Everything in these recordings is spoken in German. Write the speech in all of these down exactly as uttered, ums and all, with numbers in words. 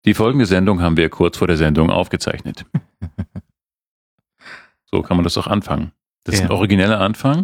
Die folgende Sendung haben wir kurz vor der Sendung aufgezeichnet. So kann man das doch anfangen. Das ist Ja. ein origineller Anfang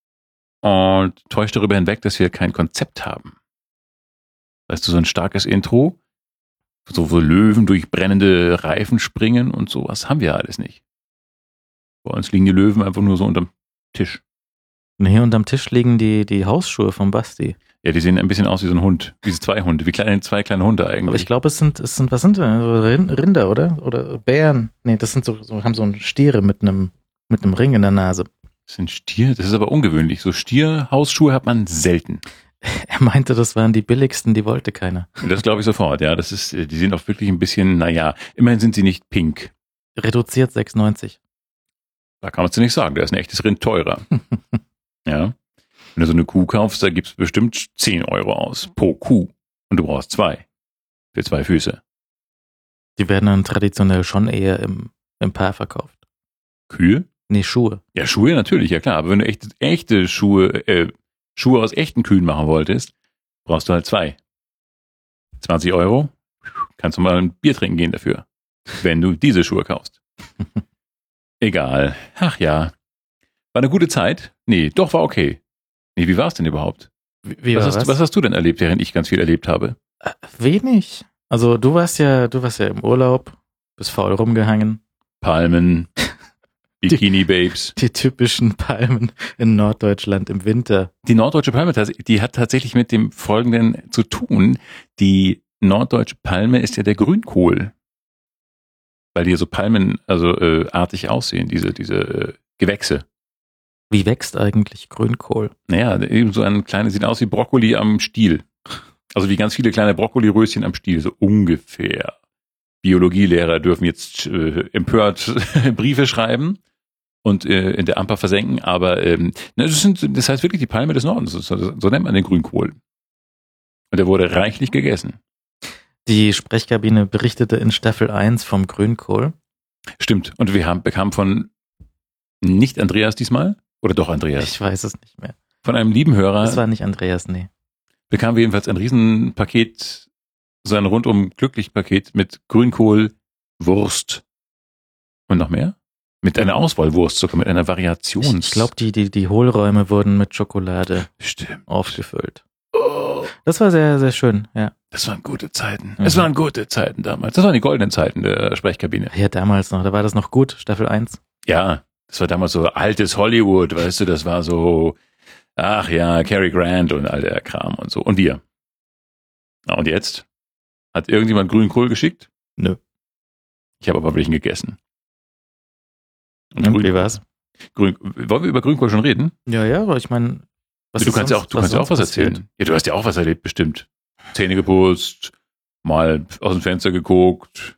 und täuscht darüber hinweg, dass wir kein Konzept haben. Weißt du, so ein starkes Intro, so wo Löwen durch brennende Reifen springen und sowas haben wir alles nicht. Bei uns liegen die Löwen einfach nur so unterm Tisch. Und hier unterm Tisch liegen die, die Hausschuhe von Basti. Ja, die sehen ein bisschen aus wie so ein Hund, wie so zwei Hunde, wie kleine, zwei kleine Hunde eigentlich. Aber ich glaube, es sind, es sind, was sind denn? Rinder, oder? Oder Bären? Nee, das sind so, so haben so ein Stiere mit einem, mit einem Ring in der Nase. Das sind Stier, das ist aber ungewöhnlich. So Stier-Hausschuhe hat man selten. Er meinte, das waren die billigsten, die wollte keiner. Das glaube ich sofort, ja. Das ist, die sind auch wirklich ein bisschen, naja, immerhin sind sie nicht pink. Reduziert sechs neunzig. Da kann man es dir nicht sagen, der ist ein echtes Rind teurer. Ja. Wenn du so eine Kuh kaufst, da gibst du bestimmt zehn Euro aus pro Kuh. Und du brauchst zwei. Für zwei Füße. Die werden dann traditionell schon eher im, im Paar verkauft. Kühe? Nee, Schuhe. Ja, Schuhe natürlich, ja klar. Aber wenn du echte, echte Schuhe, äh, Schuhe aus echten Kühen machen wolltest, brauchst du halt zwei. zwanzig Euro, kannst du mal ein Bier trinken gehen dafür. Wenn du diese Schuhe kaufst. Egal. Ach ja. War eine gute Zeit? Nee, doch, war okay. Nee, wie war es denn überhaupt? Wie, wie was, war hast, was? was hast du denn erlebt, während ich ganz viel erlebt habe? Äh, Wenig. Also du warst ja, du warst ja im Urlaub, bist faul rumgehangen. Palmen, Bikini-Babes. Die typischen Palmen in Norddeutschland im Winter. Die norddeutsche Palme, die hat tatsächlich mit dem Folgenden zu tun. Die norddeutsche Palme ist ja der Grünkohl. Weil die so Palmen, also äh, artig aussehen, diese, diese äh, Gewächse. Wie wächst eigentlich Grünkohl? Naja, eben so ein kleines, sieht aus wie Brokkoli am Stiel. Also wie ganz viele kleine Brokkoliröschen am Stiel, so ungefähr. Biologielehrer dürfen jetzt äh, empört Briefe schreiben und äh, in der Amper versenken, aber ähm, das, sind, das heißt wirklich die Palme des Nordens, so, so nennt man den Grünkohl. Und der wurde reichlich gegessen. Die Sprechkabine berichtete in Staffel eins vom Grünkohl. Stimmt, und wir haben, bekamen von, nicht Andreas diesmal, oder doch Andreas? Ich weiß es nicht mehr. Von einem lieben Hörer. Das war nicht Andreas, nee. Bekamen wir jedenfalls ein Riesenpaket, so ein rundum glücklich Paket mit Grünkohl, Wurst und noch mehr? Mit einer Auswahlwurst, sogar mit einer Variations... Ich glaube, die, die, die Hohlräume wurden mit Schokolade Stimmt. aufgefüllt. Oh, Das war sehr, sehr schön, ja. das waren gute Zeiten. Mhm. Es waren gute Zeiten damals. Das waren die goldenen Zeiten der Sprechkabine. Ja, damals noch, da war das noch gut, Staffel eins. Ja, das war damals so altes Hollywood, weißt du, das war so, ach ja, Cary Grant und all der Kram und so. Und wir. Na, und jetzt? Hat irgendjemand Grünkohl geschickt? Nö. Ich habe aber welchen gegessen. Und Grün, wie war's? Grün, wollen wir über Grünkohl schon reden? Ja, ja, aber ich meine... Du kannst ja auch, du kannst ja auch was erzählen. Ja, du hast ja auch was erlebt, bestimmt. Zähne geputzt, mal aus dem Fenster geguckt,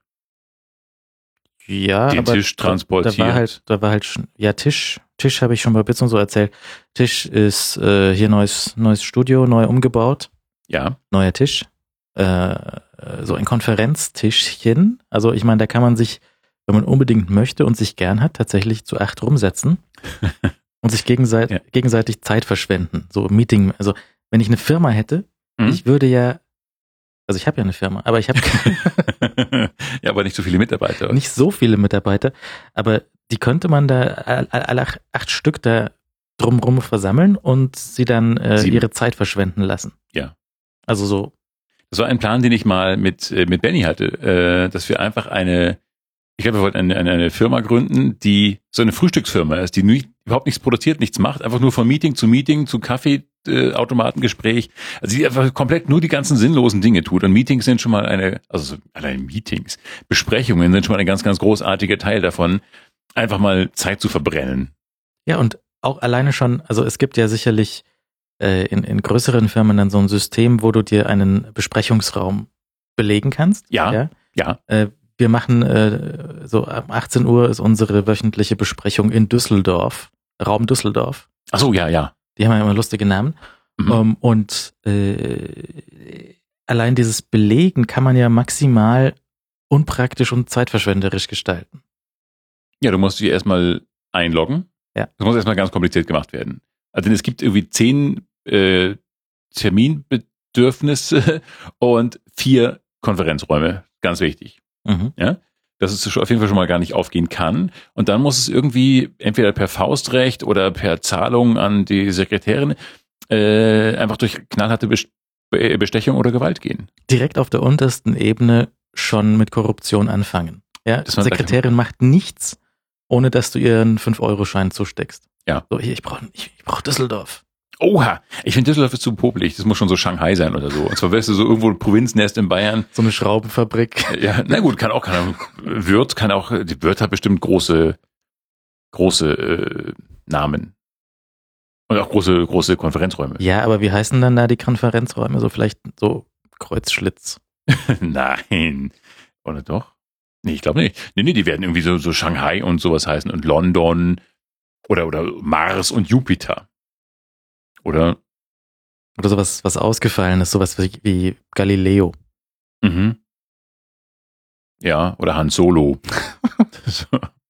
ja, den aber Tisch transportiert. Da war halt, da war halt, schon- ja, Tisch, Tisch habe ich schon bei Bits und so erzählt. Tisch ist äh, hier neues, neues Studio, neu umgebaut, Ja, neuer Tisch. Äh, so ein Konferenztischchen. Also ich meine, da kann man sich, wenn man unbedingt möchte und sich gern hat, tatsächlich zu acht rumsetzen und sich gegenseitig, Ja. gegenseitig Zeit verschwenden. So Meeting, also wenn ich eine Firma hätte, Mhm. ich würde ja, also ich habe ja eine Firma, aber ich habe ja, aber nicht so viele Mitarbeiter. nicht so viele Mitarbeiter, aber die könnte man da alle, alle acht, acht Stück da drumrum versammeln und sie dann äh, Sieben. ihre Zeit verschwenden lassen. Ja. Also so, Das war ein Plan, den ich mal mit, äh, mit Benny hatte, äh, dass wir einfach eine, ich glaube, wir wollten eine, eine, eine Firma gründen, die so eine Frühstücksfirma ist, die nicht, überhaupt nichts produziert, nichts macht, einfach nur von Meeting zu Meeting, zu Kaffeeautomatengespräch, also die einfach komplett nur die ganzen sinnlosen Dinge tut. Und Meetings sind schon mal eine, also so allein Meetings, Besprechungen sind schon mal ein ganz, ganz großartiger Teil davon, einfach mal Zeit zu verbrennen. ja, und auch alleine schon, also es gibt ja sicherlich äh, in, in größeren Firmen dann so ein System, wo du dir einen Besprechungsraum belegen kannst. Ja, ja. ja. Äh, wir machen äh, so ab achtzehn Uhr ist unsere wöchentliche Besprechung in Düsseldorf, Raum Düsseldorf. Ach so, ja, ja. Die haben ja immer lustige Namen. Mhm. Um, und äh, allein dieses Belegen kann man ja maximal unpraktisch und zeitverschwenderisch gestalten. Ja, du musst dich erstmal einloggen. Ja. Das muss erstmal ganz kompliziert gemacht werden. Also es gibt irgendwie zehn äh, Terminbedürfnisse und vier Konferenzräume. Ganz wichtig. Mhm. Ja, dass es auf jeden Fall schon mal gar nicht aufgehen kann. Und dann muss es irgendwie entweder per Faustrecht oder per Zahlung an die Sekretärin äh, einfach durch knallharte Bestechung oder Gewalt gehen. Direkt auf der untersten Ebene schon mit Korruption anfangen. Ja, die Sekretärin macht nichts, ohne dass du ihr einen fünf Euro Schein zusteckst. Ja. So, hier, ich brauche ich, ich brauch Düsseldorf. Oha, ich finde Düsseldorf ist zu popelig. Das muss schon so Shanghai sein oder so. Und zwar wärst du so irgendwo ein Provinznest in Bayern. So eine Schraubenfabrik. Ja, na gut, kann auch, kann auch, Würth kann auch, die Würth hat bestimmt große, große äh, Namen. Und auch große, große Konferenzräume. Ja, aber wie heißen dann da die Konferenzräume? So vielleicht so Kreuzschlitz. Nein. Oder doch? Nee, ich glaube nicht. Nee, nee, die werden irgendwie so, so Shanghai und sowas heißen und London oder, oder Mars und Jupiter. Oder? Oder sowas, was ausgefallen ist, sowas wie, wie Galileo. Mhm. Ja, oder Han Solo. so.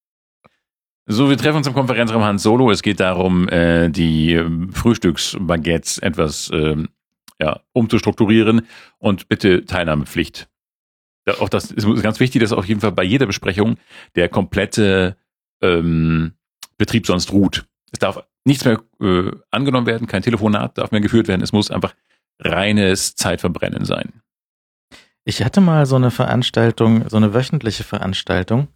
so, wir treffen uns im Konferenzraum Han Solo. Es geht darum, äh, die Frühstücksbaguettes etwas äh, ja, umzustrukturieren und bitte Teilnahmepflicht. Ja, auch das ist ganz wichtig, dass auf jeden Fall bei jeder Besprechung der komplette ähm, Betrieb sonst ruht. Es darf nichts mehr äh, angenommen werden, kein Telefonat darf mehr geführt werden. Es muss einfach reines Zeitverbrennen sein. Ich hatte mal so eine Veranstaltung, so eine wöchentliche Veranstaltung,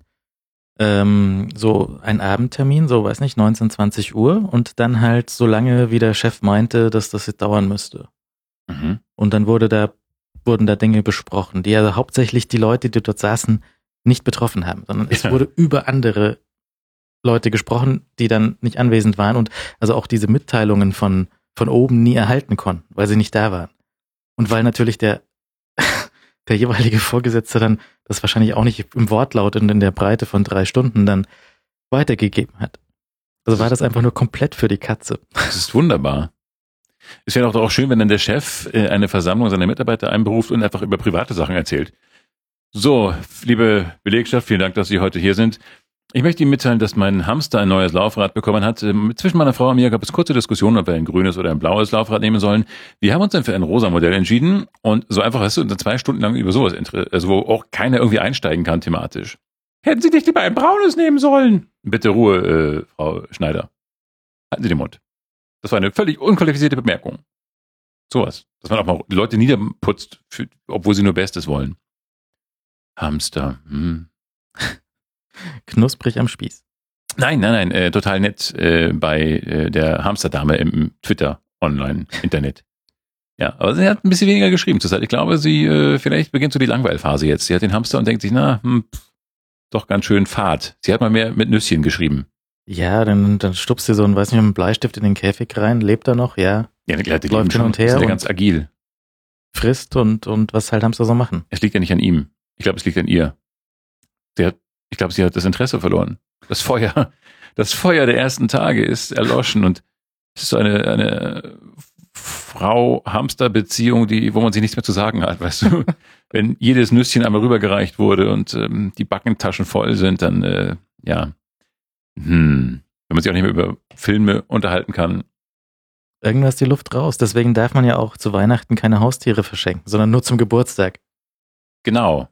ähm, so ein Abendtermin, so weiß nicht, neunzehn, zwanzig Uhr und dann halt so lange, wie der Chef meinte, dass das jetzt dauern müsste. Mhm. Und dann wurde da, wurden da Dinge besprochen, die also hauptsächlich die Leute, die dort saßen, nicht betroffen haben, sondern es Ja. wurde über andere Leute gesprochen, die dann nicht anwesend waren und also auch diese Mitteilungen von, von oben nie erhalten konnten, weil sie nicht da waren. Und weil natürlich der, der jeweilige Vorgesetzte dann das wahrscheinlich auch nicht im Wortlaut und in der Breite von drei Stunden dann weitergegeben hat. Also war das einfach nur komplett für die Katze. Das ist wunderbar. Es wäre doch auch schön, wenn dann der Chef äh, eine Versammlung seiner Mitarbeiter einberuft und einfach über private Sachen erzählt. So, liebe Belegschaft, vielen Dank, dass Sie heute hier sind. Ich möchte Ihnen mitteilen, dass mein Hamster ein neues Laufrad bekommen hat. Zwischen meiner Frau und mir gab es kurze Diskussionen, ob wir ein grünes oder ein blaues Laufrad nehmen sollen. Wir haben uns dann für ein rosa Modell entschieden und so einfach hast du dann zwei Stunden lang über sowas, also wo auch keiner irgendwie einsteigen kann thematisch. Hätten Sie nicht lieber ein braunes nehmen sollen? Bitte Ruhe, äh, Frau Schneider. Halten Sie den Mund. Das war eine völlig unqualifizierte Bemerkung. Sowas. Dass man auch mal die Leute niederputzt, für, obwohl sie nur Bestes wollen. Hamster. Hm. Knusprig am Spieß. Nein, nein, nein, äh, total nett äh, bei äh, der Hamsterdame im Twitter, online, Internet. Ja, aber sie hat ein bisschen weniger geschrieben zurzeit. Ich glaube, sie, äh, vielleicht beginnt so die Langweilphase jetzt. Sie hat den Hamster und denkt sich, na, hm, pff, doch ganz schön fad. Sie hat mal mehr mit Nüsschen geschrieben. Ja, dann, dann stupst du so ein, weiß nicht, einen Bleistift in den Käfig rein, lebt er noch, ja. Ja, klar, die Läuft hin und her sind ja und- ganz agil. Frisst und, und was halt Hamster so machen. Es liegt ja nicht an ihm. Ich glaube, es liegt an ihr. Sie hat, ich glaube, sie hat das Interesse verloren. Das Feuer, das Feuer der ersten Tage ist erloschen und es ist so eine, eine Frau-Hamster-Beziehung, die, wo man sich nichts mehr zu sagen hat, weißt du? Wenn jedes Nüsschen einmal rübergereicht wurde und ähm, die Backentaschen voll sind, dann, äh, ja, hm, wenn man sich auch nicht mehr über Filme unterhalten kann. Irgendwas die Luft raus. Deswegen darf man ja auch zu Weihnachten keine Haustiere verschenken, sondern nur zum Geburtstag. Genau.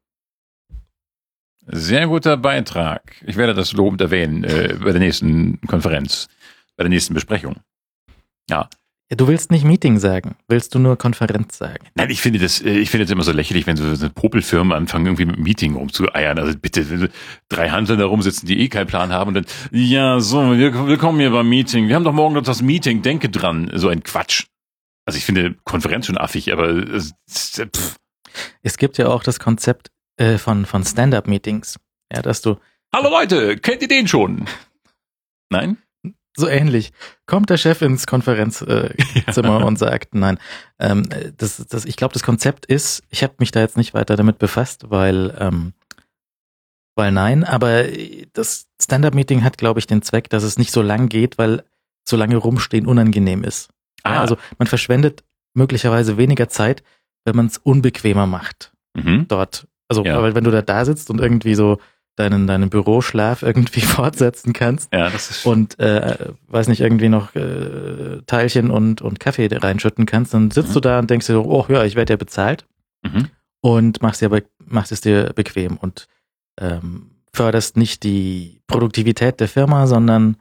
Sehr guter Beitrag. Ich werde das lobend erwähnen äh, bei der nächsten Konferenz, bei der nächsten Besprechung. Ja. Ja, du willst nicht Meeting sagen, willst du nur Konferenz sagen. Nein, ich finde das, äh, ich finde das immer so lächerlich, wenn so, so Popelfirmen anfangen, irgendwie mit einem Meeting rumzueiern. Also bitte, wenn so drei Hanseln da rumsitzen, die eh keinen Plan haben und dann, ja, so, wir, wir kommen hier beim Meeting. Wir haben doch morgen noch das Meeting, denke dran. So ein Quatsch. Also ich finde Konferenz schon affig, aber es, pff. Es gibt ja auch das Konzept äh, von, von Stand-Up-Meetings. Ja, dass du, Hallo Leute, kennt ihr den schon? Nein? so ähnlich, kommt der Chef ins Konferenzzimmer äh, und sagt, nein, ähm, das, das, ich glaube, das Konzept ist, ich habe mich da jetzt nicht weiter damit befasst, weil, ähm, weil nein, aber das Stand-Up-Meeting hat, glaube ich, den Zweck, dass es nicht so lang geht, weil so lange rumstehen unangenehm ist. Ah. Ja, also man verschwendet möglicherweise weniger Zeit, wenn man es unbequemer macht Mhm. dort. Also, Ja. weil wenn du da da sitzt und irgendwie so deinen, deinen Büroschlaf irgendwie fortsetzen kannst Ja, das ist und, äh, weiß nicht, irgendwie noch äh, Teilchen und, und Kaffee reinschütten kannst, dann sitzt Mhm. du da und denkst dir so, oh ja, ich werde ja bezahlt. Mhm. und machst, dir, be- machst es dir bequem und ähm, förderst nicht die Produktivität der Firma, sondern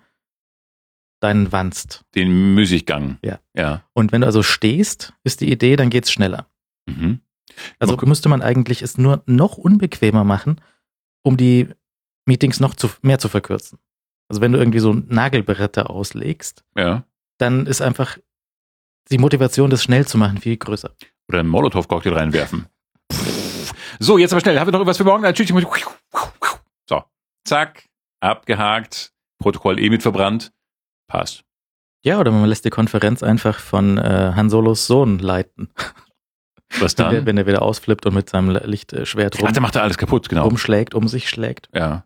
deinen Wanst. Den Müßiggang. Ja. Ja. Und wenn du also stehst, ist die Idee, dann geht's schneller. Mhm. Also Okay. müsste man eigentlich es nur noch unbequemer machen, um die Meetings noch zu, mehr zu verkürzen. Also wenn du irgendwie so Nagelbretter auslegst, Ja. dann ist einfach die Motivation, das schnell zu machen, viel größer. Oder einen Molotow-Cocktail reinwerfen. So, jetzt aber schnell. Haben wir noch irgendwas für morgen? Natürlich. So. Zack. Abgehakt. Protokoll eh mit verbrannt. Passt. Ja, oder man lässt die Konferenz einfach von äh, Han Solos Sohn leiten. Was Wenn der, dann? wenn er wieder ausflippt und mit seinem Lichtschwert Ach, rum, der macht da alles kaputt, genau. rumschlägt, um sich schlägt. Ja.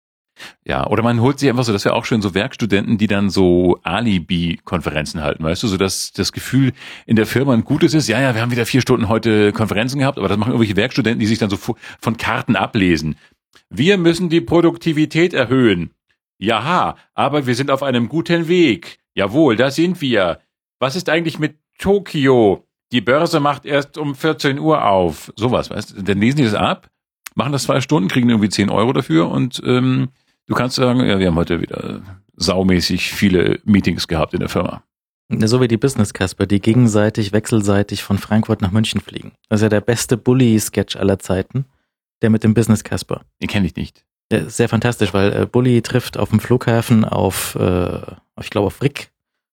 Ja, oder man holt sich einfach so, das wäre auch schön, so Werkstudenten, die dann so Alibi-Konferenzen halten, weißt du, so dass das Gefühl in der Firma ein gutes ist, ja, ja, wir haben wieder vier Stunden heute Konferenzen gehabt, aber das machen irgendwelche Werkstudenten, die sich dann so von Karten ablesen. Wir müssen die Produktivität erhöhen. Jaha, aber wir sind auf einem guten Weg. Jawohl, da sind wir. Was ist eigentlich mit Tokio? Die Börse macht erst um vierzehn Uhr auf. Sowas, weißt du? Dann lesen die das ab, machen das zwei Stunden, kriegen irgendwie zehn Euro dafür und ähm, du kannst sagen, ja, wir haben heute wieder saumäßig viele Meetings gehabt in der Firma. So wie die Business Casper, die gegenseitig, wechselseitig von Frankfurt nach München fliegen. Das ist ja der beste Bully-Sketch aller Zeiten, der mit dem Business Casper. Den kenne ich nicht. Der ist sehr fantastisch, weil äh, Bully trifft auf dem Flughafen auf, äh, ich glaube auf Rick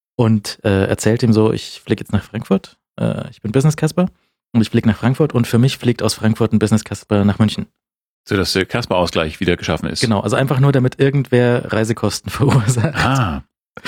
und äh, erzählt ihm so, ich fliege jetzt nach Frankfurt, äh, ich bin Business Casper und ich fliege nach Frankfurt und für mich fliegt aus Frankfurt ein Business Casper nach München. So dass der Kasper-Ausgleich wieder geschaffen ist. Genau, also einfach nur, damit irgendwer Reisekosten verursacht Ah.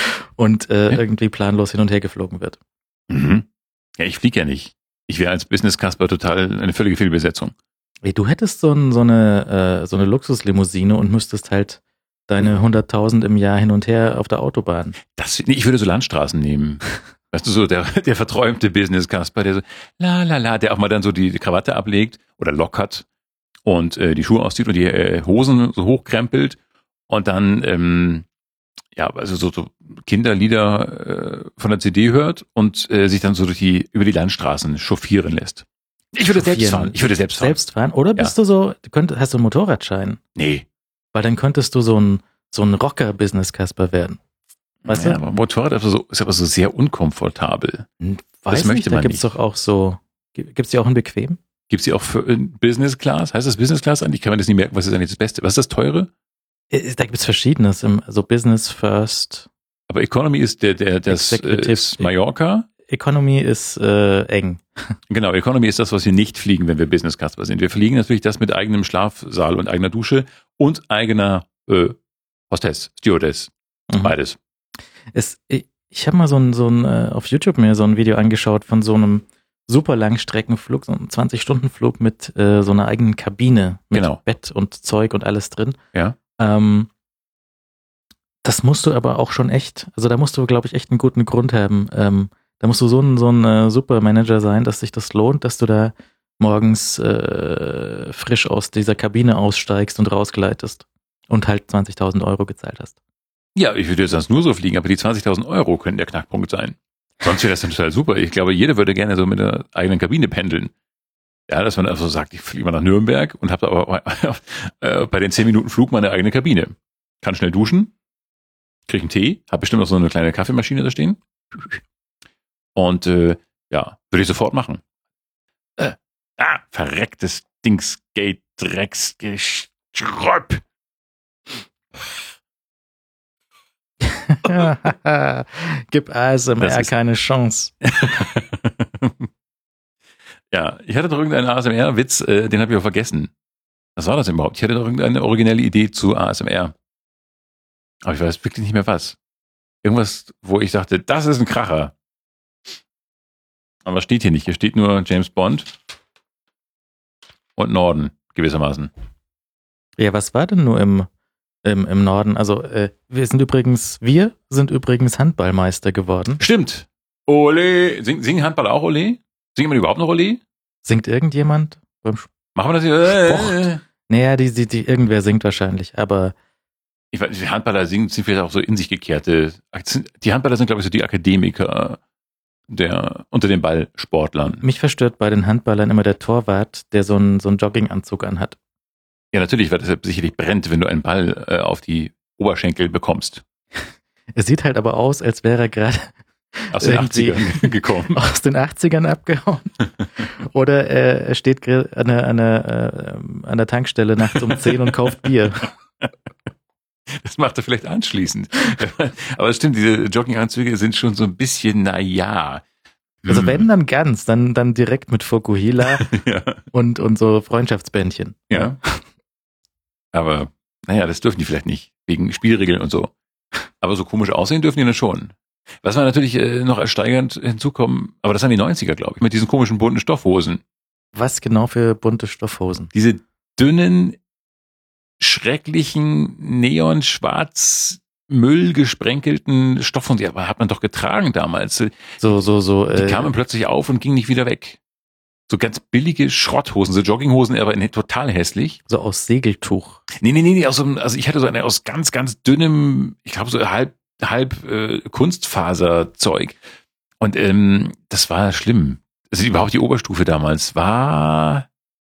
und äh, Ja. irgendwie planlos hin und her geflogen wird. Mhm. Ja, ich fliege ja nicht. Ich wäre als Business Casper total eine völlige Fehlbesetzung. Ey, du hättest so, ein, so eine äh, so eine Luxuslimousine und müsstest halt deine hunderttausend im Jahr hin und her auf der Autobahn. Das, nee, ich würde so Landstraßen nehmen. Weißt du, so der, der verträumte Business Casper, der so, la, la, la, der auch mal dann so die, die Krawatte ablegt oder lockert und äh, die Schuhe auszieht und die äh, Hosen so hochkrempelt und dann, ähm, ja, also so, so Kinderlieder äh, von der C D hört und äh, sich dann so durch die, über die Landstraßen chauffieren lässt. Ich würde selbst Chauffieren. fahren. Ich würde selbst fahren. Selbst fahren? Oder bist du so, du könnt, hast du einen Motorradschein? Nee. Weil dann könntest du so ein, so ein Rocker-Business-Casper werden. Weißt ja, du? aber Motorrad ist, so, ist aber so sehr unkomfortabel. Hm, Weiß möchte nicht, da man gibt's nicht. doch auch so, gibt's die auch in bequem? Gibt's die auch für äh, Business Class? Heißt das Business Class eigentlich? Kann man das nie merken? Was ist eigentlich das Beste? Was ist das Teure? Äh, Da gibt's Verschiedenes, im, so Business First. Aber Economy ist der, der, das Executive. äh, ist Mallorca. Economy ist äh, eng. Genau, Economy ist das, was wir nicht fliegen, wenn wir Business Class sind. Wir fliegen natürlich das mit eigenem Schlafsaal und eigener Dusche und eigener äh, Hostess, Stewardess, Mhm. beides. Es, ich ich habe mal so ein, so ein äh, auf YouTube mir so ein Video angeschaut von so einem super Langstreckenflug, so einem zwanzig-Stunden-Flug mit äh, so einer eigenen Kabine mit Genau. Bett und Zeug und alles drin. Ja. Ähm, das musst du aber auch schon echt, also da musst du, glaube ich, echt einen guten Grund haben. Ähm, da musst du so ein, so ein äh, Supermanager sein, dass sich das lohnt, dass du da morgens äh, frisch aus dieser Kabine aussteigst und rausgleitest und halt zwanzigtausend Euro gezahlt hast. Ja, ich würde jetzt sonst nur so fliegen, aber die zwanzigtausend Euro können der Knackpunkt sein. Sonst wäre das dann total super. Ich glaube, jeder würde gerne so mit der eigenen Kabine pendeln. Ja, dass man also sagt, ich fliege mal nach Nürnberg und habe aber äh, bei den zehn Minuten Flug meine eigene Kabine. Kann schnell duschen, kriege einen Tee, habe bestimmt auch so eine kleine Kaffeemaschine da stehen. Und äh, ja, würde ich sofort machen. Äh, ah, verrecktes Dingsgate, Drecksgeströpp. Gib A S M R Das ist- keine Chance. Ja, ich hatte doch irgendeinen A S M R-Witz, äh, den habe ich auch vergessen. Was war das denn überhaupt? Ich hatte doch irgendeine originelle Idee zu A S M R. Aber ich weiß wirklich nicht mehr was. Irgendwas, wo ich dachte, das ist ein Kracher. Aber steht hier nicht. Hier steht nur James Bond und Norden, gewissermaßen. Ja, was war denn nur im, im, im Norden? Also, äh, wir sind übrigens, wir sind übrigens Handballmeister geworden. Stimmt. Ole. Sing, singen Handballer auch Ole? Singen wir überhaupt noch Ole? Singt irgendjemand? Beim Sp- Machen wir das hier? Äh, Sport. Naja, die, die, die, irgendwer singt wahrscheinlich, aber Ich weiß, die Handballer singen, sind vielleicht auch so in sich gekehrte. Die Handballer sind, glaube ich, so die Akademiker der unter den Ballsportlern. Mich verstört bei den Handballern immer der Torwart, der so einen, so einen Jogginganzug anhat. Ja, natürlich, weil das sicherlich brennt, wenn du einen Ball äh, auf die Oberschenkel bekommst. Es sieht halt aber aus, als wäre er gerade aus den achtzigern gekommen. Aus den achtzigern abgehauen. Oder äh, er steht an der, an, der, äh, an der Tankstelle nachts um zehn und kauft Bier. Das macht er vielleicht anschließend. Aber es stimmt, diese Jogginganzüge sind schon so ein bisschen, naja. Also wenn, dann ganz, dann, dann direkt mit Fukuhila ja. und, und so Freundschaftsbändchen. Ja. Aber, naja, das dürfen die vielleicht nicht, wegen Spielregeln und so. Aber so komisch aussehen dürfen die dann schon. Was war natürlich äh, noch ersteigernd hinzukommen, aber das waren die neunziger, glaube ich, mit diesen komischen bunten Stoffhosen. Was genau für bunte Stoffhosen? Diese dünnen, schrecklichen, neonschwarz Müll gesprenkelten Stoffhosen, die hat man doch getragen damals. So, so, so. Die äh, kamen plötzlich auf und gingen nicht wieder weg. So ganz billige Schrotthosen, so Jogginghosen, aber ne, total hässlich. So aus Segeltuch. Nee, nee, nee, nee aus so, also ich hatte so eine aus ganz, ganz dünnem, ich glaube so halb, halb äh, Kunstfaserzeug. Und ähm, das war schlimm. Also überhaupt die Oberstufe damals war,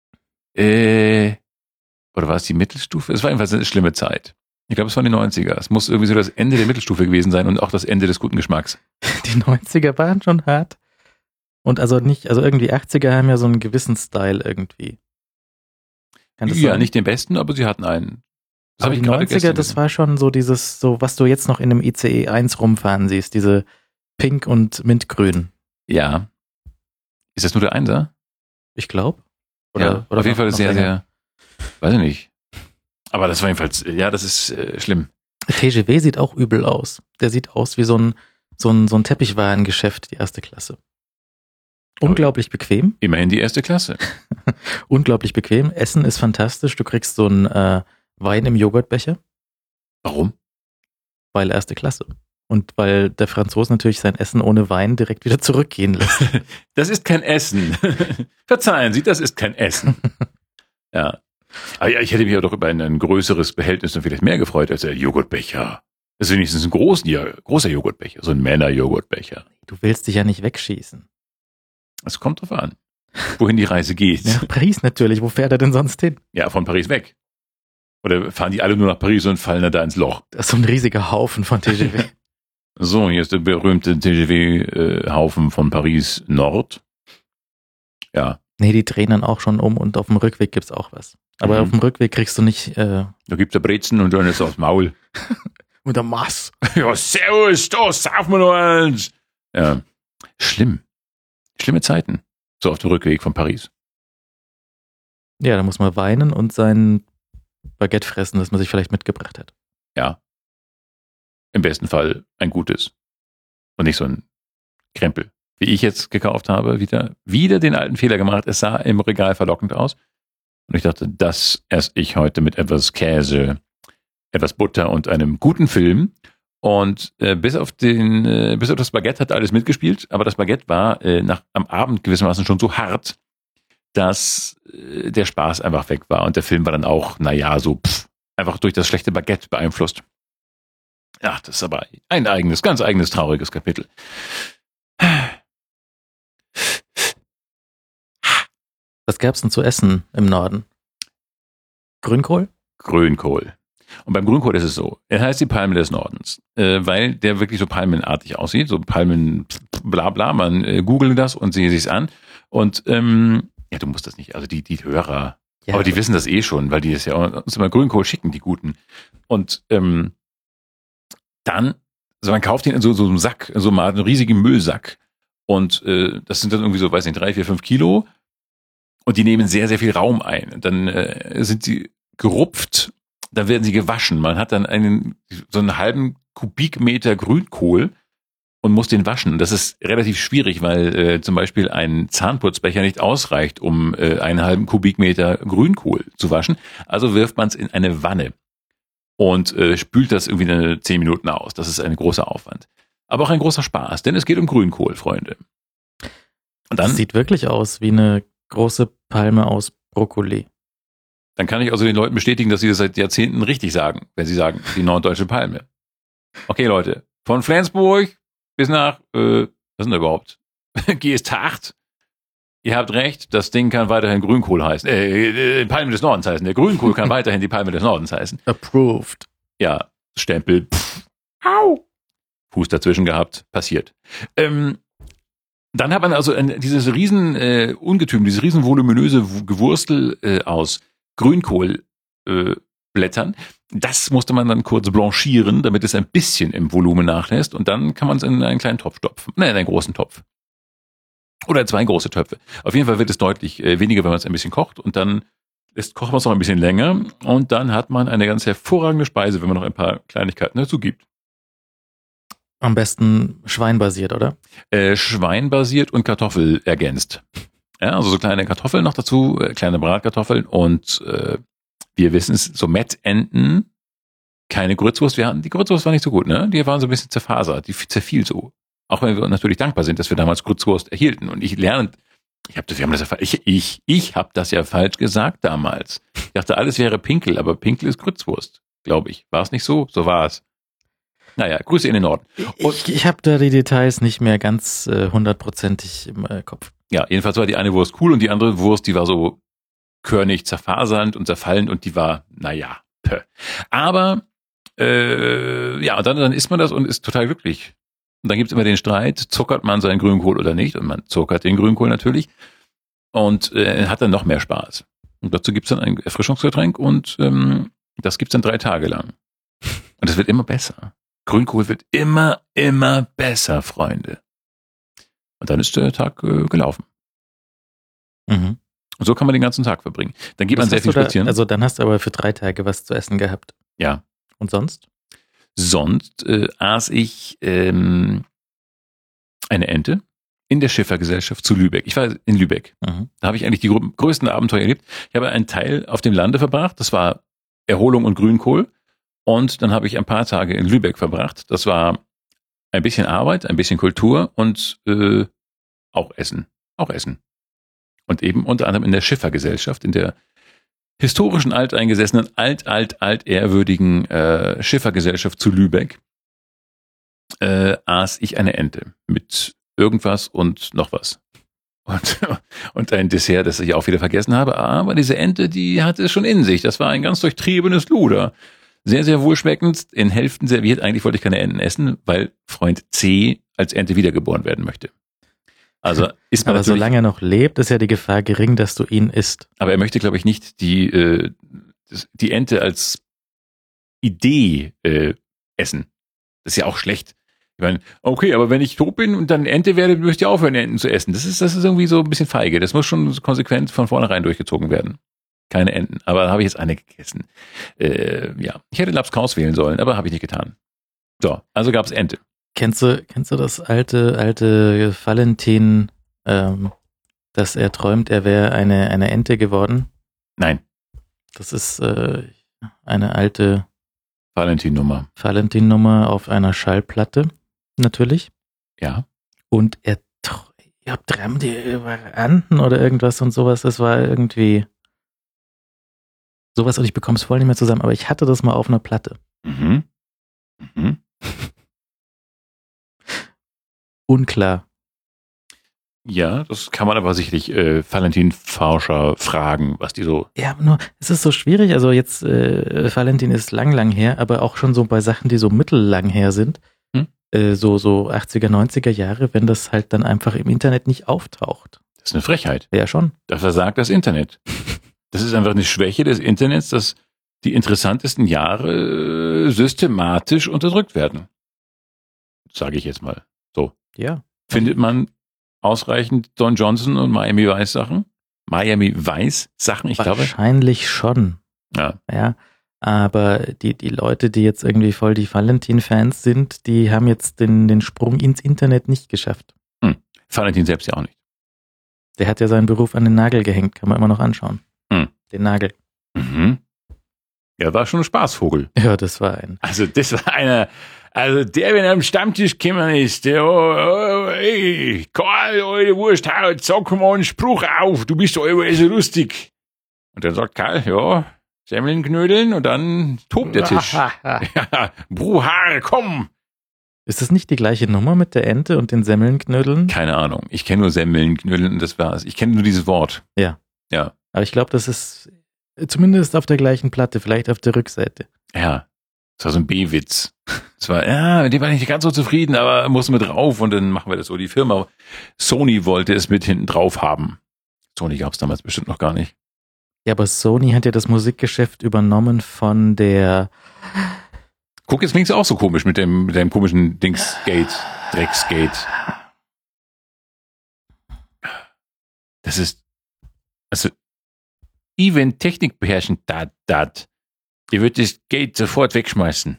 äh, oder war es die Mittelstufe? Es war jedenfalls eine schlimme Zeit. Ich glaube, es waren die neunziger. Es muss irgendwie so das Ende der Mittelstufe gewesen sein und auch das Ende des guten Geschmacks. Die neunziger waren schon hart. Und also nicht, also irgendwie achtziger haben ja so einen gewissen Style irgendwie. Kann das ja, sein? Nicht den besten, aber sie hatten einen. Das aber die neunziger, das war schon so dieses, so was du jetzt noch in einem I C E eins rumfahren siehst, diese Pink und Mintgrün. Ja. Ist das nur der Einser? Ich glaube. Ja, oder auf jeden Fall sehr, sehr, weiß ich nicht. Aber das war jedenfalls, ja, das ist äh, schlimm. T G W sieht auch übel aus. Der sieht aus wie so ein, so ein, so ein Teppichwarengeschäft, die erste Klasse. Unglaublich bequem. Immerhin die erste Klasse. Unglaublich bequem. Essen ist fantastisch. Du kriegst so einen äh, Wein im Joghurtbecher. Warum? Weil erste Klasse. Und weil der Franzose natürlich sein Essen ohne Wein direkt wieder zurückgehen lässt. Das ist kein Essen. Verzeihen Sie, das ist kein Essen. Ja. Aber ja, ich hätte mich auch doch über ein, ein größeres Behältnis und vielleicht mehr gefreut als der Joghurtbecher. Das ist wenigstens ein großen, ja, großer Joghurtbecher, so ein Männer-Joghurtbecher. Du willst dich ja nicht wegschießen. Es kommt drauf an, wohin die Reise geht. Ja, Paris natürlich. Wo fährt er denn sonst hin? Ja, von Paris weg. Oder fahren die alle nur nach Paris und fallen da ins Loch? Das ist so ein riesiger Haufen von T G W. So, hier ist der berühmte T G W-Haufen von Paris Nord. Ja. Nee, die drehen dann auch schon um und auf dem Rückweg gibt's auch was. Aber mhm. auf dem Rückweg kriegst du nicht... Äh da gibt's ja Brezen und dann ist aufs Maul. Und der Maß. Ja, servus, da saufen wir noch eins. Ja, schlimm. Schlimme Zeiten. So auf dem Rückweg von Paris. Ja, da muss man weinen und sein Baguette fressen, das man sich vielleicht mitgebracht hat. Ja. Im besten Fall ein gutes. Und nicht so ein Krempel. Wie ich jetzt gekauft habe, wieder, wieder den alten Fehler gemacht. Es sah im Regal verlockend aus. Und ich dachte, das esse ich heute mit etwas Käse, etwas Butter und einem guten Film. Und äh, bis auf den, äh, bis auf das Baguette hat alles mitgespielt. Aber das Baguette war äh, nach, am Abend gewissermaßen schon so hart, dass äh, der Spaß einfach weg war. Und der Film war dann auch, naja, so pff, einfach durch das schlechte Baguette beeinflusst. Ach, das ist aber ein eigenes, ganz eigenes trauriges Kapitel. Was gab's denn zu essen im Norden? Grünkohl? Grünkohl. Und beim Grünkohl ist es so, er heißt die Palme des Nordens, äh, weil der wirklich so palmenartig aussieht, so Palmen, bla bla, man äh, googelt das und sehe sich's an. Und ähm, ja, du musst das nicht, also die, die Hörer, ja, aber die wissen das eh schon, weil die das ja uns immer Grünkohl schicken, die Guten. Und ähm, dann, also man kauft ihn in so, so einem Sack, in so einem riesigen Müllsack. Und äh, das sind dann irgendwie so, weiß nicht, drei, vier, fünf Kilo. Und die nehmen sehr, sehr viel Raum ein. Und dann äh, sind sie gerupft, dann werden sie gewaschen. Man hat dann einen so einen halben Kubikmeter Grünkohl und muss den waschen. Und das ist relativ schwierig, weil äh, zum Beispiel ein Zahnputzbecher nicht ausreicht, um äh, einen halben Kubikmeter Grünkohl zu waschen. Also wirft man es in eine Wanne und äh, spült das irgendwie eine zehn Minuten aus. Das ist ein großer Aufwand. Aber auch ein großer Spaß, denn es geht um Grünkohl, Freunde. Und dann das sieht wirklich aus wie eine große Palme aus Brokkoli. Dann kann ich also den Leuten bestätigen, dass sie das seit Jahrzehnten richtig sagen, wenn sie sagen, die norddeutsche Palme. Okay, Leute, von Flensburg bis nach, äh, was ist denn da überhaupt? G ist acht. Ihr habt recht, das Ding kann weiterhin Grünkohl heißen. Äh, äh, Palme des Nordens heißen. Der Grünkohl kann weiterhin die Palme des Nordens heißen. Approved. Ja, Stempel. Pff, au. Fuß dazwischen gehabt. Passiert. Ähm, dann hat man also ein, dieses riesen äh, Ungetüm, dieses riesen voluminöse Gewurstel äh, aus Grünkohl äh, Blättern. Das musste man dann kurz blanchieren, damit es ein bisschen im Volumen nachlässt. Und dann kann man es in einen kleinen Topf stopfen. Nein, in einen großen Topf. Oder zwei große Töpfe. Auf jeden Fall wird es deutlich äh, weniger, wenn man es ein bisschen kocht. Und dann lässt, kocht man es noch ein bisschen länger. Und dann hat man eine ganz hervorragende Speise, wenn man noch ein paar Kleinigkeiten dazu gibt. Am besten schweinbasiert, oder? Äh, Schweinbasiert und Kartoffel ergänzt. Ja, also so kleine Kartoffeln noch dazu, äh, kleine Bratkartoffeln und äh, wir wissen es, so Mettenten, keine Grützwurst. Wir hatten, die Grützwurst war nicht so gut, ne? Die waren so ein bisschen zerfasert, die zerfiel so. Auch wenn wir natürlich dankbar sind, dass wir damals Grützwurst erhielten. Und ich lerne, ich habe das, wir haben das ja, ich, ich, ich habe das ja falsch gesagt damals. Ich dachte, alles wäre Pinkel, aber Pinkel ist Grützwurst, glaube ich. War es nicht so? So war es. Naja, Grüße in den Norden. Und ich ich habe da die Details nicht mehr ganz äh, hundertprozentig im äh, Kopf. Ja, jedenfalls war die eine Wurst cool und die andere Wurst, die war so körnig zerfasernd und zerfallend und die war, naja, pö. Aber, äh, ja, und dann, dann isst man das und ist total glücklich. Und dann gibt's immer den Streit, zuckert man seinen Grünkohl oder nicht? Und man zuckert den Grünkohl natürlich und äh, hat dann noch mehr Spaß. Und dazu gibt's dann ein Erfrischungsgetränk und ähm, das gibt's dann drei Tage lang. Und es wird immer besser. Grünkohl wird immer, immer besser, Freunde. Und dann ist der Tag äh, gelaufen. Mhm. Und so kann man den ganzen Tag verbringen. Dann geht Was man sehr hast viel du da, spazieren. Also dann hast du aber für drei Tage was zu essen gehabt. Ja. Und sonst? Sonst äh, aß ich ähm, eine Ente in der Schiffergesellschaft zu Lübeck. Ich war in Lübeck. Mhm. Da habe ich eigentlich die grö- größten Abenteuer erlebt. Ich habe einen Teil auf dem Lande verbracht. Das war Erholung und Grünkohl. Und dann habe ich ein paar Tage in Lübeck verbracht. Das war ein bisschen Arbeit, ein bisschen Kultur und äh, auch Essen. Auch Essen. Und eben unter anderem in der Schiffergesellschaft, in der historischen, alteingesessenen, alt, alt, alt ehrwürdigen äh, Schiffergesellschaft zu Lübeck äh, aß ich eine Ente mit irgendwas und noch was. Und, und ein Dessert, das ich auch wieder vergessen habe. Aber diese Ente, die hatte es schon in sich. Das war ein ganz durchtriebenes Luder. Sehr, sehr wohlschmeckend, in Hälften serviert. Eigentlich wollte ich keine Enten essen, weil Freund C als Ente wiedergeboren werden möchte. Also ist man Aber natürlich, solange er noch lebt, ist ja die Gefahr gering, dass du ihn isst. aber er möchte, glaube ich, nicht die, äh, die Ente als Idee äh, essen. Das ist ja auch schlecht. Ich meine, okay, aber wenn ich tot bin und dann Ente werde, möchte ich aufhören, Enten zu essen. Das ist, das ist irgendwie so ein bisschen feige. Das muss schon konsequent von vornherein durchgezogen werden. Keine Enten. Aber da habe ich jetzt eine gegessen. Äh, ja, ich hätte Lapskaus wählen sollen, aber habe ich nicht getan. So, also gab es Ente. Kennst du, kennst du das alte, alte Valentin, ähm, dass er träumt, er wäre eine, eine Ente geworden? Nein, Das ist äh, eine alte Valentin-Nummer. Valentin-Nummer auf einer Schallplatte, natürlich. Ja. Und er, tr- ich hab träumt die Varianten oder irgendwas und sowas. Das war irgendwie sowas und ich bekomme es voll nicht mehr zusammen, aber ich hatte das mal auf einer Platte. Mhm. Mhm. Unklar. Ja, das kann man aber sicherlich äh, Valentin-Forscher fragen, was die so. Ja, aber nur, es ist so schwierig. Also jetzt, äh, Valentin ist lang, lang her, aber auch schon so bei Sachen, die so mittellang her sind, Hm? äh, so, so achtziger, neunziger Jahre, wenn das halt dann einfach im Internet nicht auftaucht. Das ist eine Frechheit. Ja, schon. Da versagt das Internet. Das ist einfach eine Schwäche des Internets, dass die interessantesten Jahre äh, systematisch unterdrückt werden. Sage ich jetzt mal. So. Ja. Findet man ausreichend Don Johnson und Miami Vice Sachen? Miami Vice Sachen, ich glaube. Wahrscheinlich schon. Ja. Ja. Aber die, die Leute, die jetzt irgendwie voll die Valentin-Fans sind, die haben jetzt den, den Sprung ins Internet nicht geschafft. Hm. Valentin selbst ja auch nicht. Der hat ja seinen Beruf an den Nagel gehängt, kann man immer noch anschauen. Hm. Den Nagel. Mhm. Ja, war schon ein Spaßvogel. Ja, das war ein. Also das war einer, also der, wenn er am Stammtisch gekommen ist, der, oh, oh, ey, Karl, alte Wursthaut, sag mal einen Spruch auf, du bist doch immer so lustig. Und dann sagt Karl, ja, Semmeln knödeln und dann tobt der Tisch. Ja, Bruhar, komm, Ist das nicht die gleiche Nummer mit der Ente und den Semmelnknödeln? Keine Ahnung. Ich kenne nur Semmelnknödeln und das war's. Ich kenne nur dieses Wort. Ja. Ja. Aber ich glaube, das ist zumindest auf der gleichen Platte, vielleicht auf der Rückseite. Ja. Das war so ein B-Witz. Das war, ja, mit dem war ich nicht ganz so zufrieden, aber mussten wir drauf und dann machen wir das so. Die Firma Sony wollte es mit hinten drauf haben. Sony gab es damals bestimmt noch gar nicht. Ja, aber Sony hat ja das Musikgeschäft übernommen von der... Guck, jetzt klingt's auch so komisch mit dem, mit dem komischen Dingsgate, Drecksgate. Das ist, also, even Technik beherrschen, dat, dat. Ihr würdet das Gate sofort wegschmeißen.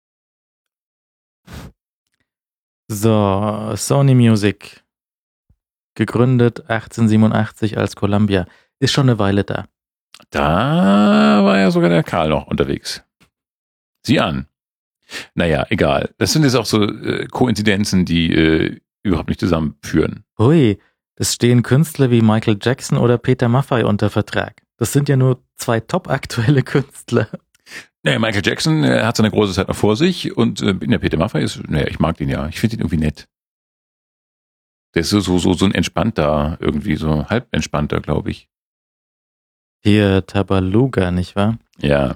So, Sony Music. Gegründet achtzehnhundertsiebenundachtzig als Columbia. Ist schon eine Weile da. Da war ja sogar der Karl noch unterwegs. Sieh an. Naja, egal. Das sind jetzt auch so äh, Koinzidenzen, die äh, überhaupt nicht zusammenführen. Hui, es stehen Künstler wie Michael Jackson oder Peter Maffay unter Vertrag. Das sind ja nur zwei top aktuelle Künstler. Naja, Michael Jackson äh, hat seine große Zeit noch vor sich und äh, der Peter Maffay ist, naja, ich mag den ja. Ich finde ihn irgendwie nett. Der ist so, so, so, so ein entspannter, irgendwie so halb entspannter, glaube ich. Hier Tabaluga, nicht wahr? Ja.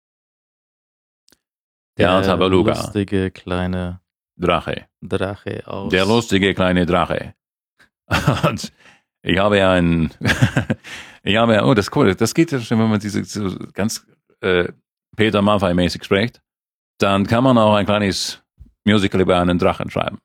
Ja, Der Tabaluga. lustige kleine Drache. Drache aus... Der lustige kleine Drache. Und ich habe ja ein, ich habe ja, oh, das ist cool, das geht ja schon, wenn man diese so ganz äh, Peter Maffay-mäßig spricht, dann kann man auch ein kleines Musical über einen Drachen schreiben.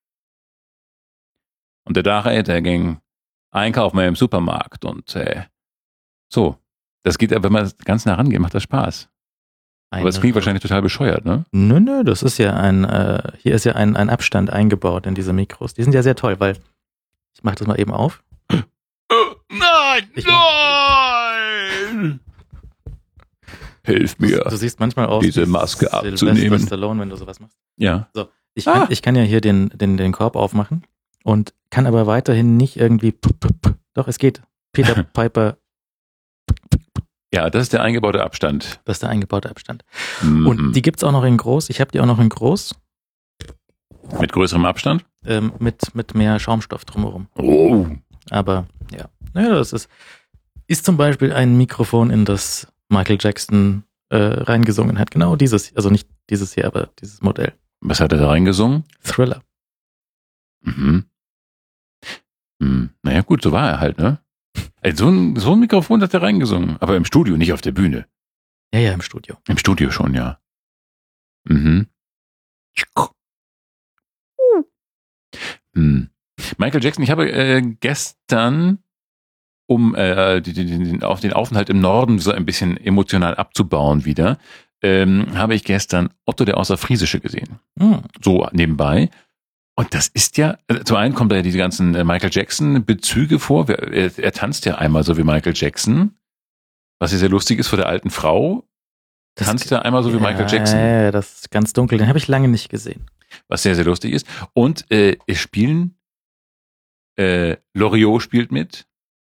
Und der Drache, der ging einkaufen im Supermarkt und äh, so. Das geht, wenn man ganz nah rangeht, macht das Spaß. Aber es klingt wahrscheinlich total bescheuert, ne? Nö, nö, das ist ja ein, äh, hier ist ja ein, ein Abstand eingebaut in diese Mikros. Die sind ja sehr toll, weil, ich mach das mal eben auf. Nein, Ich nein! Hilf mir, Du siehst manchmal aus diese wie Maske Sylvester abzunehmen. Stallone, wenn du sowas machst. Ja. Ich kann, Ah. ich kann ja hier den, den, den Korb aufmachen und kann aber weiterhin nicht irgendwie, p -p -p doch, es geht. Peter Piper, Ja, das ist der eingebaute Abstand. das ist der eingebaute Abstand. Mhm. Und die gibt's auch noch in groß. Ich habe die auch noch in groß, Mit größerem Abstand? ähm, mit, mit mehr Schaumstoff drumherum. Oh. Aber ja, naja, das ist, ist zum Beispiel ein Mikrofon, in das Michael Jackson äh, reingesungen hat. Genau dieses, also nicht dieses hier, aber dieses Modell. Was hat er da reingesungen? Thriller. Mhm. Hm. Naja, gut, so war er halt, ne? Also so ein, so ein Mikrofon hat er reingesungen, aber im Studio, nicht auf der Bühne. Ja, ja, im Studio. Im Studio schon, ja. Mhm. Hm. Michael Jackson, ich habe äh, gestern, um äh, die, die, den, auf den Aufenthalt im Norden so ein bisschen emotional abzubauen wieder, ähm, habe ich gestern Otto der Außerfriesische gesehen. Hm. So nebenbei. Und das ist ja, äh, zum einen kommt da ja diese ganzen äh, Michael Jackson-Bezüge vor. Er, er tanzt ja einmal so wie Michael Jackson, was ja sehr lustig ist vor der alten Frau. Das- Tanzt er einmal so wie Michael Jackson, Ja, ja, das ist ganz dunkel. Den habe ich lange nicht gesehen. was sehr, sehr lustig ist. Und äh, es spielen, äh, Loriot spielt mit.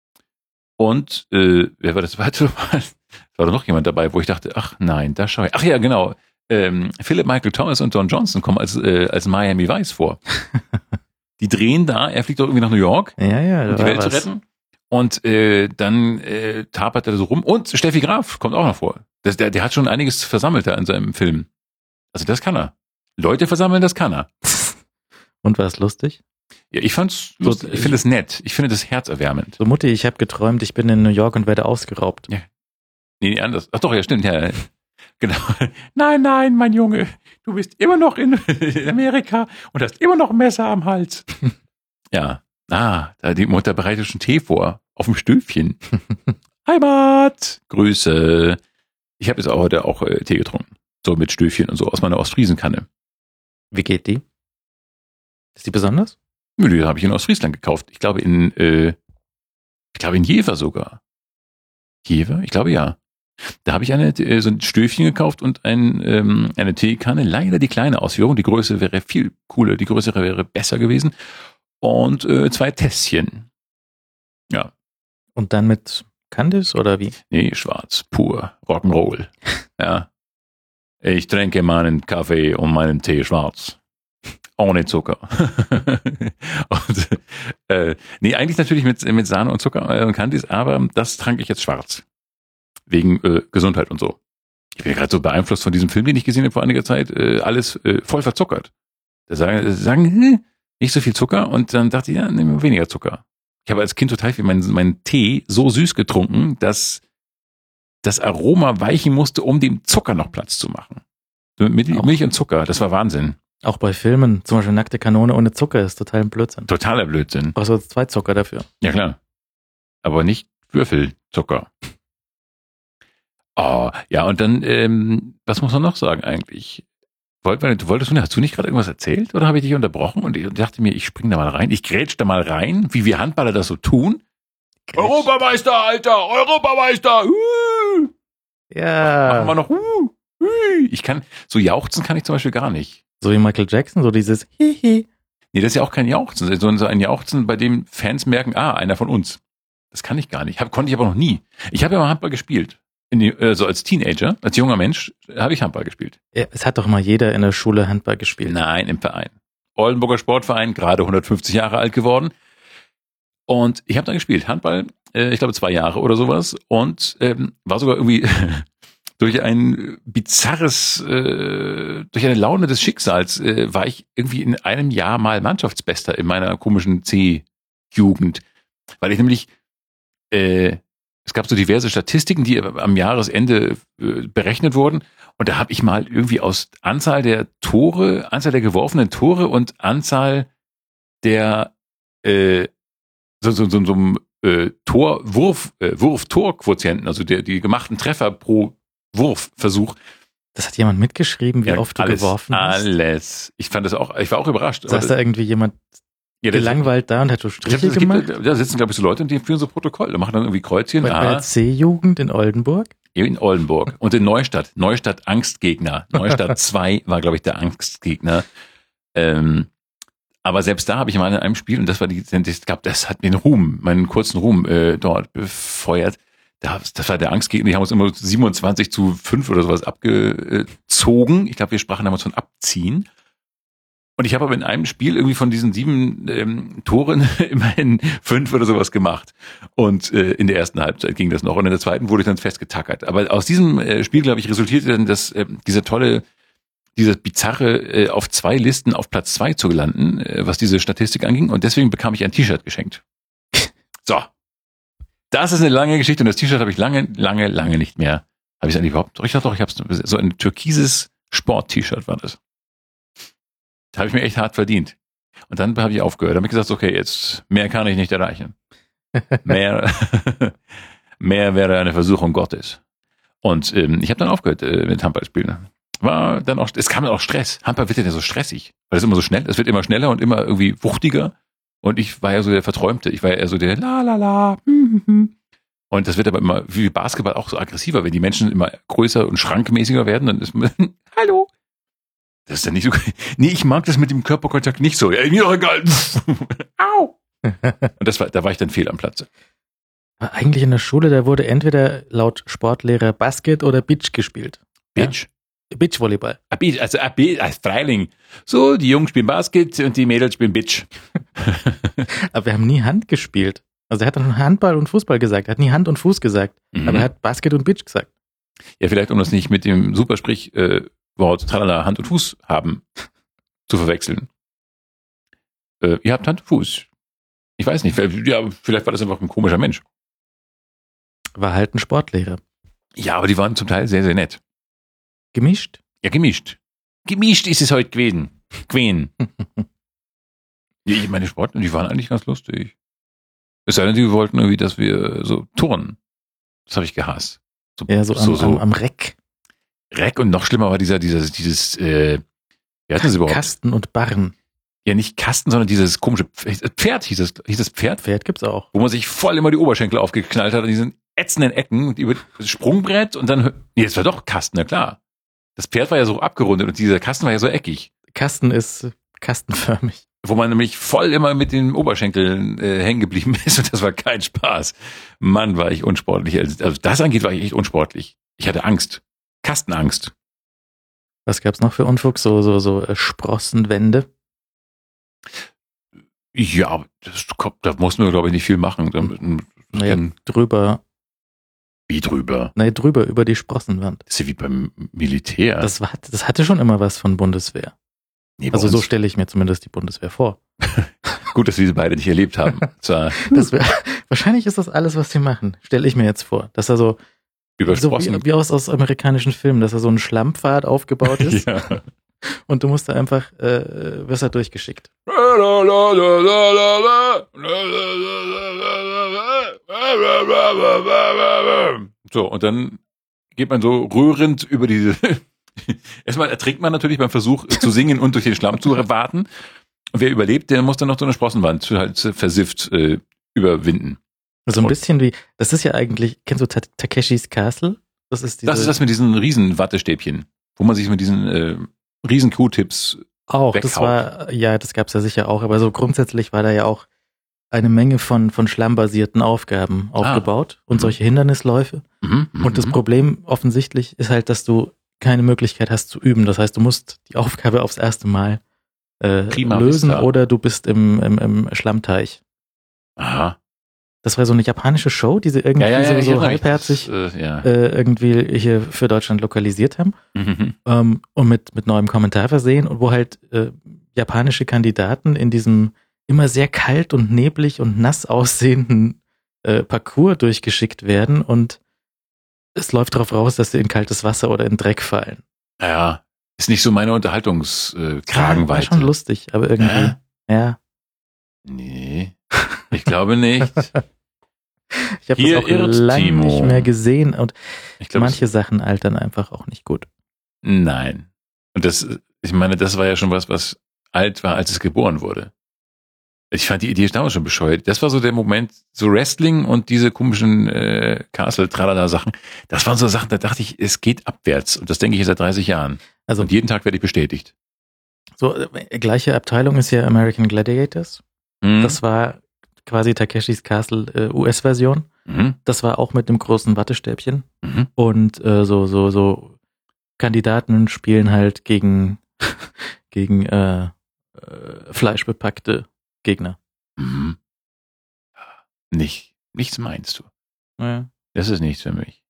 Und äh, wer war das zweite Mal? War da noch jemand dabei, wo ich dachte, ach nein, da schau ich. Ach ja, genau. Ähm, Philip Michael Thomas und Don Johnson kommen als, äh, als Miami Vice vor. Die drehen da, er fliegt doch irgendwie nach New York, Ja, ja, da um die war Welt zu was. retten. Und äh, dann äh, tapert er so rum. Und Steffi Graf kommt auch noch vor. Das, der, der hat schon einiges versammelt da in seinem Film. Also das kann er. Leute versammeln, das kann er. Und war es lustig? Ja, ich fand's So, lustig. Ich finde es nett. Ich finde das herzerwärmend. So, Mutti, ich habe geträumt, ich bin in New York und werde ausgeraubt. Nee, nee, anders. Ach doch, ja, stimmt. Ja, genau. Nein, nein, mein Junge. Du bist immer noch in, in Amerika und hast immer noch ein Messer am Hals. Ja. Ah, da die Mutter bereitet schon Tee vor. Auf dem Stöfchen. Heimat. Grüße. Ich habe jetzt auch heute auch äh, Tee getrunken. So mit Stöfchen und so aus meiner Ostfriesenkanne. Wie geht die? Ist die besonders? Nö, die habe ich in Ostfriesland gekauft. Ich glaube in, äh, ich glaube in Jever sogar. Jever? Ich glaube ja. Da habe ich eine, äh, so ein Stöfchen gekauft und ein, ähm, eine Teekanne. Leider die kleine Ausführung. Die Größe wäre viel cooler. Die größere wäre besser gewesen. Und äh, zwei Tässchen. Ja. Und dann mit Candice oder wie? Nee, schwarz. Pur. Rock'n'Roll. Ja. Ich trinke meinen Kaffee und meinen Tee schwarz. ohne Zucker. und, äh, nee, eigentlich natürlich mit, mit Sahne und Zucker und Candies, aber das trank ich jetzt schwarz. Wegen äh, Gesundheit und so. Ich bin gerade so beeinflusst von diesem Film, den ich gesehen habe vor einiger Zeit, äh, alles äh, voll verzuckert. Da sagen, sagen hm, nicht so viel Zucker und dann dachte ich, ja, nehmen wir weniger Zucker. Ich habe als Kind total viel meinen mein Tee so süß getrunken, dass das Aroma weichen musste, um dem Zucker noch Platz zu machen. Mit Milch und Zucker, das war Wahnsinn. Auch bei Filmen, zum Beispiel Nackte Kanone ohne Zucker ist total ein Blödsinn. Totaler Blödsinn. Brauchst du zwei Zucker dafür. Ja klar. Aber nicht Würfelzucker. Oh, ja, und dann, ähm, was muss man noch sagen eigentlich? Wollt, du wolltest du, hast du nicht gerade irgendwas erzählt oder habe ich dich unterbrochen? Und ich dachte mir, ich spring da mal rein, ich grätsch da mal rein, wie wir Handballer das so tun. Grätsch. Europameister, Alter, Europameister! Uh! Ja. Machen wir noch, uh, uh. Ich kann, so jauchzen kann ich zum Beispiel gar nicht. So wie Michael Jackson, so dieses Hihi. Nee, das ist ja auch kein Jauchzen, sondern so ein Jauchzen, bei dem Fans merken, ah, einer von uns. Das kann ich gar nicht. Hab, konnte ich aber noch nie. Ich habe ja mal Handball gespielt. In die, äh, so als Teenager, als junger Mensch, habe ich Handball gespielt. Ja, es hat doch mal jeder in der Schule Handball gespielt. Nein, im Verein. Oldenburger Sportverein, gerade hundertfünfzig Jahre alt geworden. Und ich habe da gespielt, Handball, äh, ich glaube zwei Jahre oder sowas. Und ähm, war sogar irgendwie durch ein bizarres, äh, durch eine Laune des Schicksals, äh, war ich irgendwie in einem Jahr mal Mannschaftsbester in meiner komischen C-Jugend. Weil ich nämlich, äh, es gab so diverse Statistiken, die am Jahresende äh, berechnet wurden. Und da habe ich mal irgendwie aus Anzahl der Tore, Anzahl der geworfenen Tore und Anzahl der äh, so, so, so, so äh, Tor-Wurf, äh, Wurf-Tor-Quotienten, also der, die gemachten Treffer pro Wurfversuch. Das hat jemand mitgeschrieben, wie Ja, oft du alles, geworfen hast? Alles. Ich fand das auch, ich war auch überrascht. Saß da irgendwie jemand ja, das, gelangweilt da und hat so Striche es gemacht? Gibt, da sitzen, glaube ich, so Leute, die führen so Protokoll. Da machen dann irgendwie Kreuzchen. Bei, bei ah, der C-Jugend in Oldenburg? In Oldenburg. Und in Neustadt. Neustadt Angstgegner. Neustadt zwei war, glaube ich, der Angstgegner. Ähm, aber selbst da habe ich mal in einem Spiel, und das war die, ich glaube, das hat mir den Ruhm, meinen kurzen Ruhm äh, dort befeuert. Das, das war der Angstgegner. Die haben uns immer siebenundzwanzig zu fünf oder sowas abgezogen. Ich glaube, wir sprachen damals von Abziehen. Und ich habe aber in einem Spiel irgendwie von diesen sieben ähm, Toren immerhin fünf oder sowas gemacht. Und äh, in der ersten Halbzeit ging das noch. Und in der zweiten wurde ich dann festgetackert. Aber aus diesem äh, Spiel, glaube ich, resultierte dann, dass äh, dieser tolle, dieses bizarre äh, auf zwei Listen auf Platz zwei zu landen, äh, was diese Statistik anging. Und deswegen bekam ich ein T-Shirt geschenkt. So. Das ist eine lange Geschichte. Und das T-Shirt habe ich lange, lange, lange nicht mehr. Habe ich es eigentlich überhaupt? Ich dachte doch, ich habe so ein türkises Sport-T-Shirt war das. Das habe ich mir echt hart verdient. Und dann habe ich aufgehört. Da habe ich gesagt, okay, jetzt mehr kann ich nicht erreichen. Mehr, mehr wäre eine Versuchung Gottes. Und ähm, ich habe dann aufgehört äh, mit Handballspielen. War dann auch, es kam dann auch Stress. Handball wird ja so stressig, weil es immer so schnell, es wird immer schneller und immer irgendwie wuchtiger. Und ich war ja so der Verträumte. Ich war ja eher so der la la la. Und das wird aber immer wie Basketball auch so aggressiver, wenn die Menschen immer größer und schrankmäßiger werden. Dann ist man hallo. Das ist ja nicht so. Nee, ich mag das mit dem Körperkontakt nicht so. Ja, mir doch egal. Au. Und das war, da war ich dann fehl am Platze. Aber eigentlich in der Schule, da wurde entweder laut Sportlehrer Basket oder Beach gespielt. Beach? Ja? Beachvolleyball. A Beach, also a Beach, als Freiling. So, die Jungs spielen Basket und die Mädels spielen Beach. Aber wir haben nie Hand gespielt. Also er hat dann Handball und Fußball gesagt. Er hat nie Hand und Fuß gesagt. Mhm. Aber er hat Basket und Beach gesagt. Ja, vielleicht um das nicht mit dem Supersprich äh, Wort tralala, Hand und Fuß haben zu verwechseln. Äh, ihr habt Hand und Fuß. Ich weiß nicht, ja, vielleicht war das einfach ein komischer Mensch. War halt ein Sportlehrer. Ja, aber die waren zum Teil sehr, sehr nett. Gemischt? Ja, gemischt. Gemischt ist es heute gewesen. Gewesen. Ja, meine Sportler, die waren eigentlich ganz lustig. Es sei denn, die wollten irgendwie, dass wir so turnen. Das habe ich gehasst. So, ja, so, so, am, so am, am Reck. Reck und noch schlimmer war dieser, dieser, dieses, äh, wie heißt das überhaupt? Kasten und Barren. Ja, nicht Kasten, sondern dieses komische Pferd, hieß das, hieß das Pferd? Pferd gibt's auch. Wo man sich voll immer die Oberschenkel aufgeknallt hat an diesen ätzenden Ecken und über das Sprungbrett und dann, nee, das war doch Kasten, na klar. Das Pferd war ja so abgerundet und dieser Kasten war ja so eckig. Kasten ist kastenförmig. Wo man nämlich voll immer mit den Oberschenkeln äh, hängen geblieben ist und das war kein Spaß. Mann, war ich unsportlich. Also das angeht, war ich echt unsportlich. Ich hatte Angst. Kastenangst. Was gab's noch für Unfug? So, so, so äh, Sprossenwände? Ja, das kommt, da muss man, glaube ich, nicht viel machen. Dann, Naja, drüber, wie drüber? naja, drüber, über die Sprossenwand. Das ist ja wie beim Militär. Das war, das hatte schon immer was von Bundeswehr. Nee, bei Also so uns- stelle ich mir zumindest die Bundeswehr vor. Gut, dass wir diese beide nicht erlebt haben. Zwar Das wär, wahrscheinlich ist das alles, was sie machen, stelle ich mir jetzt vor. Dass er so, über so Sprossen. wie, wie aus, aus amerikanischen Filmen, dass er so ein Schlammpfad aufgebaut ist Ja. und du musst da einfach, äh, wirst da durchgeschickt. So, und dann geht man so rührend über diese. Erstmal ertrinkt man natürlich beim Versuch zu singen und durch den Schlamm zu warten. Und wer überlebt, der muss dann noch so eine Sprossenwand halt versifft äh, überwinden. So ein bisschen wie, das ist ja eigentlich, kennst du Ta- Takeshis Castle? Das ist diese, Das ist das mit diesen riesen Wattestäbchen, wo man sich mit diesen äh, riesen Q-Tips auch, das weghaut. war, ja, das gab's ja sicher auch, aber so grundsätzlich war da ja auch eine Menge von, von schlammbasierten Aufgaben aufgebaut und Mhm. solche Hindernisläufe. Mhm, mhm, Und das mhm. Problem offensichtlich ist halt, dass du keine Möglichkeit hast zu üben. Das heißt, du musst die Aufgabe aufs erste Mal äh, Prima lösen vista. oder du bist im, im, im Schlammteich. Aha. Das war so eine japanische Show, die sie irgendwie Ja, ja, ja, so, ich so erinnere mich. halbherzig Das, äh, ja. äh, irgendwie hier für Deutschland lokalisiert haben. Mhm. ähm, und mit, mit neuem Kommentar versehen und wo halt äh, japanische Kandidaten in diesem immer sehr kalt und neblig und nass aussehenden äh, Parcours durchgeschickt werden und es läuft darauf raus, dass sie in kaltes Wasser oder in Dreck fallen. Ja, ist nicht so meine Unterhaltungskragenweite. War schon lustig, aber irgendwie, Hä? ja. Nee, ich glaube nicht. Ich habe Hier das auch irrt lange Timo. nicht mehr gesehen und Ich glaube, manche Sachen altern einfach auch nicht gut. es, nein. Und das, ich meine, das war ja schon was, was alt war, als es geboren wurde. Ich fand die Idee damals schon bescheuert. Das war so der Moment, so Wrestling und diese komischen äh, Castle-Tralala-Sachen. Das waren so Sachen, da dachte ich, es geht abwärts. Und das denke ich seit dreißig Jahren. Also Und jeden Tag werde ich bestätigt. so äh, gleiche Abteilung ist ja American Gladiators. Hm? Das war quasi Takeshis Castle äh, U S-Version. Mhm. Das war auch mit dem großen Wattestäbchen. Mhm. Und äh, so, so, so Kandidaten spielen halt gegen, gegen äh, äh, fleischbepackte Gegner. Mhm. Nicht, nichts meinst du. Ja. Das ist nichts für mich.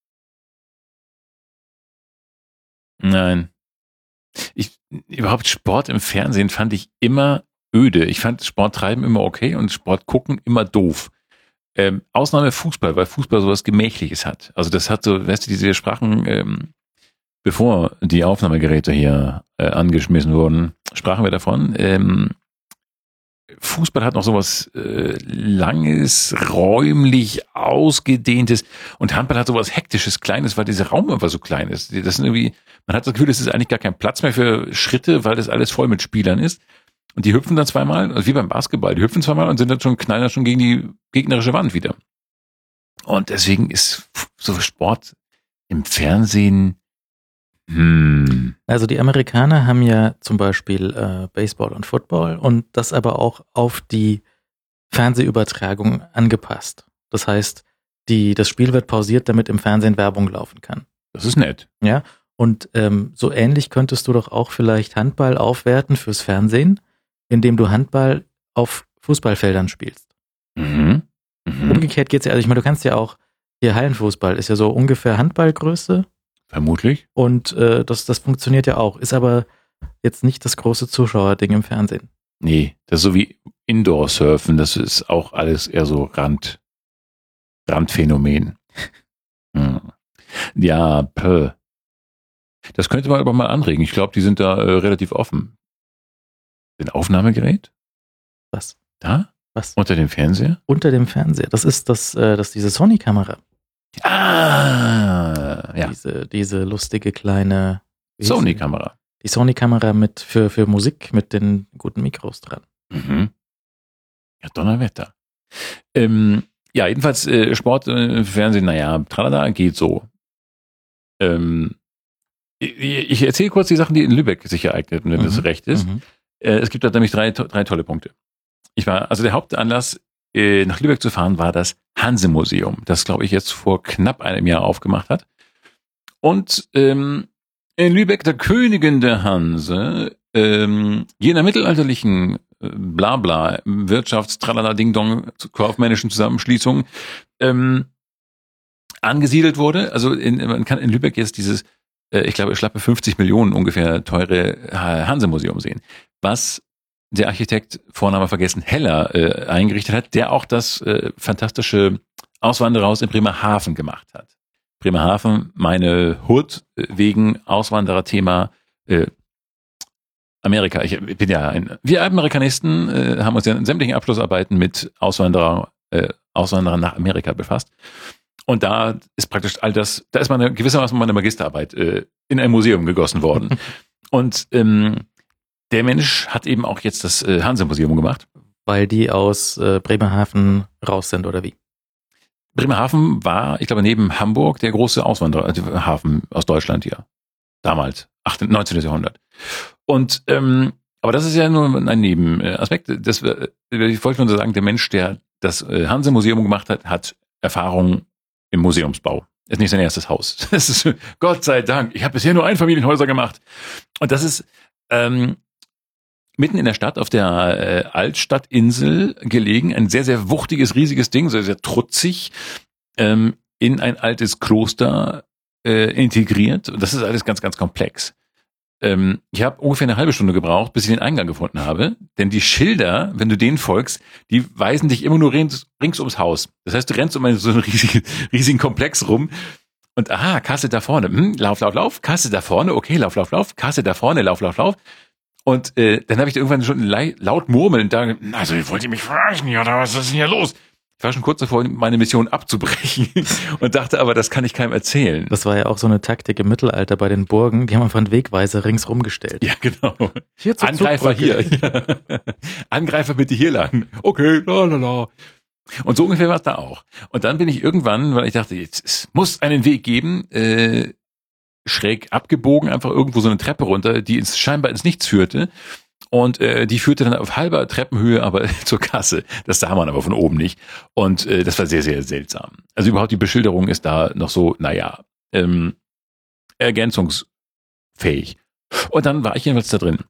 Nein. Ich, überhaupt Sport im Fernsehen fand ich immer öde. Ich fand Sport treiben immer okay und Sport gucken immer doof. Ähm, Ausnahme Fußball, weil Fußball sowas Gemächliches hat. Also das hat so, weißt du, diese Sprachen, ähm, bevor die Aufnahmegeräte hier äh, angeschmissen wurden, sprachen wir davon. Ähm, Fußball hat noch sowas äh, Langes, räumlich ausgedehntes und Handball hat sowas Hektisches, Kleines, weil dieser Raum einfach so klein ist. Das sind irgendwie, man hat das Gefühl, es ist eigentlich gar kein Platz mehr für Schritte, weil das alles voll mit Spielern ist. Und die hüpfen dann zweimal, also wie beim Basketball, die hüpfen zweimal und sind dann schon, knallen dann schon gegen die gegnerische Wand wieder. Und deswegen ist so Sport im Fernsehen, hm, Also die Amerikaner haben ja zum Beispiel äh, Baseball und Football und das aber auch auf die Fernsehübertragung angepasst. Das heißt, die, das Spiel wird pausiert, damit im Fernsehen Werbung laufen kann. das ist nett. Ja, und ähm, so ähnlich könntest du doch auch vielleicht Handball aufwerten fürs Fernsehen, indem du Handball auf Fußballfeldern spielst. Mhm. Mhm. Umgekehrt geht's ja, also ich meine, du kannst ja auch, hier Hallenfußball ist ja so ungefähr Handballgröße Vermutlich. und äh, das, das funktioniert ja auch, ist aber jetzt nicht das große Zuschauerding im Fernsehen. Nee, das ist so wie Indoor-Surfen, das ist auch alles eher so Rand, Randphänomen. Hm. Ja, pö. Das könnte man aber mal anregen. Ich glaube, die sind da äh, relativ offen. Ein Aufnahmegerät? Was? Da? Was? Unter dem Fernseher? Unter dem Fernseher. Das ist das, äh, das ist diese Sony-Kamera. Ah, ja. Diese, diese lustige kleine wie hieß sie? Sony-Kamera. Die Sony-Kamera mit für, für Musik mit den guten Mikros dran. Mhm. Ja, Donnerwetter. Ähm, ja, jedenfalls äh, Sport äh, Fernsehen, naja, tralala, geht so. Ähm, ich, ich erzähle kurz die Sachen, die in Lübeck sich ereigneten, wenn Mhm. das recht ist. Mhm. Äh, es gibt da nämlich drei, to- drei tolle Punkte. Ich war, also der Hauptanlass, äh, nach Lübeck zu fahren, war das Hanse-Museum, das, glaube ich, jetzt vor knapp einem Jahr aufgemacht hat. Und ähm, in Lübeck, der Königin der Hanse, ähm, jener mittelalterlichen Blabla, Wirtschafts-Tralala-Ding-Dong, kaufmännischen Zusammenschließungen ähm, angesiedelt wurde. Also in, man kann in Lübeck jetzt dieses, äh, ich glaube, schlappe fünfzig Millionen ungefähr teure Hanse-Museum sehen, was der Architekt, Vorname vergessen, Heller äh, eingerichtet hat, der auch das äh, fantastische Auswandererhaus in Bremerhaven gemacht hat. Bremerhaven, meine Hut wegen Auswandererthema äh, Amerika. Ich bin ja ein, wir Amerikanisten äh, haben uns ja in sämtlichen Abschlussarbeiten mit Auswanderer, äh, Auswanderern nach Amerika befasst. Und da ist praktisch all das, da ist meine gewissermaßen meine Magisterarbeit äh, in ein Museum gegossen worden. Und ähm, der Mensch hat eben auch jetzt das äh, Hanse-Museum gemacht. Weil die aus äh, Bremerhaven raus sind, oder wie? Bremerhaven war, ich glaube, neben Hamburg der große Auswandererhafen aus Deutschland hier. Damals, neunzehnten Jahrhundert. Und, ähm, aber das ist ja nur ein Nebenaspekt. Das, ich wollte nur sagen, der Mensch, der das Hanse-Museum gemacht hat, hat Erfahrung im Museumsbau. Das ist nicht sein erstes Haus. Das ist, Gott sei Dank, ich habe bisher nur Einfamilienhäuser gemacht. Und das ist, ähm, mitten in der Stadt auf der äh, Altstadtinsel gelegen, ein sehr, sehr wuchtiges, riesiges Ding, sehr, sehr trutzig, ähm, in ein altes Kloster äh, integriert. Und das ist alles ganz, ganz komplex. Ähm, ich habe ungefähr eine halbe Stunde gebraucht, bis ich den Eingang gefunden habe. Denn die Schilder, wenn du denen folgst, die weisen dich immer nur rings, rings ums Haus. Das heißt, du rennst um einen, so einen riesigen, riesigen Komplex rum. Und aha, Kasse da vorne, hm, lauf, lauf, lauf, Kasse da vorne, okay, lauf, lauf, lauf, Kasse da vorne, lauf, lauf, lauf. Und äh, dann habe ich irgendwann schon laut murmeln da, also wollt ihr mich verarschen oder was ist denn hier los? Ich war schon kurz davor, meine Mission abzubrechen und dachte aber, das kann ich keinem erzählen. Das war ja auch so eine Taktik im Mittelalter bei den Burgen. Die haben einfach einen Wegweiser ringsrum gestellt. Ja, genau. Hier zur Angreifer hier. Ja. Angreifer bitte hier lang. Okay, la la la. Und so ungefähr war es da auch. Und dann bin ich irgendwann, weil ich dachte, jetzt, es muss einen Weg geben, äh, schräg abgebogen, einfach irgendwo so eine Treppe runter, die ins, scheinbar ins Nichts führte. Und äh, die führte dann auf halber Treppenhöhe aber zur Kasse. Das sah man aber von oben nicht. Und äh, das war sehr, sehr seltsam. Also überhaupt die Beschilderung ist da noch so, naja, ähm, ergänzungsfähig. Und dann war ich jedenfalls da drin.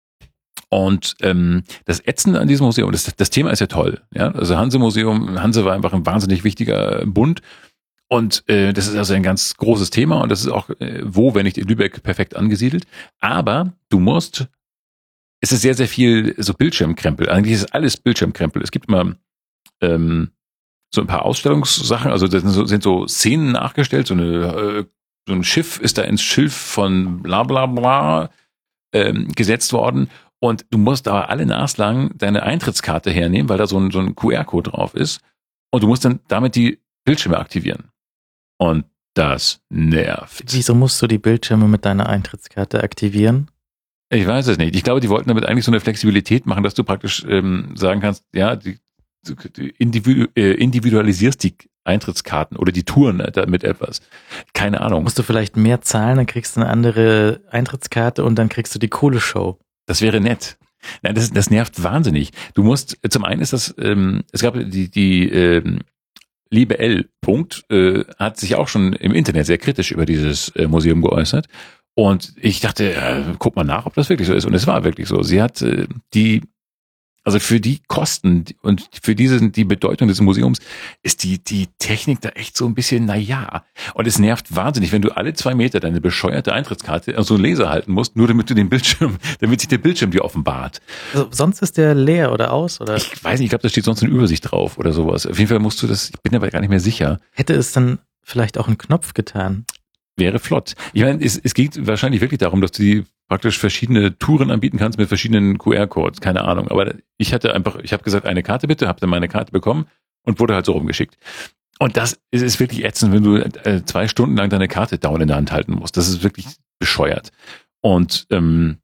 Und ähm, das Ätzende an diesem Museum, das, das Thema ist ja toll. Ja? Also Hanse-Museum, Hanse war einfach ein wahnsinnig wichtiger Bund. Und äh, das ist also ein ganz großes Thema und das ist auch, äh, wo, wenn nicht in Lübeck, perfekt angesiedelt. Aber du musst, es ist sehr, sehr viel so Bildschirmkrempel. Eigentlich ist alles Bildschirmkrempel. Es gibt immer ähm, so ein paar Ausstellungssachen, also das sind so, sind so Szenen nachgestellt, so, eine, äh, so ein Schiff ist da ins Schilf von bla bla bla ähm, gesetzt worden. Und du musst aber alle naslang deine Eintrittskarte hernehmen, weil da so ein, so ein Q R-Code drauf ist. Und du musst dann damit die Bildschirme aktivieren. Und das nervt. Wieso musst du die Bildschirme mit deiner Eintrittskarte aktivieren? Ich weiß es nicht. Ich glaube, die wollten damit eigentlich so eine Flexibilität machen, dass du praktisch ähm, sagen kannst, ja, die, du individu- äh, individualisierst die Eintrittskarten oder die Touren damit etwas. Keine Ahnung. Musst du vielleicht mehr zahlen, dann kriegst du eine andere Eintrittskarte und dann kriegst du die coole Show. Das wäre nett. Nein, das, das nervt wahnsinnig. Du musst, zum einen ist das, ähm, es gab die, die ähm, Liebe L. Punkt, äh, hat sich auch schon im Internet sehr kritisch über dieses äh, Museum geäußert. Und ich dachte, äh, guck mal nach, ob das wirklich so ist. Und es war wirklich so. Sie hat äh, die, also für die Kosten und für diese, die Bedeutung des Museums ist die, die Technik da echt so ein bisschen, na ja. Und es nervt wahnsinnig, wenn du alle zwei Meter deine bescheuerte Eintrittskarte, also einen Laser halten musst, nur damit du den Bildschirm, damit sich der Bildschirm dir offenbart. Also sonst ist der leer oder aus, oder? Ich weiß nicht, ich glaube, da steht sonst eine Übersicht drauf oder sowas. Auf jeden Fall musst du das, ich bin aber gar nicht mehr sicher. Hätte es dann vielleicht auch einen Knopf getan? Wäre flott. Ich meine, es, es geht wahrscheinlich wirklich darum, dass du die praktisch verschiedene Touren anbieten kannst mit verschiedenen Q R-Codes, keine Ahnung. Aber ich hatte einfach, ich habe gesagt, eine Karte bitte, habe dann meine Karte bekommen und wurde halt so rumgeschickt. Und das ist, ist wirklich ätzend, wenn du äh, zwei Stunden lang deine Karte dauernd in der Hand halten musst. Das ist wirklich bescheuert. Und ähm,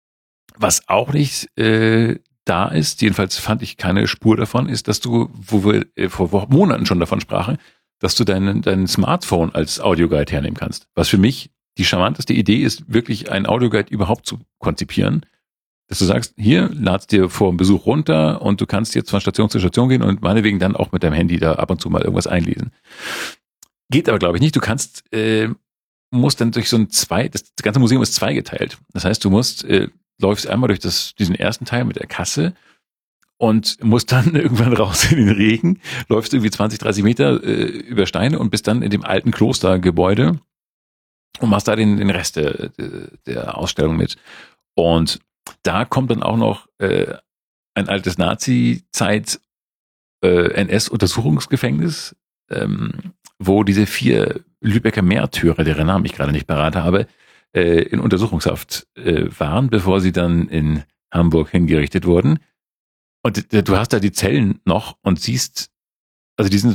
was auch nicht äh, da ist, jedenfalls fand ich keine Spur davon, ist, dass du, wo wir äh, vor Monaten schon davon sprachen, dass du dein, dein Smartphone als Audioguide hernehmen kannst. Was für mich die charmanteste Idee ist, wirklich einen Audioguide überhaupt zu konzipieren. Dass du sagst, hier, ladst dir vor dem Besuch runter und du kannst jetzt von Station zu Station gehen und meinetwegen dann auch mit deinem Handy da ab und zu mal irgendwas einlesen. Geht aber, glaube ich, nicht. Du kannst, äh, musst dann durch so ein zwei, das ganze Museum ist zweigeteilt. Das heißt, du musst, äh, läufst einmal durch das, diesen ersten Teil mit der Kasse und musst dann irgendwann raus in den Regen, läufst irgendwie zwanzig, dreißig Meter äh, über Steine und bist dann in dem alten Klostergebäude und machst da den, den Rest der, der Ausstellung mit. Und da kommt dann auch noch äh, ein altes Nazi-Zeit äh, N S-Untersuchungsgefängnis, ähm, wo diese vier Lübecker Märtyrer, deren Namen ich gerade nicht parat habe, äh, in Untersuchungshaft äh, waren, bevor sie dann in Hamburg hingerichtet wurden. Und äh, du hast da die Zellen noch und siehst, also diesen,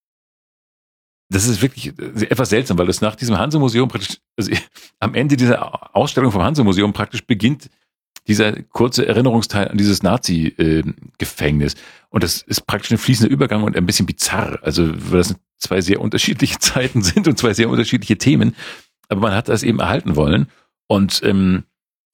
das ist wirklich etwas seltsam, weil das nach diesem Hanse-Museum praktisch, also am Ende dieser Ausstellung vom Hanse-Museum praktisch beginnt dieser kurze Erinnerungsteil an dieses Nazi-Gefängnis. Und das ist praktisch ein fließender Übergang und ein bisschen bizarr. Also, weil das zwei sehr unterschiedliche Zeiten sind und zwei sehr unterschiedliche Themen. Aber man hat das eben erhalten wollen. Und ähm,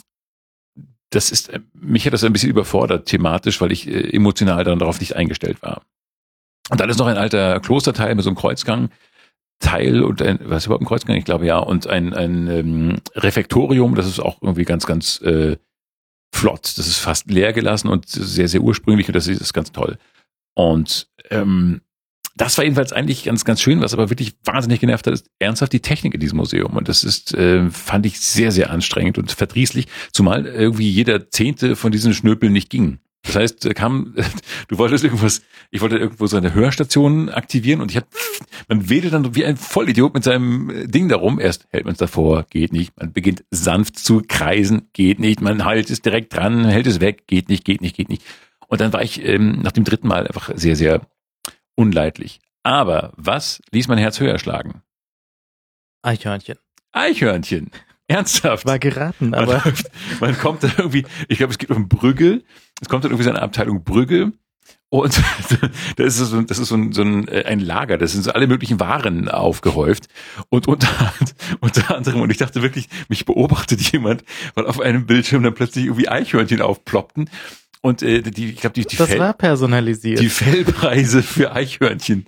das ist, mich hat das ein bisschen überfordert thematisch, weil ich äh, emotional dann darauf nicht eingestellt war. Und dann ist noch ein alter Klosterteil mit so einem Kreuzgang-Teil und ein, was ist überhaupt ein Kreuzgang? Ich glaube ja. Und ein, ein ähm, Refektorium, das ist auch irgendwie ganz, ganz äh, flott. Das ist fast leer gelassen und sehr, sehr ursprünglich und das ist ganz toll. Und ähm, das war jedenfalls eigentlich ganz, ganz schön, was aber wirklich wahnsinnig genervt hat, ist ernsthaft die Technik in diesem Museum. Und das ist, äh, fand ich sehr, sehr anstrengend und verdrießlich, zumal irgendwie jeder Zehnte von diesen Schnöpeln nicht ging. Das heißt, da kam, du wolltest irgendwas, ich wollte irgendwo so eine Hörstation aktivieren und ich hatte, man wedelt dann wie ein Vollidiot mit seinem Ding darum. Erst hält man es davor, geht nicht. Man beginnt sanft zu kreisen, geht nicht. Man hält es direkt dran, hält es weg, geht nicht, geht nicht, geht nicht. Und dann war ich ähm, nach dem dritten Mal einfach sehr, sehr unleidlich. Aber was ließ mein Herz höher schlagen? Eichhörnchen. Eichhörnchen. Ernsthaft. War geraten, aber. Man, man kommt dann irgendwie, ich glaube, es geht um Brügge. Es kommt dann irgendwie so eine Abteilung Brügge. Und das ist so, das ist so ein, so ein, ein Lager. Das sind so alle möglichen Waren aufgehäuft. Und unter, unter anderem, und ich dachte wirklich, mich beobachtet jemand, weil auf einem Bildschirm dann plötzlich irgendwie Eichhörnchen aufploppten. Und äh, die, ich glaube, die, die, das Fell, war personalisiert. die Fellpreise für Eichhörnchen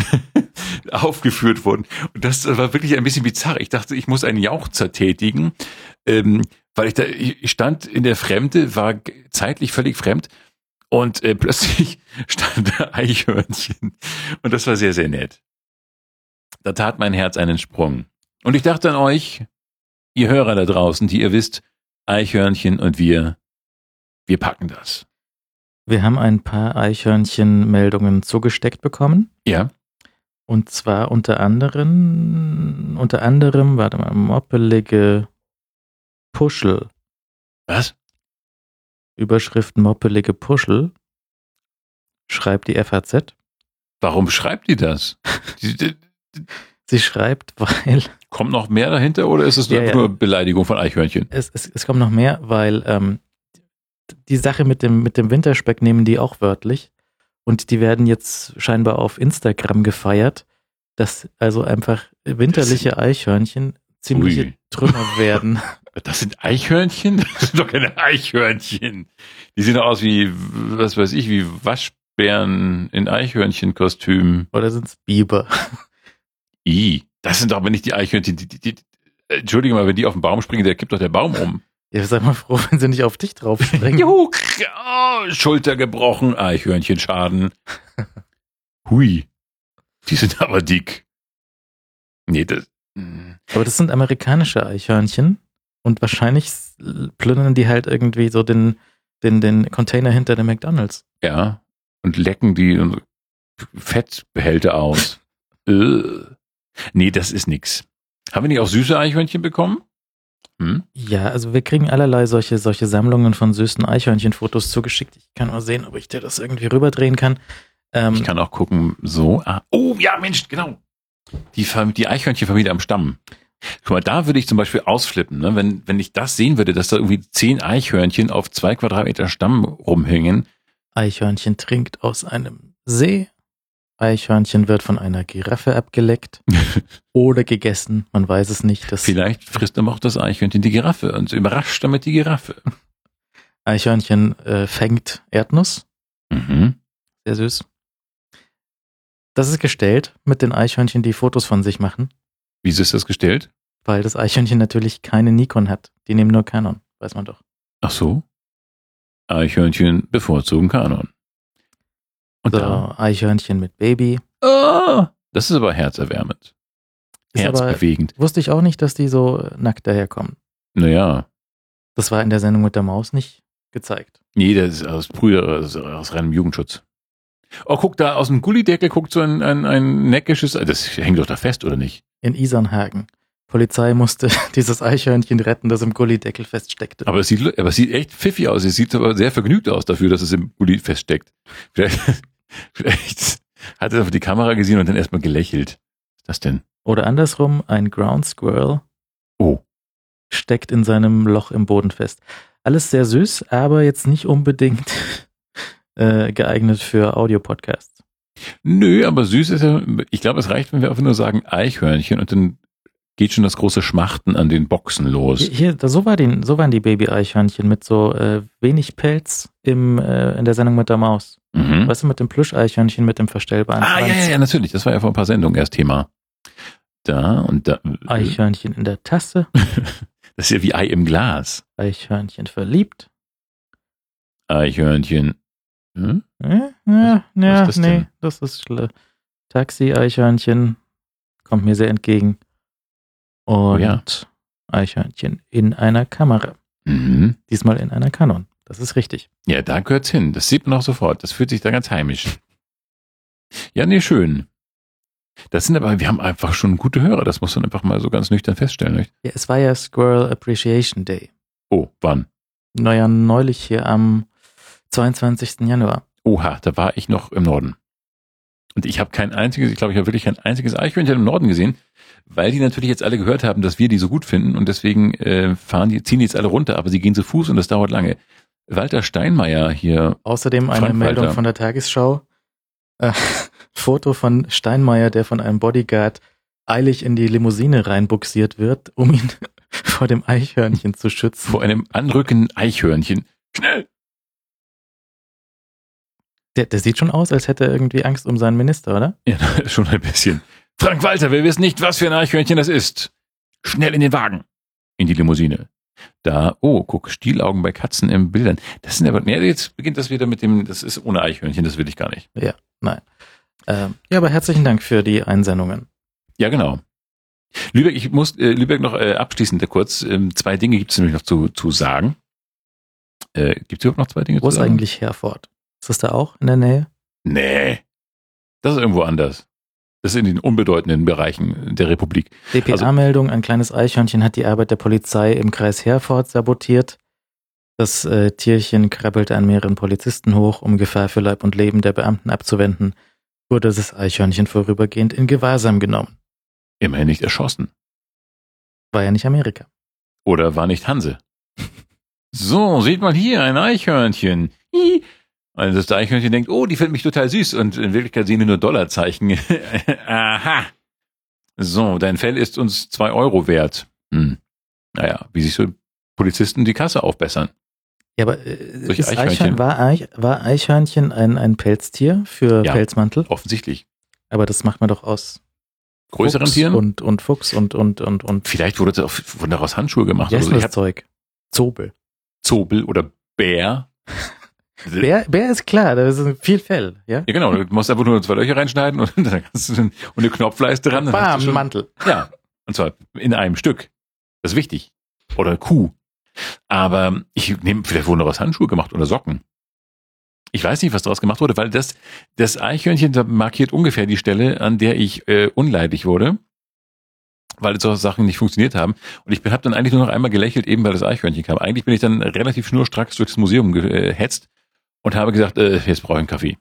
aufgeführt wurden. Und das war wirklich ein bisschen bizarr. Ich dachte, ich muss einen Jauchzer tätigen, ähm, weil ich da, ich stand in der Fremde, war zeitlich völlig fremd und äh, plötzlich stand da Eichhörnchen. Und das war sehr, sehr nett. Da tat mein Herz einen Sprung. Und ich dachte an euch, ihr Hörer da draußen, die ihr wisst, Eichhörnchen und wir, wir packen das. Wir haben ein paar Eichhörnchen-Meldungen zugesteckt bekommen. Ja. Und zwar unter anderem, unter anderem, warte mal, moppelige Puschel. Was? Überschrift moppelige Puschel. Schreibt die F A Z. Warum schreibt die das? Die, die, die, Sie schreibt, weil... Kommt noch mehr dahinter oder ist es ja, nur, ja. nur Beleidigung von Eichhörnchen? Es, es, es kommt noch mehr, weil ähm, die Sache mit dem, mit dem Winterspeck nehmen die auch wörtlich. Und die werden jetzt scheinbar auf Instagram gefeiert, dass also einfach winterliche sind, Eichhörnchen ziemliche ui. Trümmer werden. Das sind Eichhörnchen? Das sind doch keine Eichhörnchen. Die sehen doch aus wie, was weiß ich, wie Waschbären in Eichhörnchenkostümen. Oder sind es Biber? I, das sind doch aber nicht die Eichhörnchen. Die, die, die, Entschuldige mal, wenn die auf den Baum springen, der kippt doch der Baum um. Ja, sei mal froh, wenn sie nicht auf dich drauf springen. Juhu, oh, Schulter gebrochen, Eichhörnchenschaden. Hui, die sind aber dick. Nee, das... Aber das sind amerikanische Eichhörnchen und wahrscheinlich plündern die halt irgendwie so den, den, den Container hinter dem McDonald's. Ja, und lecken die Fettbehälter aus. Nee, das ist nix. Haben wir nicht auch süße Eichhörnchen bekommen? Hm? Ja, also wir kriegen allerlei solche, solche Sammlungen von süßen Eichhörnchenfotos zugeschickt. Ich kann mal sehen, ob ich dir das irgendwie rüberdrehen kann. Ähm, ich kann auch gucken, so. Ah, oh, ja, Mensch, genau. Die, die Eichhörnchenfamilie am Stamm. Guck mal, da würde ich zum Beispiel ausflippen, ne? Wenn, wenn ich das sehen würde, dass da irgendwie zehn Eichhörnchen auf zwei Quadratmeter Stamm rumhängen. Eichhörnchen trinkt aus einem See. Eichhörnchen wird von einer Giraffe abgeleckt oder gegessen, man weiß es nicht. Das Vielleicht frisst aber auch das Eichhörnchen die Giraffe und überrascht damit die Giraffe. Eichhörnchen äh, fängt Erdnuss. Mhm. Sehr süß. Das ist gestellt mit den Eichhörnchen, die Fotos von sich machen. Wieso ist das gestellt? Weil das Eichhörnchen natürlich keine Nikon hat. Die nehmen nur Canon, weiß man doch. Ach so. Eichhörnchen bevorzugen Canon. Und so, da, Eichhörnchen mit Baby. oh, das ist aber herzerwärmend. Ist aber- Herzbewegend. Wusste ich auch nicht, dass die so nackt daherkommen. Naja, Das war in der Sendung mit der Maus nicht gezeigt. nee, das ist aus früher, aus, aus reinem Jugendschutz. Oh, guck, da aus dem Gullideckel guckt so ein, ein, ein neckisches, das hängt doch da fest, oder nicht? In Isernhagen. Polizei musste dieses Eichhörnchen retten, das im Gullideckel feststeckte. Aber es sieht, aber es sieht echt pfiffig aus. Es sieht aber sehr vergnügt aus dafür, dass es im Gulli feststeckt. Vielleicht, vielleicht hat er auf die Kamera gesehen und dann erstmal gelächelt. Was ist das denn? Oder andersrum, ein Ground Squirrel Oh. steckt in seinem Loch im Boden fest. Alles sehr süß, aber jetzt nicht unbedingt äh, geeignet für Audiopodcasts. Nö, aber süß ist ja, ich glaube, es reicht, wenn wir einfach nur sagen Eichhörnchen und dann geht schon das große Schmachten an den Boxen los. Hier, hier da, so, war die, so waren die Baby-Eichhörnchen mit so äh, wenig Pelz im, äh, in der Sendung mit der Maus. Mhm. Weißt du, mit dem Plüscheichhörnchen mit dem verstellbaren Ah, ja, Schwanz. ja, ja, natürlich. Das war ja vor ein paar Sendungen erst Thema. Da und da. Eichhörnchen in der Tasse, Das ist ja wie Ei im Glas. Eichhörnchen verliebt. Eichhörnchen. Hm? Ja, ja, Was ja ist das nee, denn? das ist schle- Taxi-Eichhörnchen kommt mir sehr entgegen. Und ja. Eichhörnchen in einer Kamera. Mhm. Diesmal in einer Canon. Das ist richtig. Ja, da gehört's hin. Das sieht man auch sofort. Das fühlt sich da ganz heimisch. Ja, nee, schön. Das sind aber, wir haben einfach schon gute Hörer. Das muss man einfach mal so ganz nüchtern feststellen. Nicht? Ja, es war ja Squirrel Appreciation Day. Oh, wann? Naja, neulich hier am zweiundzwanzigsten Januar. Oha, da war ich noch im Norden. Und ich habe kein einziges, ich glaube, ich habe wirklich kein einziges Eichhörnchen im Norden gesehen, weil die natürlich jetzt alle gehört haben, dass wir die so gut finden und deswegen äh, fahren die, ziehen die jetzt alle runter, aber sie gehen zu Fuß und das dauert lange. Walter Steinmeier hier. Außerdem eine Frank Meldung Walter. von der Tagesschau. Äh, Foto von Steinmeier, der von einem Bodyguard eilig in die Limousine reinbuxiert wird, um ihn vor dem Eichhörnchen zu schützen. Vor einem anrückenden Eichhörnchen. Schnell! Der, der sieht schon aus, als hätte er irgendwie Angst um seinen Minister, oder? Ja, schon ein bisschen. Frank Walter, wir wissen nicht, was für ein Eichhörnchen das ist. Schnell in den Wagen. In die Limousine. Da, oh, guck, Stielaugen bei Katzen im Bildern. Das sind aber, nee, jetzt beginnt das wieder mit dem, das ist ohne Eichhörnchen, das will ich gar nicht. Ja, nein. Ähm, ja, aber herzlichen Dank für die Einsendungen. Ja, genau. Lübeck, ich muss äh, Lübeck noch äh, abschließend kurz, ähm, zwei Dinge gibt es nämlich noch zu, zu sagen. Äh, gibt es überhaupt noch zwei Dinge Wo zu ist sagen? eigentlich Herford? Ist das da auch in der Nähe? Nee, das ist irgendwo anders. Das ist in den unbedeutenden Bereichen der Republik. D P A-Meldung, ein kleines Eichhörnchen hat die Arbeit der Polizei im Kreis Herford sabotiert. Das äh, Tierchen krabbelte an mehreren Polizisten hoch, um Gefahr für Leib und Leben der Beamten abzuwenden, wurde das Eichhörnchen vorübergehend in Gewahrsam genommen. Immerhin nicht erschossen. War ja nicht Amerika. Oder war nicht Hanse? So, seht mal hier, ein Eichhörnchen. Hi. Und das Eichhörnchen denkt, oh, die findet mich total süß. Und in Wirklichkeit sehen die nur Dollarzeichen. Aha. So, dein Fell ist uns zwei Euro wert. Hm. Naja, wie sich so Polizisten die Kasse aufbessern. Ja, aber äh, Solche ist Eichhörnchen. Eichhörnchen, war, Eich, war Eichhörnchen ein, ein Pelztier für Ja. Pelzmantel? Offensichtlich. Aber das macht man doch aus Größeren Fuchs Tieren? und, und Fuchs und, und, und, und Vielleicht wurde, das auch, wurden daraus Handschuhe gemacht. wie heißt Also denn ich das hab Zeug? Zobel. Zobel oder Bär. Bär, Bär ist klar, da ist viel Fell, ja? Ja, genau. Du musst einfach nur zwei Löcher reinschneiden und dann kannst du dann, und eine Knopfleiste ran. Dann hast Bam, du schon, Mantel. ja. Und zwar in einem Stück. Das ist wichtig. Oder Kuh. Aber ich nehme, vielleicht wurden daraus Handschuhe gemacht oder Socken. Ich weiß nicht, was daraus gemacht wurde, weil das, das Eichhörnchen da markiert ungefähr die Stelle, an der ich äh, unleidlich wurde, weil solche Sachen nicht funktioniert haben. Und ich habe dann eigentlich nur noch einmal gelächelt, eben weil das Eichhörnchen kam. Eigentlich bin ich dann relativ schnurstracks durchs Museum gehetzt und habe gesagt, äh, jetzt brauche ich einen Kaffee.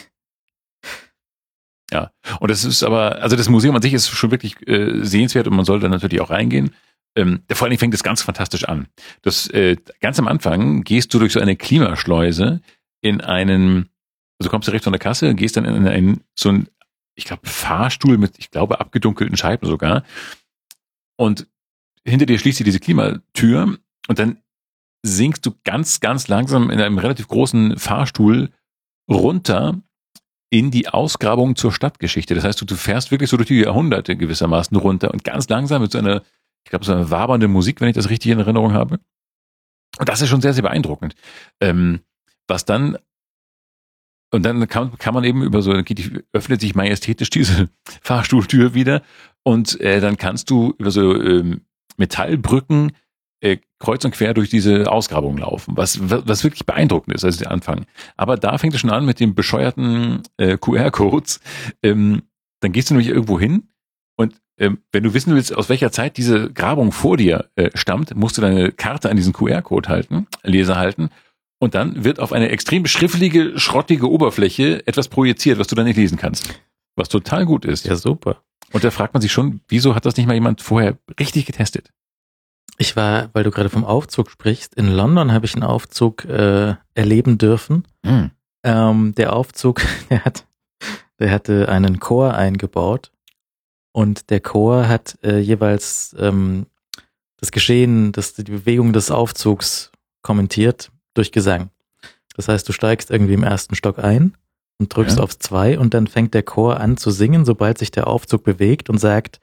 Ja, und das ist aber, also das Museum an sich ist schon wirklich äh, sehenswert und man sollte dann natürlich auch reingehen. Ähm, vor allen Dingen fängt es ganz fantastisch an. Das, äh, ganz am Anfang gehst du durch so eine Klimaschleuse in einen, also kommst du direkt von der Kasse, gehst dann in einen, so ein, ich glaube, Fahrstuhl mit, ich glaube, abgedunkelten Scheiben sogar. Und hinter dir schließt sich diese Klimatür und dann sinkst du ganz, ganz langsam in einem relativ großen Fahrstuhl runter in die Ausgrabung zur Stadtgeschichte. Das heißt, du, du fährst wirklich so durch die Jahrhunderte gewissermaßen runter und ganz langsam mit so einer, ich glaube, so einer wabernde Musik, wenn ich das richtig in Erinnerung habe. Und das ist schon sehr, sehr beeindruckend. Ähm, was dann Und dann kann, kann man eben über so, dann geht die, öffnet sich majestätisch diese Fahrstuhltür wieder und äh, dann kannst du über so ähm, Metallbrücken äh, kreuz und quer durch diese Ausgrabung laufen, was was wirklich beeindruckend ist, also der Anfang. Aber da fängt es schon an mit den bescheuerten äh, Q R-Codes. Ähm, dann gehst du nämlich irgendwo hin und ähm, wenn du wissen willst, aus welcher Zeit diese Grabung vor dir äh, stammt, musst du deine Karte an diesen Q R-Code halten, Leser halten. Und dann wird auf eine extrem schriffelige, schrottige Oberfläche etwas projiziert, was du dann nicht lesen kannst. Was total gut ist. Ja, super. Und da fragt man sich schon, wieso hat das nicht mal jemand vorher richtig getestet? Ich war, weil du gerade vom Aufzug sprichst, in London habe ich einen Aufzug äh, erleben dürfen. Hm. Ähm, der Aufzug, der hat, der hatte einen Chor eingebaut und der Chor hat äh, jeweils ähm, das Geschehen, das, die Bewegung des Aufzugs kommentiert durch Gesang. Das heißt, du steigst irgendwie im ersten Stock ein und drückst Ja. aufs zwei und dann fängt der Chor an zu singen, sobald sich der Aufzug bewegt und sagt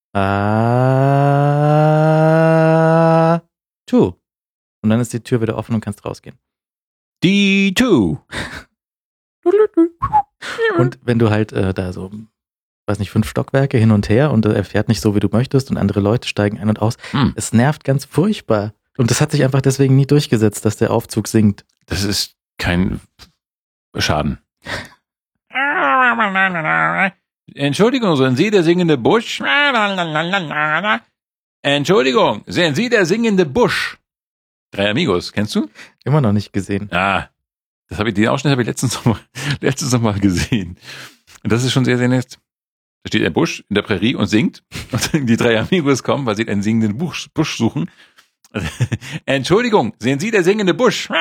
Ah, two. Und dann ist die Tür wieder offen und kannst rausgehen. D zwei. Und wenn du halt äh, da so, weiß nicht, fünf Stockwerke hin und her und er fährt nicht so, wie du möchtest und andere Leute steigen ein und aus, Hm. es nervt ganz furchtbar. Und das hat sich einfach deswegen nie durchgesetzt, dass der Aufzug singt. Das ist kein Schaden. Entschuldigung, sind Sie der singende Busch? Entschuldigung, sind Sie der singende Busch? Drei Amigos, kennst du? Immer noch nicht gesehen. Ah, das habe ich, den Ausschnitt habe ich letztens noch mal, letztens noch mal gesehen. Und das ist schon sehr, sehr nett. Da steht ein Busch in der Prärie und singt. Und dann die drei Amigos kommen, weil sie einen singenden Busch, Busch suchen. Entschuldigung, sind Sie der singende Busch?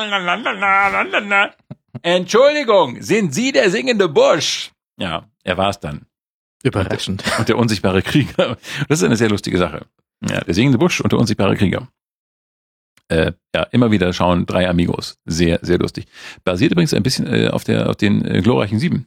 Entschuldigung, sind Sie der singende Busch? Ja, er war es dann. Überraschend. Und der unsichtbare Krieger. Das ist eine sehr lustige Sache. Ja, der singende Busch und der unsichtbare Krieger. Äh, ja, immer wieder schauen drei Amigos. Sehr, sehr lustig. Basiert übrigens ein bisschen äh, auf, der, auf den äh, glorreichen Sieben.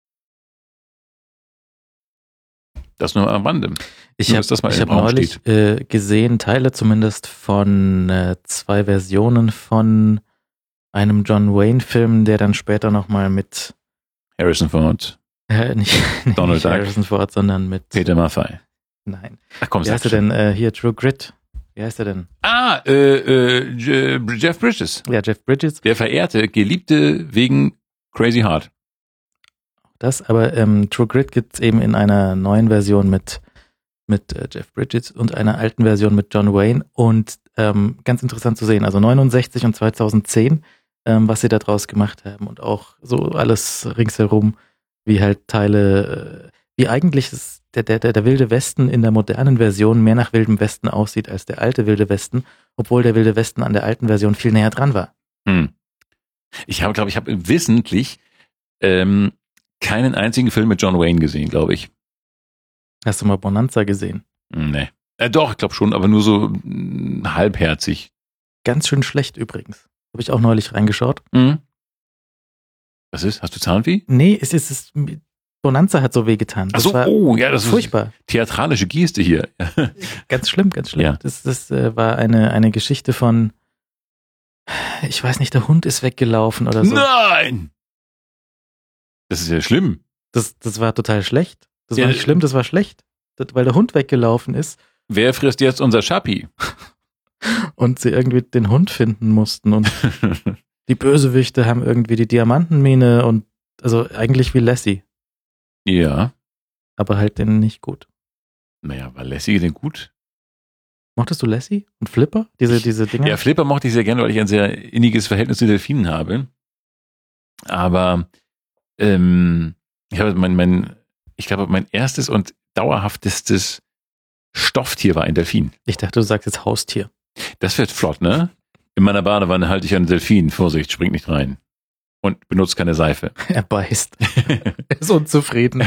Das nur am Rande. Ich Nur, habe dass das mal ich im hab Raum neulich äh, gesehen, Teile zumindest von äh, zwei Versionen von einem John Wayne-Film, der dann später nochmal mit Harrison Ford, äh, nicht, Donald nicht Duck. Harrison Ford, sondern mit Peter Maffay. nein. Ach komm, Wie sag heißt er schon. denn? Äh, hier, True Grit. Wie heißt er denn? Ah, äh, äh, Je- Jeff Bridges. Ja, Jeff Bridges. Der verehrte, Geliebte wegen Crazy Heart. Das, aber ähm, True Grit gibt's eben in einer neuen Version mit, mit äh, Jeff Bridges und einer alten Version mit John Wayne. Und ähm, ganz interessant zu sehen, also neunundsechzig und zweitausendzehn, ähm, was sie da draus gemacht haben und auch so alles ringsherum, wie halt Teile, äh, wie eigentlich ist der, der, der, der Wilde Westen in der modernen Version mehr nach Wildem Westen aussieht als der alte Wilde Westen, obwohl der Wilde Westen an der alten Version viel näher dran war. Hm. Ich habe, glaube ich, habe wissentlich ähm, keinen einzigen Film mit John Wayne gesehen, glaube ich. Hast du mal Bonanza gesehen? Nee. Äh, doch, ich glaube schon, aber nur so mh, halbherzig. Ganz schön schlecht übrigens. Habe ich auch neulich reingeschaut. Mhm. Was ist? Hast du Zahnweh? Nee, es ist, es, Bonanza hat so wehgetan. Ach Das so, war oh, ja, das ist furchtbar. theatralische Geste hier. Ganz schlimm, ganz schlimm. Ja. Das, das äh, war eine, eine Geschichte von, ich weiß nicht, der Hund ist weggelaufen oder so. Nein! Das ist ja schlimm. Das, das war total schlecht. Das Ja. war nicht schlimm, das war schlecht. Das, weil der Hund weggelaufen ist Wer frisst jetzt unser Schappi? und sie irgendwie den Hund finden mussten. Und die Bösewichte haben irgendwie die Diamantenmine und also eigentlich wie Lassie, Ja. aber halt den nicht gut. Naja, war Lassie denn gut? Mochtest du Lassie und Flipper? Diese, diese Dinger? Ja, Flipper mochte ich sehr gerne, weil ich ein sehr inniges Verhältnis zu Delfinen habe. Aber ähm, ich habe mein, mein, ich glaube, mein erstes und dauerhaftestes Stofftier war ein Delfin. Ich dachte, du sagst jetzt Haustier. Das wird flott, ne? In meiner Badewanne halte ich einen Delfin. Vorsicht, springt nicht rein. Und benutzt keine Seife. Er beißt. Er ist unzufrieden.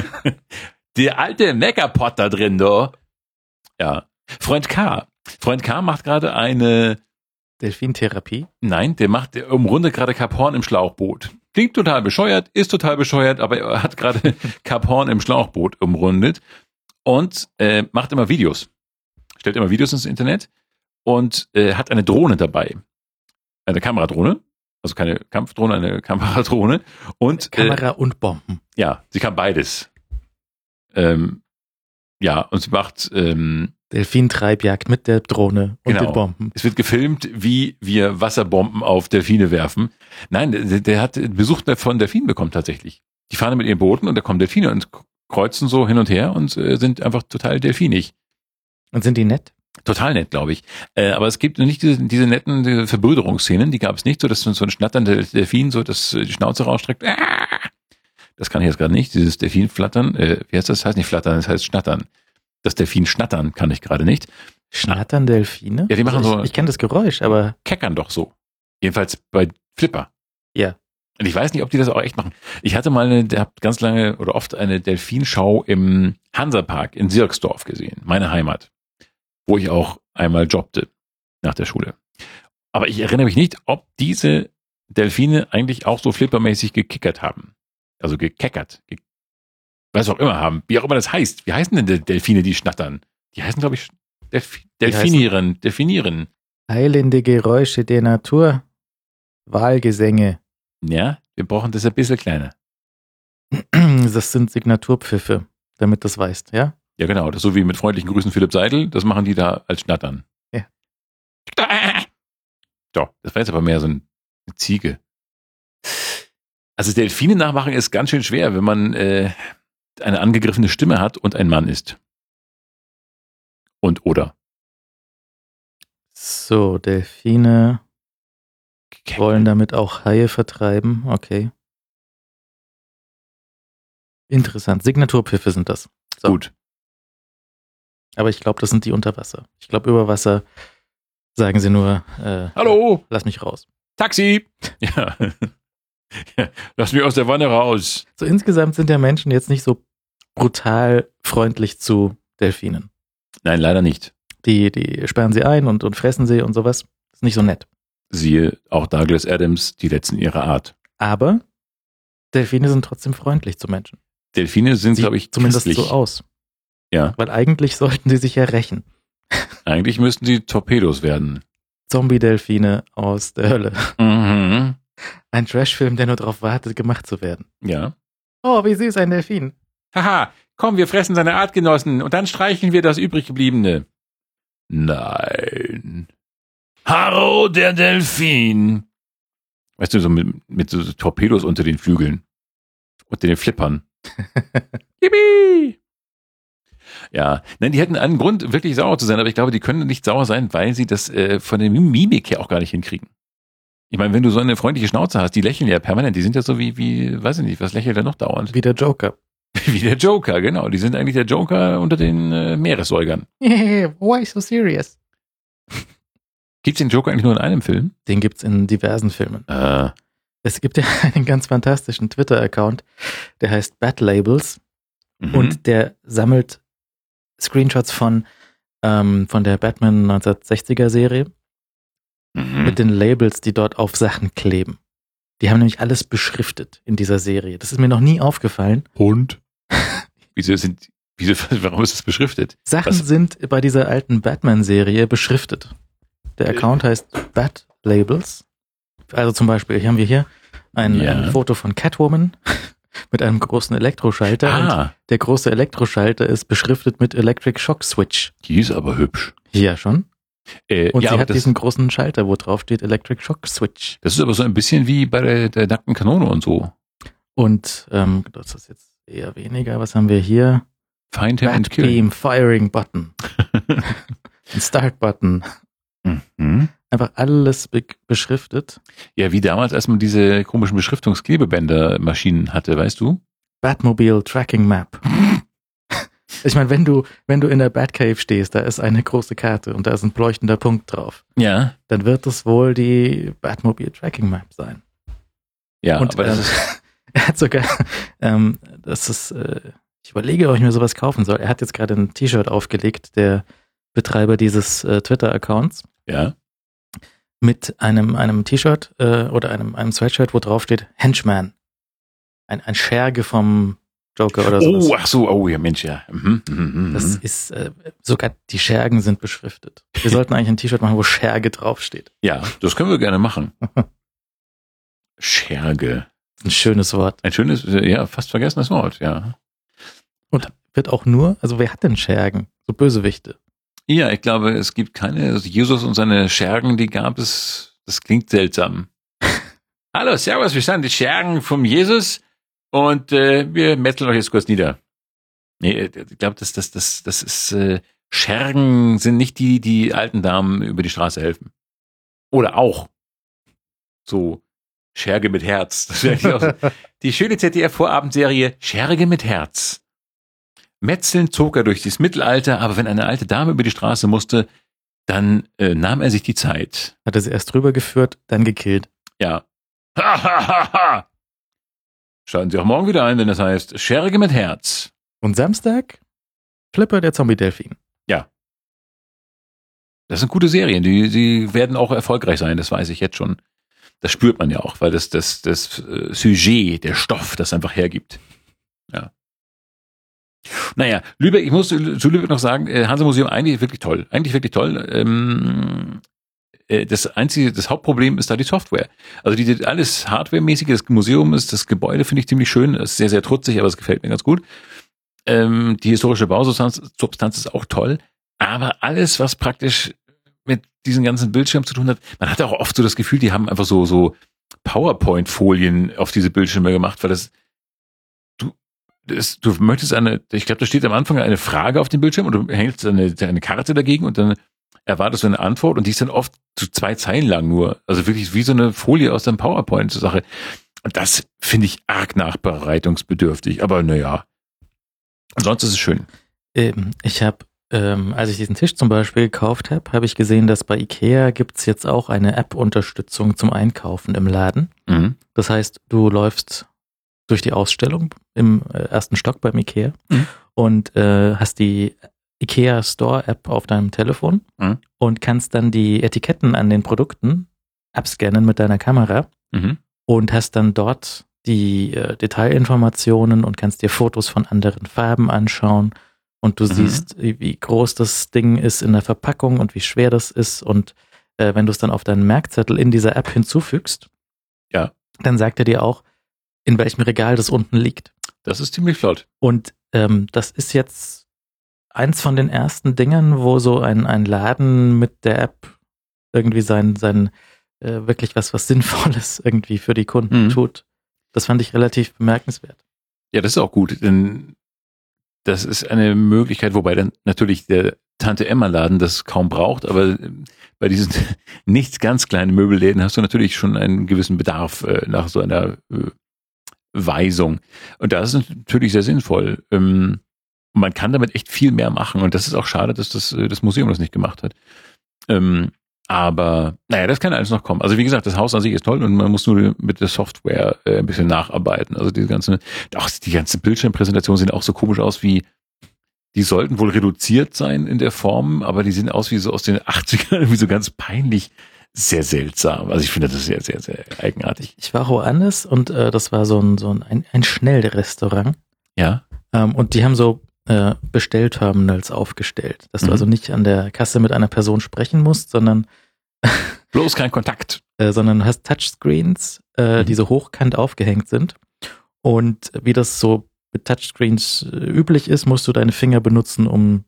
Der alte Meckerpot da drin, do. Ja. Freund K. Freund K macht gerade eine, Delfintherapie? nein, der macht, der umrundet gerade Kap Horn im Schlauchboot. Klingt total bescheuert, ist total bescheuert, aber er hat gerade Kap Horn im Schlauchboot umrundet und äh, macht immer Videos. Stellt immer Videos ins Internet und äh, hat eine Drohne dabei. Eine Kameradrohne. Also keine Kampfdrohne, eine Kameradrohne. Und Kamera äh, und Bomben. ja, sie kann beides. Ähm, ja, und sie macht ähm, Delfintreibjagd mit der Drohne und genau. den Bomben. Es wird gefilmt, wie wir Wasserbomben auf Delfine werfen. Nein, der, der hat Besuch von Delfinen bekommen tatsächlich. Die fahren mit ihren Booten und da kommen Delfine und kreuzen so hin und her und äh, sind einfach total delfinig. Und sind die nett? Total nett, glaube ich. Äh, aber es gibt nicht diese, diese netten diese Verbrüderungsszenen, die gab es nicht, so dass so ein schnatternde Delfin so das, die Schnauze rausstreckt. Das kann ich jetzt gerade nicht, dieses Delfinflattern. Äh, wie heißt das? Das heißt nicht flattern, das heißt schnattern. Das Delfin schnattern kann ich gerade nicht. Schnattern Delfine? Ja, die machen also ich, so. Ich kenne das Geräusch, aber. Keckern doch so. Jedenfalls bei Flipper. Ja. Und ich weiß nicht, ob die das auch echt machen. Ich hatte mal eine, der hat ganz lange oder oft eine Delfinschau im Hansapark in Sirksdorf gesehen, meine Heimat, wo ich auch einmal jobbte nach der Schule. Aber ich erinnere mich nicht, ob diese Delfine eigentlich auch so flippermäßig gekickert haben. Also gekeckert. Ge- was auch immer haben. Wie auch immer das heißt. Wie heißen denn die Delfine, die schnattern? Die heißen, glaube ich, Delf- Delfinieren. Delfinieren. Heilende Geräusche der Natur. Wahlgesänge. Ja, wir brauchen das ein bisschen kleiner. Das sind Signaturpfiffe, damit du das weißt, ja? Ja, genau. Das ist so wie mit freundlichen Grüßen Philipp Seidel. Das machen die da als Schnattern. Ja. Doch, das war jetzt aber mehr so eine Ziege. Also Delfine nachmachen ist ganz schön schwer, wenn man äh, eine angegriffene Stimme hat und ein Mann ist. Und oder. So, Delfine wollen damit auch Haie vertreiben. Okay. Interessant. Signaturpfiffe sind das. So. Gut. Aber ich glaube, das sind die unter Wasser. Ich glaube, über Wasser sagen sie nur, äh, Hallo, lass mich raus. Taxi. Ja. Ja, lass mich aus der Wanne raus. So insgesamt sind ja Menschen jetzt nicht so brutal freundlich zu Delfinen. Nein, leider nicht. Die, die sperren sie ein und, und fressen sie und sowas. Ist nicht so nett. Siehe auch Douglas Adams, die letzten ihrer Art. Aber Delfine sind trotzdem freundlich zu Menschen. Delfine sind, Sieht glaube ich, zumindest christlich. so aus. Ja. Weil eigentlich sollten sie sich ja rächen. Eigentlich müssten sie Torpedos werden. Zombie-Delfine aus der Hölle. Mhm. Ein Trashfilm, der nur darauf wartet, gemacht zu werden. Ja. Oh, wie süß ein Delfin. Haha, komm, wir fressen seine Artgenossen und dann streicheln wir das übriggebliebene. Nein. Harro, der Delfin. Weißt du, so mit, mit so Torpedos unter den Flügeln. Unter den Flippern. Yippie! Ja, nein, die hätten einen Grund, wirklich sauer zu sein, aber ich glaube, die können nicht sauer sein, weil sie das äh, von der Mimik her auch gar nicht hinkriegen. Ich meine, wenn du so eine freundliche Schnauze hast, die lächeln ja permanent, die sind ja so wie, wie, weiß ich nicht, was lächelt da noch dauernd? Wie der Joker. Wie der Joker, genau. Die sind eigentlich der Joker unter den äh, Meeressäugern. Why so serious? Gibt's den Joker eigentlich nur in einem Film? Den gibt's in diversen Filmen. Ah. Es gibt ja einen ganz fantastischen Twitter-Account, der heißt Bat Labels Mhm. und der sammelt Screenshots von, ähm, von der Batman neunzehnhundertsechziger Serie Mhm. mit den Labels, die dort auf Sachen kleben. Die haben nämlich alles beschriftet in dieser Serie. Das ist mir noch nie aufgefallen. Und? Wieso sind, wieso, warum ist das beschriftet? Sachen Was? sind bei dieser alten Batman-Serie beschriftet. Der Account heißt Bat Labels. Also zum Beispiel, hier haben wir hier ein, Ja. ein Foto von Catwoman mit einem großen Elektroschalter. Und Ah, der große Elektroschalter ist beschriftet mit Electric Shock Switch. die ist aber hübsch. Hier schon. Äh, Und ja, sie aber hat das, diesen großen Schalter, wo drauf steht Electric Shock Switch. das ist aber so ein bisschen wie bei der, der nackten Kanone und so. Und ähm, das ist jetzt eher weniger. Was haben wir hier? Find him and Bat kill. Beam Firing Button. Ein Start Button. Mhm. Einfach alles be beschriftet. Ja, wie damals, als man diese komischen Beschriftungsklebebänder-Maschinen hatte, weißt du? Batmobile Tracking Map. Ich meine, wenn du, wenn du in der Batcave stehst, da ist eine große Karte und da ist ein leuchtender Punkt drauf, Ja. dann wird es wohl die Batmobile Tracking Map sein. Ja, und aber das ähm, ist, er hat sogar, ähm, das ist, äh, ich überlege, ob ich mir sowas kaufen soll. Er hat jetzt gerade ein T-Shirt aufgelegt, der Betreiber dieses äh, Twitter-Accounts, ja. mit einem, einem T-Shirt äh, oder einem, einem Sweatshirt, wo drauf steht Henchman. Ein, ein Scherge vom Joker oder sowas. Oh, ach so, oh ja, Mensch, ja. Mhm, mhm, mhm. Das ist, äh, sogar die Schergen sind beschriftet. Wir sollten eigentlich ein T-Shirt machen, wo Scherge draufsteht. Ja, das können wir gerne machen. Scherge. Ein schönes Wort. Ein schönes, ja, fast vergessenes Wort, ja. Und wird auch nur, also wer hat denn Schergen? So Bösewichte. Ja, ich glaube, es gibt keine, also Jesus und seine Schergen, die gab es, das klingt seltsam. Hallo, servus, wir sind die Schergen vom Jesus und äh, wir metzeln euch jetzt kurz nieder. Nee, ich glaube, das, das, das, das ist, äh, Schergen sind nicht die, die alten Damen über die Straße helfen. Oder auch. So, Scherge mit Herz. Das wäre eigentlich auch so. Die schöne Z D F-Vorabendserie Scherge mit Herz. Metzeln zog er durch das Mittelalter, aber wenn eine alte Dame über die Straße musste, dann äh, nahm er sich die Zeit. Hat er sie erst drüber geführt, dann gekillt. Ja. Ha, ha, ha, ha. Schalten Sie auch morgen wieder ein, wenn das heißt Scherge mit Herz. Und Samstag? Flipper, der Zombie-Delfin. Ja. Das sind gute Serien, die, die werden auch erfolgreich sein, das weiß ich jetzt schon. Das spürt man ja auch, weil das, das, das äh, Sujet, der Stoff, das einfach hergibt. Ja. Naja, Lübeck, ich muss zu Lübeck noch sagen, äh, Hansa-Museum eigentlich wirklich toll. Eigentlich wirklich toll. Ähm, äh, das einzige, das Hauptproblem ist da die Software. Also die, alles Hardware-mäßige, das Museum ist, das Gebäude finde ich ziemlich schön, ist sehr, sehr trutzig, aber es gefällt mir ganz gut. Ähm, die historische Bausubstanz Substanz ist auch toll, aber alles, was praktisch mit diesen ganzen Bildschirmen zu tun hat, man hat auch oft so das Gefühl, die haben einfach so, so PowerPoint-Folien auf diese Bildschirme gemacht, weil das Das, du möchtest eine, ich glaube, da steht am Anfang eine Frage auf dem Bildschirm und du hältst eine, eine Karte dagegen und dann erwartest du eine Antwort und die ist dann oft zu zwei Zeilen lang nur. Also wirklich wie so eine Folie aus einem PowerPoint-Sache. Und das finde ich arg nachbereitungsbedürftig. Aber naja, ansonsten ist es schön. Ähm, ich habe, ähm, als ich diesen Tisch zum Beispiel gekauft habe, habe ich gesehen, dass bei Ikea gibt's jetzt auch eine App-Unterstützung zum Einkaufen im Laden. Mhm. Das heißt, du läufst durch die Ausstellung im ersten Stock beim Ikea mhm. und äh, hast die Ikea Store App auf deinem Telefon mhm. und kannst dann die Etiketten an den Produkten abscannen mit deiner Kamera mhm. und hast dann dort die äh, Detailinformationen und kannst dir Fotos von anderen Farben anschauen und du mhm. siehst, wie, wie groß das Ding ist in der Verpackung und wie schwer das ist und äh, wenn du es dann auf deinen Merkzettel in dieser App hinzufügst, ja. dann sagt er dir auch, in welchem Regal das unten liegt. Das ist ziemlich flott. Und ähm, das ist jetzt eins von den ersten Dingern, wo so ein, ein Laden mit der App irgendwie sein, sein äh, wirklich was, was Sinnvolles irgendwie für die Kunden mhm. tut. Das fand ich relativ bemerkenswert. Ja, das ist auch gut, denn das ist eine Möglichkeit, wobei dann natürlich der Tante-Emma-Laden das kaum braucht, aber bei diesen nicht ganz kleinen Möbelläden hast du natürlich schon einen gewissen Bedarf äh, nach so einer äh, Weisung. Und das ist natürlich sehr sinnvoll. Ähm, man kann damit echt viel mehr machen und das ist auch schade, dass das, das Museum das nicht gemacht hat. Ähm, aber naja, das kann alles noch kommen. Also wie gesagt, das Haus an sich ist toll und man muss nur mit der Software äh, ein bisschen nacharbeiten. Also die ganzen, auch die ganzen Bildschirmpräsentationen sehen auch so komisch aus wie, die sollten wohl reduziert sein in der Form, aber die sehen aus wie so aus den achtzigern, irgendwie so ganz peinlich. Sehr seltsam. Also ich finde das sehr, sehr, sehr eigenartig. Ich war woanders und äh, das war so ein, so ein, ein Schnellrestaurant. Ja. Ähm, und die haben so äh, Bestellterminals aufgestellt, dass Mhm. du also nicht an der Kasse mit einer Person sprechen musst, sondern Bloß kein Kontakt. äh, sondern hast Touchscreens, äh, Mhm. die so hochkant aufgehängt sind. Und wie das so mit Touchscreens äh, üblich ist, musst du deine Finger benutzen, um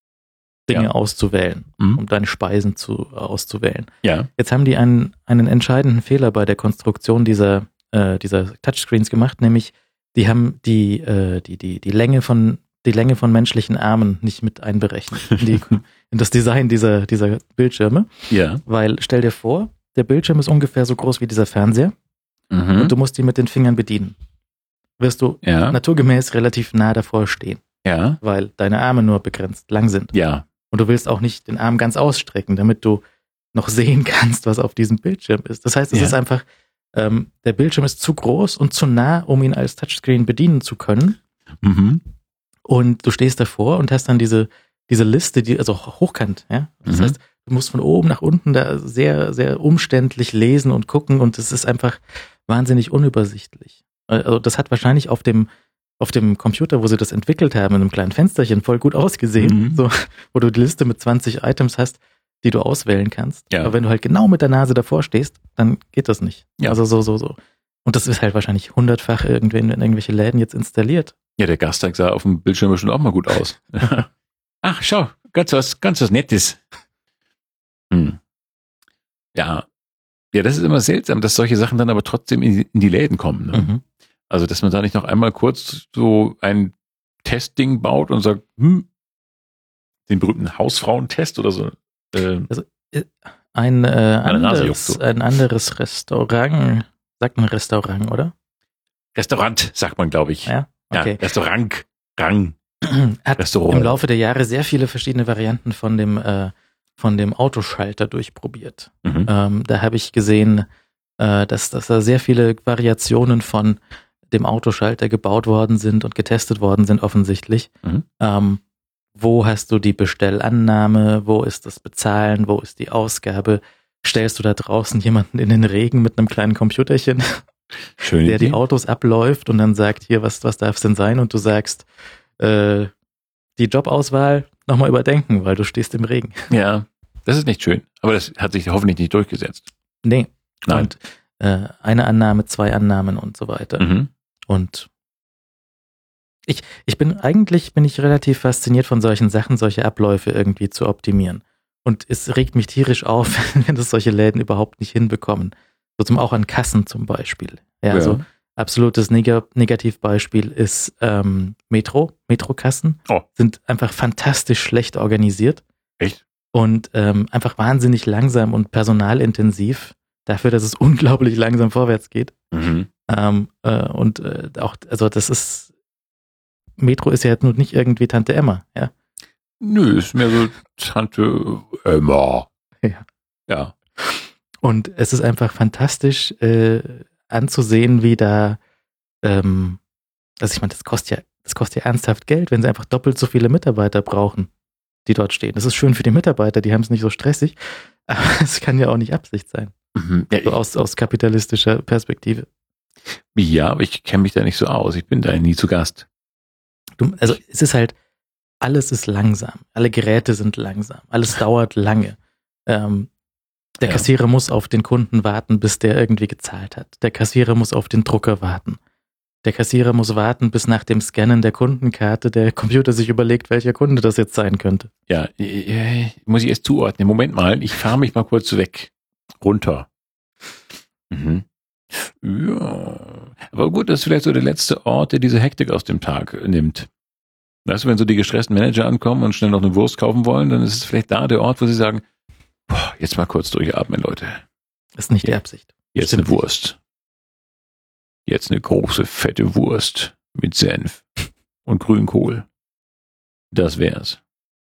Dinge Ja. auszuwählen, Mhm. um deine Speisen zu, auszuwählen. Ja. Jetzt haben die einen, einen entscheidenden Fehler bei der Konstruktion dieser, äh, dieser Touchscreens gemacht, nämlich die haben die, äh, die, die, die Länge von, die Länge von menschlichen Armen nicht mit einberechnet in, die, in das Design dieser, dieser Bildschirme. Ja. Weil, stell dir vor, der Bildschirm ist ungefähr so groß wie dieser Fernseher Mhm. und du musst ihn mit den Fingern bedienen. Wirst du Ja. naturgemäß relativ nah davor stehen, Ja. weil deine Arme nur begrenzt lang sind. Ja. Und du willst auch nicht den Arm ganz ausstrecken, damit du noch sehen kannst, was auf diesem Bildschirm ist. Das heißt, es Ja. ist einfach, ähm, der Bildschirm ist zu groß und zu nah, um ihn als Touchscreen bedienen zu können. Mhm. Und du stehst davor und hast dann diese, diese Liste, die, also hochkant, ja. Das Mhm. heißt, du musst von oben nach unten da sehr, sehr umständlich lesen und gucken und es ist einfach wahnsinnig unübersichtlich. Also das hat wahrscheinlich auf dem, auf dem Computer, wo sie das entwickelt haben, in einem kleinen Fensterchen voll gut ausgesehen, Mhm. so, wo du die Liste mit zwanzig Items hast, die du auswählen kannst. Ja. Aber wenn du halt genau mit der Nase davor stehst, dann geht das nicht. Ja. Also so, so, so Und das ist halt wahrscheinlich hundertfach irgendwen in irgendwelche Läden jetzt installiert. Ja, der Gasteig sah auf dem Bildschirm bestimmt auch mal gut aus. Ach, schau, ganz was, ganz was Nettes. Hm. Ja. Ja, das ist immer seltsam, dass solche Sachen dann aber trotzdem in die, in die Läden kommen. Ne? Mhm. Also, dass man da nicht noch einmal kurz so ein Testding baut und sagt, hm, den berühmten Hausfrauentest oder so. Äh, also, ein, äh, anderes, ein anderes Restaurant, sagt man Restaurant, oder? Restaurant, sagt man, glaube ich. Ja, okay. Ja, Restaurant, Rang, hat Restaurant. Im Laufe der Jahre sehr viele verschiedene Varianten von dem, äh, von dem Autoschalter durchprobiert. Mhm. Ähm, da habe ich gesehen, äh, dass, dass da sehr viele Variationen von dem Autoschalter gebaut worden sind und getestet worden sind, offensichtlich. Mhm. Ähm, wo hast du die Bestellannahme? Wo ist das Bezahlen? Wo ist die Ausgabe? Stellst du da draußen jemanden in den Regen mit einem kleinen Computerchen, Schön der Idee. die Autos abläuft und dann sagt, hier, was, was darf es denn sein? Und du sagst, äh, die Jobauswahl nochmal überdenken, weil du stehst im Regen. Ja, das ist nicht schön. Aber das hat sich hoffentlich nicht durchgesetzt. Nee. Nein. Und äh, eine Annahme, zwei Annahmen und so weiter. Mhm. Und ich, ich bin, eigentlich bin ich relativ fasziniert von solchen Sachen, solche Abläufe irgendwie zu optimieren. Und es regt mich tierisch auf, wenn das solche Läden überhaupt nicht hinbekommen. So zum, auch an Kassen zum Beispiel. Ja, Ja. also absolutes Neg- Negativbeispiel ist ähm, Metro. Metrokassen Oh. sind einfach fantastisch schlecht organisiert Echt? und ähm, einfach wahnsinnig langsam und personalintensiv dafür, dass es unglaublich langsam vorwärts geht. Mhm. Ähm, äh, und äh, auch, also das ist, Metro ist ja jetzt nun nicht irgendwie Tante Emma, ja. Nö, ist mehr so Tante Emma. Ja. Ja. Und es ist einfach fantastisch äh, anzusehen, wie da, ähm, also ich meine, das kostet ja, das kostet ja ernsthaft Geld, wenn sie einfach doppelt so viele Mitarbeiter brauchen, die dort stehen. Das ist schön für die Mitarbeiter, die haben es nicht so stressig, aber es kann ja auch nicht Absicht sein. Mhm. Ja, So aus, aus kapitalistischer Perspektive. ich, ja, aber ich kenne mich da nicht so aus. Ich bin da nie zu Gast. Du, also es ist halt, alles ist langsam. Alle Geräte sind langsam. Alles dauert lange. Ähm, der Ja. Kassierer muss auf den Kunden warten, bis der irgendwie gezahlt hat. Der Kassierer muss auf den Drucker warten. Der Kassierer muss warten, bis nach dem Scannen der Kundenkarte der Computer sich überlegt, welcher Kunde das jetzt sein könnte. Ja, äh, muss ich erst zuordnen. Moment mal, ich fahre mich mal kurz weg. Runter. Mhm. Ja. Aber gut, das ist vielleicht so der letzte Ort, der diese Hektik aus dem Tag nimmt. Weißt du, wenn so die gestressten Manager ankommen und schnell noch eine Wurst kaufen wollen, dann ist es vielleicht da der Ort, wo sie sagen, boah, jetzt mal kurz durchatmen, Leute. Das ist nicht die Ja. Absicht. Jetzt Stimmt. eine Wurst. Jetzt eine große, fette Wurst mit Senf und Grünkohl. Das wär's.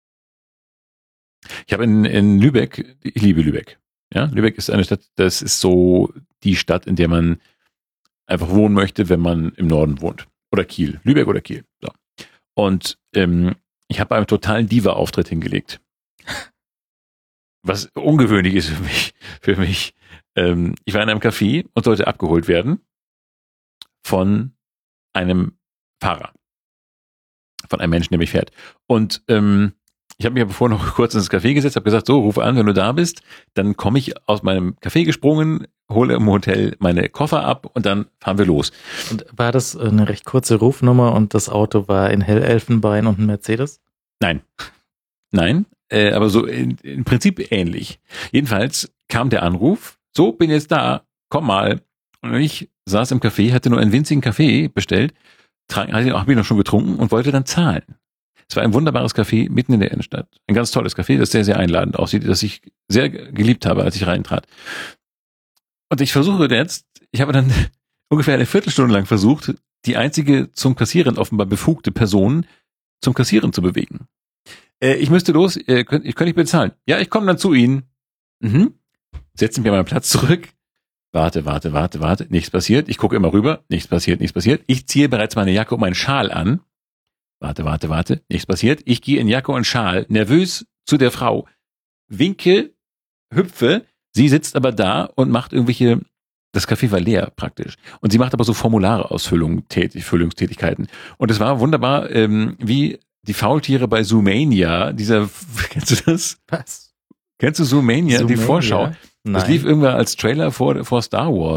Ich habe in, in Lübeck, ich liebe Lübeck. Ja, Lübeck ist eine Stadt, das ist so die Stadt, in der man einfach wohnen möchte, wenn man im Norden wohnt. Oder Kiel. Lübeck oder Kiel. So. Und ähm, ich habe einen totalen Diva-Auftritt hingelegt. Was ungewöhnlich ist für mich. Für mich. Ähm, ich war in einem Café und sollte abgeholt werden von einem Fahrer. Von einem Menschen, der mich fährt. Und ähm, ich habe mich aber vorher noch kurz ins Café gesetzt, habe gesagt, so, rufe an, wenn du da bist. Dann komme ich aus meinem Café gesprungen, hole im Hotel meine Koffer ab und dann fahren wir los. Und war das eine recht kurze Rufnummer und das Auto war in Hellelfenbein und ein Mercedes? Nein. Nein, äh, aber so in, im Prinzip ähnlich. Jedenfalls kam der Anruf, so, bin jetzt da, komm mal. Und ich saß im Café, hatte nur einen winzigen Kaffee bestellt, trank, hatte hab ich noch schon getrunken und wollte dann zahlen. Es war ein wunderbares Café mitten in der Innenstadt. Ein ganz tolles Café, das sehr, sehr einladend aussieht, das ich sehr geliebt habe, als ich reintrat. Und ich versuche jetzt, ich habe dann ungefähr eine Viertelstunde lang versucht, die einzige zum Kassieren offenbar befugte Person zum Kassieren zu bewegen. Äh, ich müsste los, äh, könnt, ich könnte nicht bezahlen. Ja, ich komme dann zu Ihnen. Mhm. Setze mich an meinen Platz zurück. Warte, warte, warte, warte. Nichts passiert. Ich gucke immer rüber. Nichts passiert, nichts passiert. Ich ziehe bereits meine Jacke und meinen Schal an. Warte, warte, warte. Nichts passiert. Ich gehe in Jacke und Schal, nervös zu der Frau. Winke, hüpfe. Sie sitzt aber da und macht irgendwelche, das Café war leer praktisch. Und sie macht aber so Formulare-Ausfüllungen, Tätig, Füllungstätigkeiten. Und es war wunderbar, ähm, wie die Faultiere bei Zoomania, dieser, kennst du das? Was? Kennst du Zoomania, die Zoomania? Vorschau? Nein. Das lief irgendwann als Trailer vor, vor Star Wars.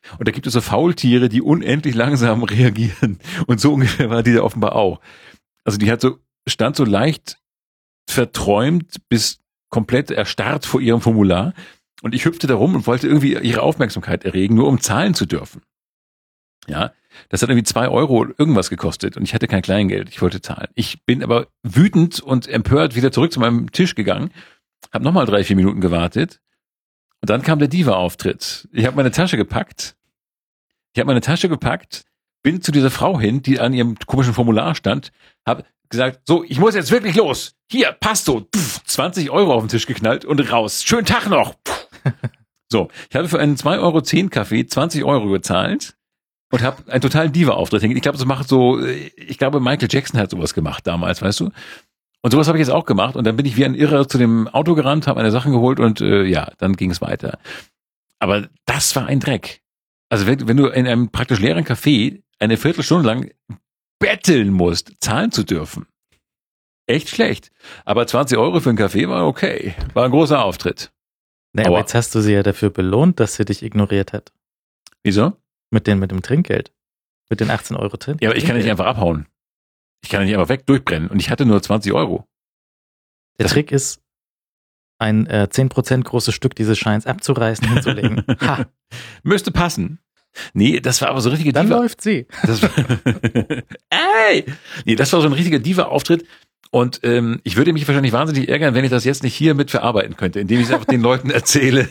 Und da gibt es so Faultiere, die unendlich langsam reagieren. Und so ungefähr war die da offenbar auch. Also die hat so, stand so leicht verträumt bis komplett erstarrt vor ihrem Formular. Und ich hüpfte da rum und wollte irgendwie ihre Aufmerksamkeit erregen, nur um zahlen zu dürfen. Ja, das hat irgendwie zwei Euro irgendwas gekostet und ich hatte kein Kleingeld. Ich wollte zahlen. Ich bin aber wütend und empört wieder zurück zu meinem Tisch gegangen, habe nochmal drei, vier Minuten gewartet und dann kam der Diva-Auftritt. Ich habe meine Tasche gepackt. Ich habe meine Tasche gepackt, bin zu dieser Frau hin, die an ihrem komischen Formular stand, habe gesagt, so, ich muss jetzt wirklich los. Hier, passt so. Pff, zwanzig Euro auf den Tisch geknallt und raus. Schönen Tag noch. So, ich habe für einen zwei Euro zehn Kaffee zwanzig Euro gezahlt und habe einen totalen Diva-Auftritt. Ich glaube, das macht so, ich glaube, Michael Jackson hat sowas gemacht damals, weißt du? Und sowas habe ich jetzt auch gemacht und dann bin ich wie ein Irrer zu dem Auto gerannt, habe meine Sachen geholt und äh, ja, dann ging es weiter. Aber das war ein Dreck. Also wenn, wenn du in einem praktisch leeren Café eine Viertelstunde lang betteln musst, zahlen zu dürfen. Echt schlecht. Aber zwanzig Euro für einen Kaffee war okay. War ein großer Auftritt. Naja, aber jetzt hast du sie ja dafür belohnt, dass sie dich ignoriert hat. Wieso? Mit den, mit dem Trinkgeld. Mit den achtzehn Euro Trinkgeld. Ja, aber ich kann nicht einfach abhauen. Ich kann nicht einfach weg durchbrennen. Und ich hatte nur zwanzig Euro. Der das Trick ist, ein äh, zehn Prozent großes Stück dieses Scheins abzureißen, hinzulegen. Ha. Müsste passen. Nee, das war aber so ein richtiger Dann Diva. läuft sie. Das war, ey! Nee, das war so ein richtiger Diva-Auftritt. Und ähm, ich würde mich wahrscheinlich wahnsinnig ärgern, wenn ich das jetzt nicht hier mit verarbeiten könnte, indem ich es einfach den Leuten erzähle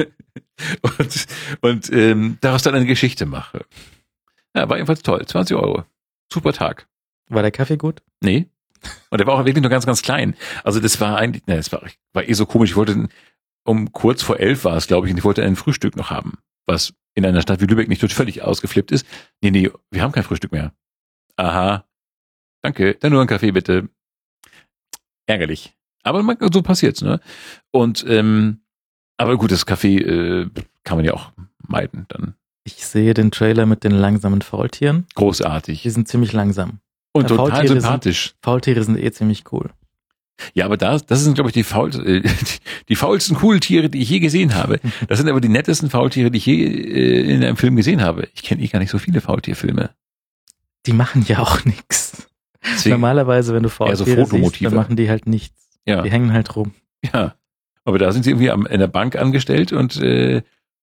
und, und ähm, daraus dann eine Geschichte mache. Ja, war jedenfalls toll. zwanzig Euro. Super Tag. War der Kaffee gut? Nee. Und der war auch wirklich nur ganz, ganz klein. Also das war eigentlich, ne, das war, war eh so komisch. Ich wollte, um kurz vor elf war es, glaube ich, und ich wollte ein Frühstück noch haben, was in einer Stadt wie Lübeck nicht völlig ausgeflippt ist. Nee, nee, wir haben kein Frühstück mehr. Aha. Danke. Dann nur ein Kaffee, bitte. Ärgerlich. Aber man, so passiert's, ne? Und, ähm, aber gut, das Kaffee äh, kann man ja auch meiden dann. Ich sehe den Trailer mit den langsamen Faultieren. Großartig. Die sind ziemlich langsam. Und ja, total Faultiere sympathisch. Sind, Faultiere sind eh ziemlich cool. Ja, aber das, das sind, glaube ich, die, faul, äh, die, die faulsten coolen Tiere, die ich je gesehen habe. Das sind aber die nettesten Faultiere, die ich je äh, in einem Film gesehen habe. Ich kenne eh gar nicht so viele Faultierfilme. Die machen ja auch nichts. Normalerweise, wenn du Faultiere so siehst, dann machen die halt nichts. Ja. Die hängen halt rum. Ja, aber da sind sie irgendwie am, in der Bank angestellt und äh,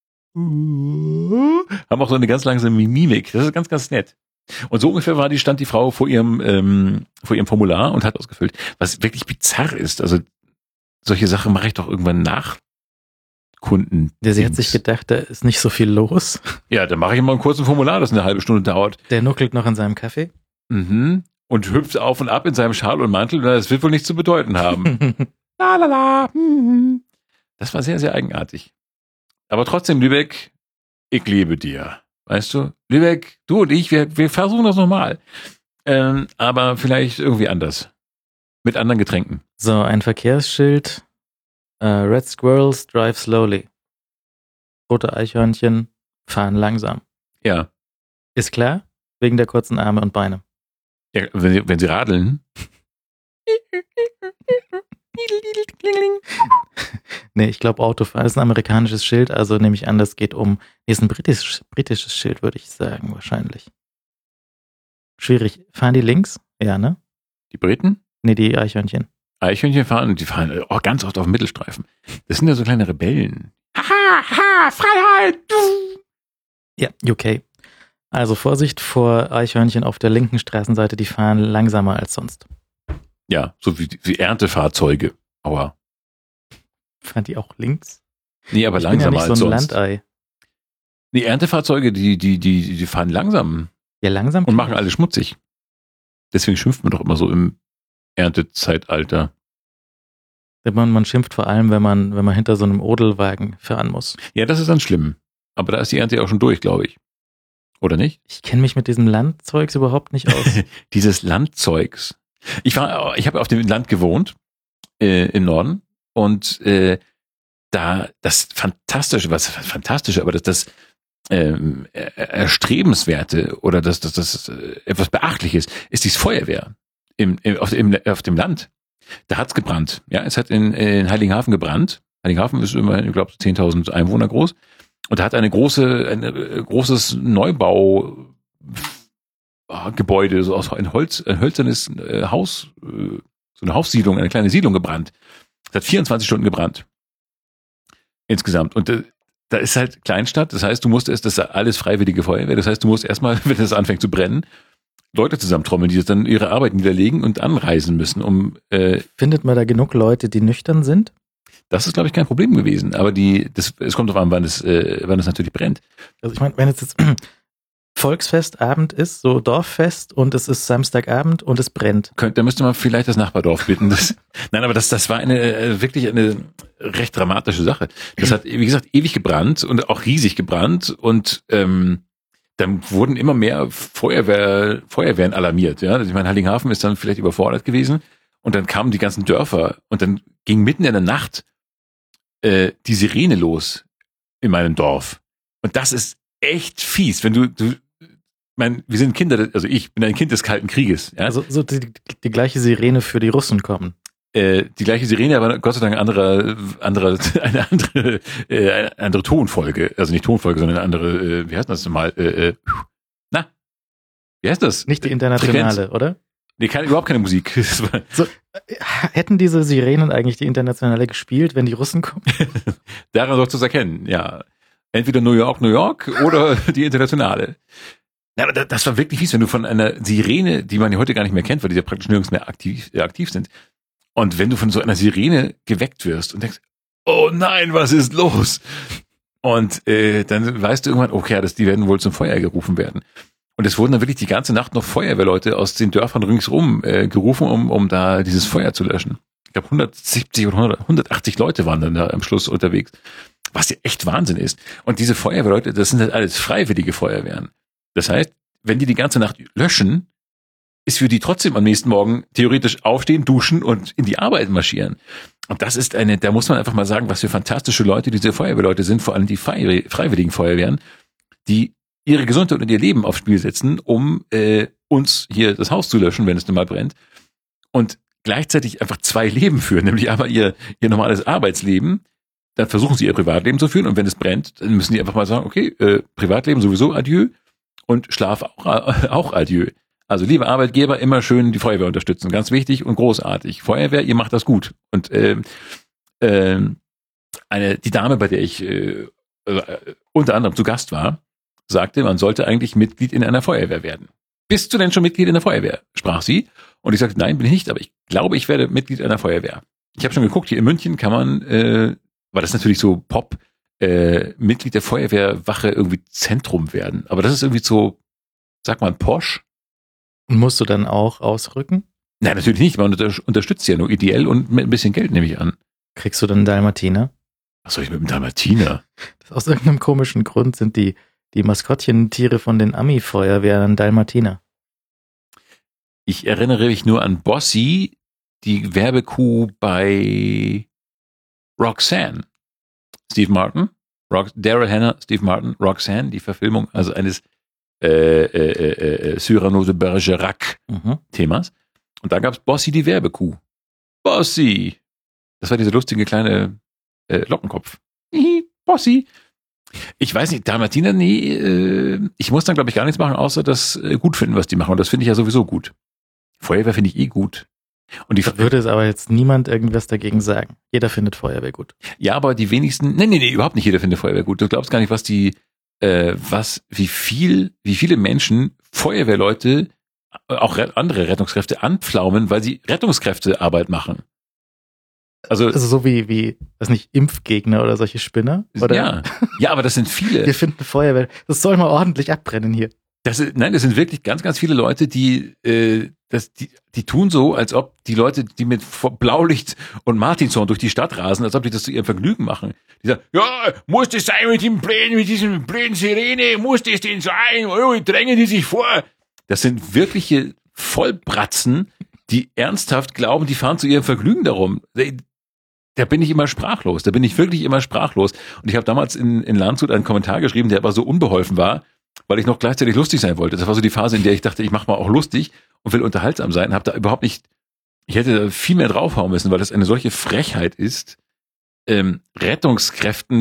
haben auch so eine ganz langsame Mimik. Das ist ganz, ganz nett. Und so ungefähr war die, stand die Frau vor ihrem, ähm, vor ihrem Formular und hat ausgefüllt, was wirklich bizarr ist. Also solche Sachen mache ich doch irgendwann nach Kunden. Ja, sie hat sich gedacht, da ist nicht so viel los. Ja, dann mache ich mal einen kurzen Formular, das eine halbe Stunde dauert. Der nuckelt noch in seinem Kaffee. Mhm. Und hüpft auf und ab in seinem Schal und Mantel. Das wird wohl nichts zu bedeuten haben. La la la. Das war sehr, sehr eigenartig. Aber trotzdem, Lübeck, ich liebe dir. Weißt du? Lübeck, du und ich, wir, wir versuchen das nochmal. Ähm, aber vielleicht irgendwie anders. Mit anderen Getränken. So, ein Verkehrsschild. Uh, Red Squirrels drive slowly. Rote Eichhörnchen fahren langsam. Ja. Ist klar? Wegen der kurzen Arme und Beine. Ja, wenn sie, wenn sie radeln. Nee, ich glaube Autofahren. Das ist ein amerikanisches Schild, also nehme ich an, das geht um. Nee, ist ein britisch, britisches Schild, würde ich sagen, wahrscheinlich. Schwierig. Fahren die links? Ja, ne? Die Briten? Nee, die Eichhörnchen. Eichhörnchen fahren, die fahren auch ganz oft auf dem Mittelstreifen. Das sind ja so kleine Rebellen. Haha, ha, Freiheit! Ja, U K. Also Vorsicht vor Eichhörnchen auf der linken Straßenseite, die fahren langsamer als sonst. Ja, so wie, wie Erntefahrzeuge. Aua. Fahren die auch links? Nee, aber ich langsamer bin ja nicht als so ein sonst. Landei. Nee, Erntefahrzeuge, die, die, die, die fahren langsam. Ja, langsam. Und machen alles schmutzig. Deswegen schimpft man doch immer so im Erntezeitalter. Man, man schimpft vor allem, wenn man, wenn man hinter so einem Odelwagen fahren muss. Ja, das ist dann schlimm. Aber da ist die Ernte ja auch schon durch, glaube ich. Oder nicht? Ich kenne mich mit diesem Landzeugs überhaupt nicht aus. Dieses Landzeugs. Ich war, ich habe auf dem Land gewohnt, äh, im Norden. Und äh, da das Fantastische, was Fantastische, aber das, das ähm, Erstrebenswerte oder das, das, das äh, etwas Beachtliches ist dieses Feuerwehr im, im, auf, im, auf dem Land. Da hat's gebrannt. Ja, es hat in, in Heiligenhafen gebrannt. Heiligenhafen ist immerhin, ich glaube, zehntausend Einwohner groß. Und da hat eine große, ein äh, großes Neubaugebäude, so aus ein Holz, ein hölzernes äh, Haus, äh, so eine Haussiedlung, eine kleine Siedlung gebrannt. Das hat vierundzwanzig Stunden gebrannt. Insgesamt. Und äh, da ist halt Kleinstadt, das heißt, du musst erst, das ist alles freiwillige Feuerwehr, das heißt, du musst erstmal, wenn das anfängt zu brennen, Leute zusammentrommeln, die dann ihre Arbeit niederlegen und anreisen müssen, um... Äh, Findet man da genug Leute, die nüchtern sind? Das ist, glaube ich, kein Problem gewesen, aber die, das, es kommt darauf an, wann es, äh, wann es natürlich brennt. Also ich meine, wenn jetzt, jetzt Volksfestabend ist, so Dorffest und es ist Samstagabend und es brennt. Könnt, da müsste man vielleicht das Nachbardorf bitten. Das, nein, aber das, das war eine äh, wirklich eine recht dramatische Sache. Das hat, wie gesagt, ewig gebrannt und auch riesig gebrannt und ähm, dann wurden immer mehr Feuerwehr, Feuerwehren alarmiert. Ja, ich meine, Heiligenhafen ist dann vielleicht überfordert gewesen und dann kamen die ganzen Dörfer und dann ging mitten in der Nacht äh, die Sirene los in meinem Dorf. Und das ist echt fies, wenn du, du mein, wir sind Kinder, also ich bin ein Kind des Kalten Krieges. Ja? Also so die, die gleiche Sirene für die Russen kommen. Äh, die gleiche Sirene, aber Gott sei Dank andere, andere, eine andere, äh, eine andere Tonfolge. Also nicht Tonfolge, sondern eine andere, äh, wie heißt das nochmal? Äh, äh, na, wie heißt das? Nicht die internationale, Frequenz. Oder? Nee, keine, überhaupt keine Musik. So, äh, hätten diese Sirenen eigentlich die internationale gespielt, wenn die Russen kommen? Daran sollst du es erkennen, ja. Entweder New York, New York oder die internationale. Ja, aber das war wirklich fies, wenn du von einer Sirene, die man ja heute gar nicht mehr kennt, weil die ja praktisch nirgends mehr aktiv, äh, aktiv sind. Und wenn du von so einer Sirene geweckt wirst und denkst, oh nein, was ist los? Und äh, dann weißt du irgendwann, okay, das, die werden wohl zum Feuer gerufen werden. Und es wurden dann wirklich die ganze Nacht noch Feuerwehrleute aus den Dörfern ringsrum äh, gerufen, um, um da dieses Feuer zu löschen. Ich glaube, hundertsiebzig oder hundertachtzig Leute waren dann da am Schluss unterwegs, was ja echt Wahnsinn ist. Und diese Feuerwehrleute, das sind halt alles freiwillige Feuerwehren. Das heißt, wenn die die ganze Nacht löschen, ist für die trotzdem am nächsten Morgen theoretisch aufstehen, duschen und in die Arbeit marschieren. Und das ist eine, da muss man einfach mal sagen, was für fantastische Leute diese Feuerwehrleute sind, vor allem die freiwilligen Feuerwehren, die ihre Gesundheit und ihr Leben aufs Spiel setzen, um äh, uns hier das Haus zu löschen, wenn es denn mal brennt. Und gleichzeitig einfach zwei Leben führen, nämlich einmal ihr, ihr normales Arbeitsleben, dann versuchen sie ihr Privatleben zu führen und wenn es brennt, dann müssen die einfach mal sagen, okay, äh, Privatleben sowieso adieu und Schlaf auch, auch adieu. Also liebe Arbeitgeber, immer schön die Feuerwehr unterstützen, ganz wichtig und großartig. Feuerwehr, ihr macht das gut. Und äh, äh, eine die Dame, bei der ich äh, äh, unter anderem zu Gast war, sagte, man sollte eigentlich Mitglied in einer Feuerwehr werden. Bist du denn schon Mitglied in der Feuerwehr? Sprach sie. Und ich sagte, nein, bin ich nicht, aber ich glaube, ich werde Mitglied einer Feuerwehr. Ich habe schon geguckt, hier in München kann man, äh, war das natürlich so Pop, äh, Mitglied der Feuerwehrwache irgendwie Zentrum werden. Aber das ist irgendwie so, sag mal, Porsche. Und musst du dann auch ausrücken? Nein, natürlich nicht. Man unter- unterstützt ja nur ideell und mit ein bisschen Geld, nehme ich an. Kriegst du dann einen Dalmatiner? Was soll ich mit dem Dalmatiner? Das aus irgendeinem komischen Grund sind die, die Maskottchentiere von den Ami-Feuerwehren Dalmatiner. Ich erinnere mich nur an Bossy, die Werbekuh bei Roxanne. Steve Martin, Rox- Daryl Hannah, Steve Martin, Roxanne, die Verfilmung, also eines äh, äh, äh, Cyrano de Bergerac-Themas. Mhm. Und da gab es Bossy, die Werbekuh. Bossy! Das war dieser lustige kleine äh, Lockenkopf. Bossy! Ich weiß nicht, Dalmatiner, nee, äh, ich muss dann, glaube ich, gar nichts machen, außer das äh, gut finden, was die machen. Und das finde ich ja sowieso gut. Feuerwehr finde ich eh gut. Und die da würde es aber jetzt niemand irgendwas dagegen sagen. Jeder findet Feuerwehr gut. Ja, aber die wenigsten, nee, nee, nee, überhaupt nicht jeder findet Feuerwehr gut. Du glaubst gar nicht, was die, äh, was, wie viel, wie viele Menschen Feuerwehrleute, auch re- andere Rettungskräfte anpflaumen, weil sie Rettungskräftearbeit machen. Also, Also so wie, wie, was nicht, Impfgegner oder solche Spinner? Oder? Ja, ja, aber das sind viele. Wir finden Feuerwehr, das soll mal ordentlich abbrennen hier. Das ist, nein, das sind wirklich ganz, ganz viele Leute, die, äh, das, die, die tun so, als ob die Leute, die mit Blaulicht und Martinshorn durch die Stadt rasen, als ob die das zu ihrem Vergnügen machen. Die sagen, ja, muss das sein mit dem blöden, mit diesem blöden Sirene, muss das denn sein? Oh, drängen die sich vor. Das sind wirkliche Vollbratzen, die ernsthaft glauben, die fahren zu ihrem Vergnügen darum. Da bin ich immer sprachlos, da bin ich wirklich immer sprachlos. Und ich habe damals in, in Landshut einen Kommentar geschrieben, der aber so unbeholfen war, weil ich noch gleichzeitig lustig sein wollte. Das war so die Phase, in der ich dachte, ich mache mal auch lustig und will unterhaltsam sein. Habe da überhaupt nicht, ich hätte viel mehr draufhauen müssen, weil das eine solche Frechheit ist, ähm, Rettungskräften f-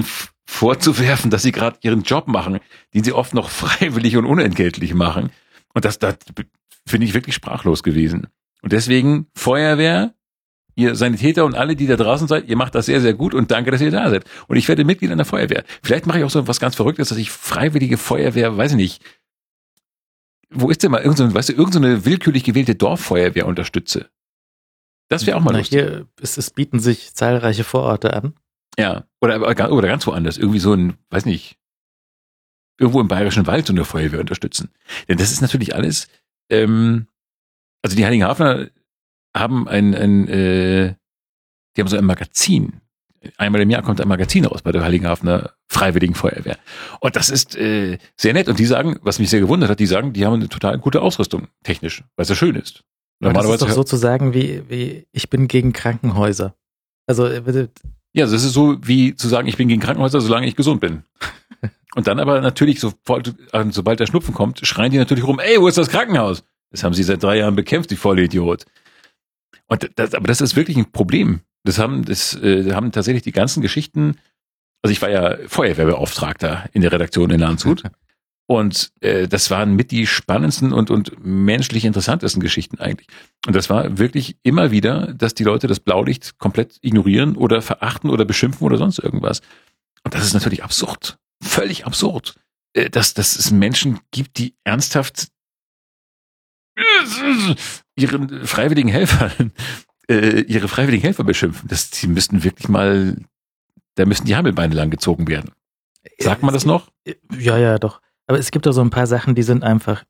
vorzuwerfen, dass sie gerade ihren Job machen, den sie oft noch freiwillig und unentgeltlich machen. Und das, das finde ich wirklich sprachlos gewesen. Und deswegen Feuerwehr, ihr Sanitäter und alle, die da draußen seid, ihr macht das sehr, sehr gut und danke, dass ihr da seid. Und ich werde Mitglied in der Feuerwehr. Vielleicht mache ich auch so was ganz Verrücktes, dass ich freiwillige Feuerwehr, weiß ich nicht, wo ist denn mal irgendeine, weißt du, irgendeine willkürlich gewählte Dorffeuerwehr unterstütze? Das wäre auch mal Na, lustig. hier ist, es bieten sich zahlreiche Vororte an. Ja, oder, oder ganz woanders. Irgendwie so ein, weiß nicht, irgendwo im Bayerischen Wald so eine Feuerwehr unterstützen. Denn das ist natürlich alles, ähm, also die Heiligenhafener haben ein, ein äh, die haben so ein Magazin. Einmal im Jahr kommt ein Magazin raus bei der Heiligenhafener Freiwilligen Feuerwehr. Und das ist äh, sehr nett. Und die sagen, was mich sehr gewundert hat, die sagen, die haben eine total gute Ausrüstung, technisch, weil es ja schön ist. Aber das ist doch sozusagen wie, wie, ich bin gegen Krankenhäuser. Also, äh, ja, das ist so wie zu sagen, ich bin gegen Krankenhäuser, solange ich gesund bin. Und dann aber natürlich, sofort, sobald der Schnupfen kommt, schreien die natürlich rum, ey, wo ist das Krankenhaus? Das haben sie seit drei Jahren bekämpft, die Vollidiot. Und das, aber das ist wirklich ein Problem. Das haben, das äh, haben tatsächlich die ganzen Geschichten, also ich war ja Feuerwehrbeauftragter in der Redaktion in Landshut. Und äh, das waren mit die spannendsten und, und menschlich interessantesten Geschichten eigentlich. Und das war wirklich immer wieder, dass die Leute das Blaulicht komplett ignorieren oder verachten oder beschimpfen oder sonst irgendwas. Und das ist natürlich absurd. Völlig absurd. Äh, dass, dass es Menschen gibt, die ernsthaft ihren freiwilligen Helfern, äh, ihre freiwilligen Helfer beschimpfen. Das, die müssten wirklich mal, da müssen die Hammelbeine lang gezogen werden. Sagt man das noch? Ja, ja, doch. Aber es gibt auch so ein paar Sachen, die sind einfach,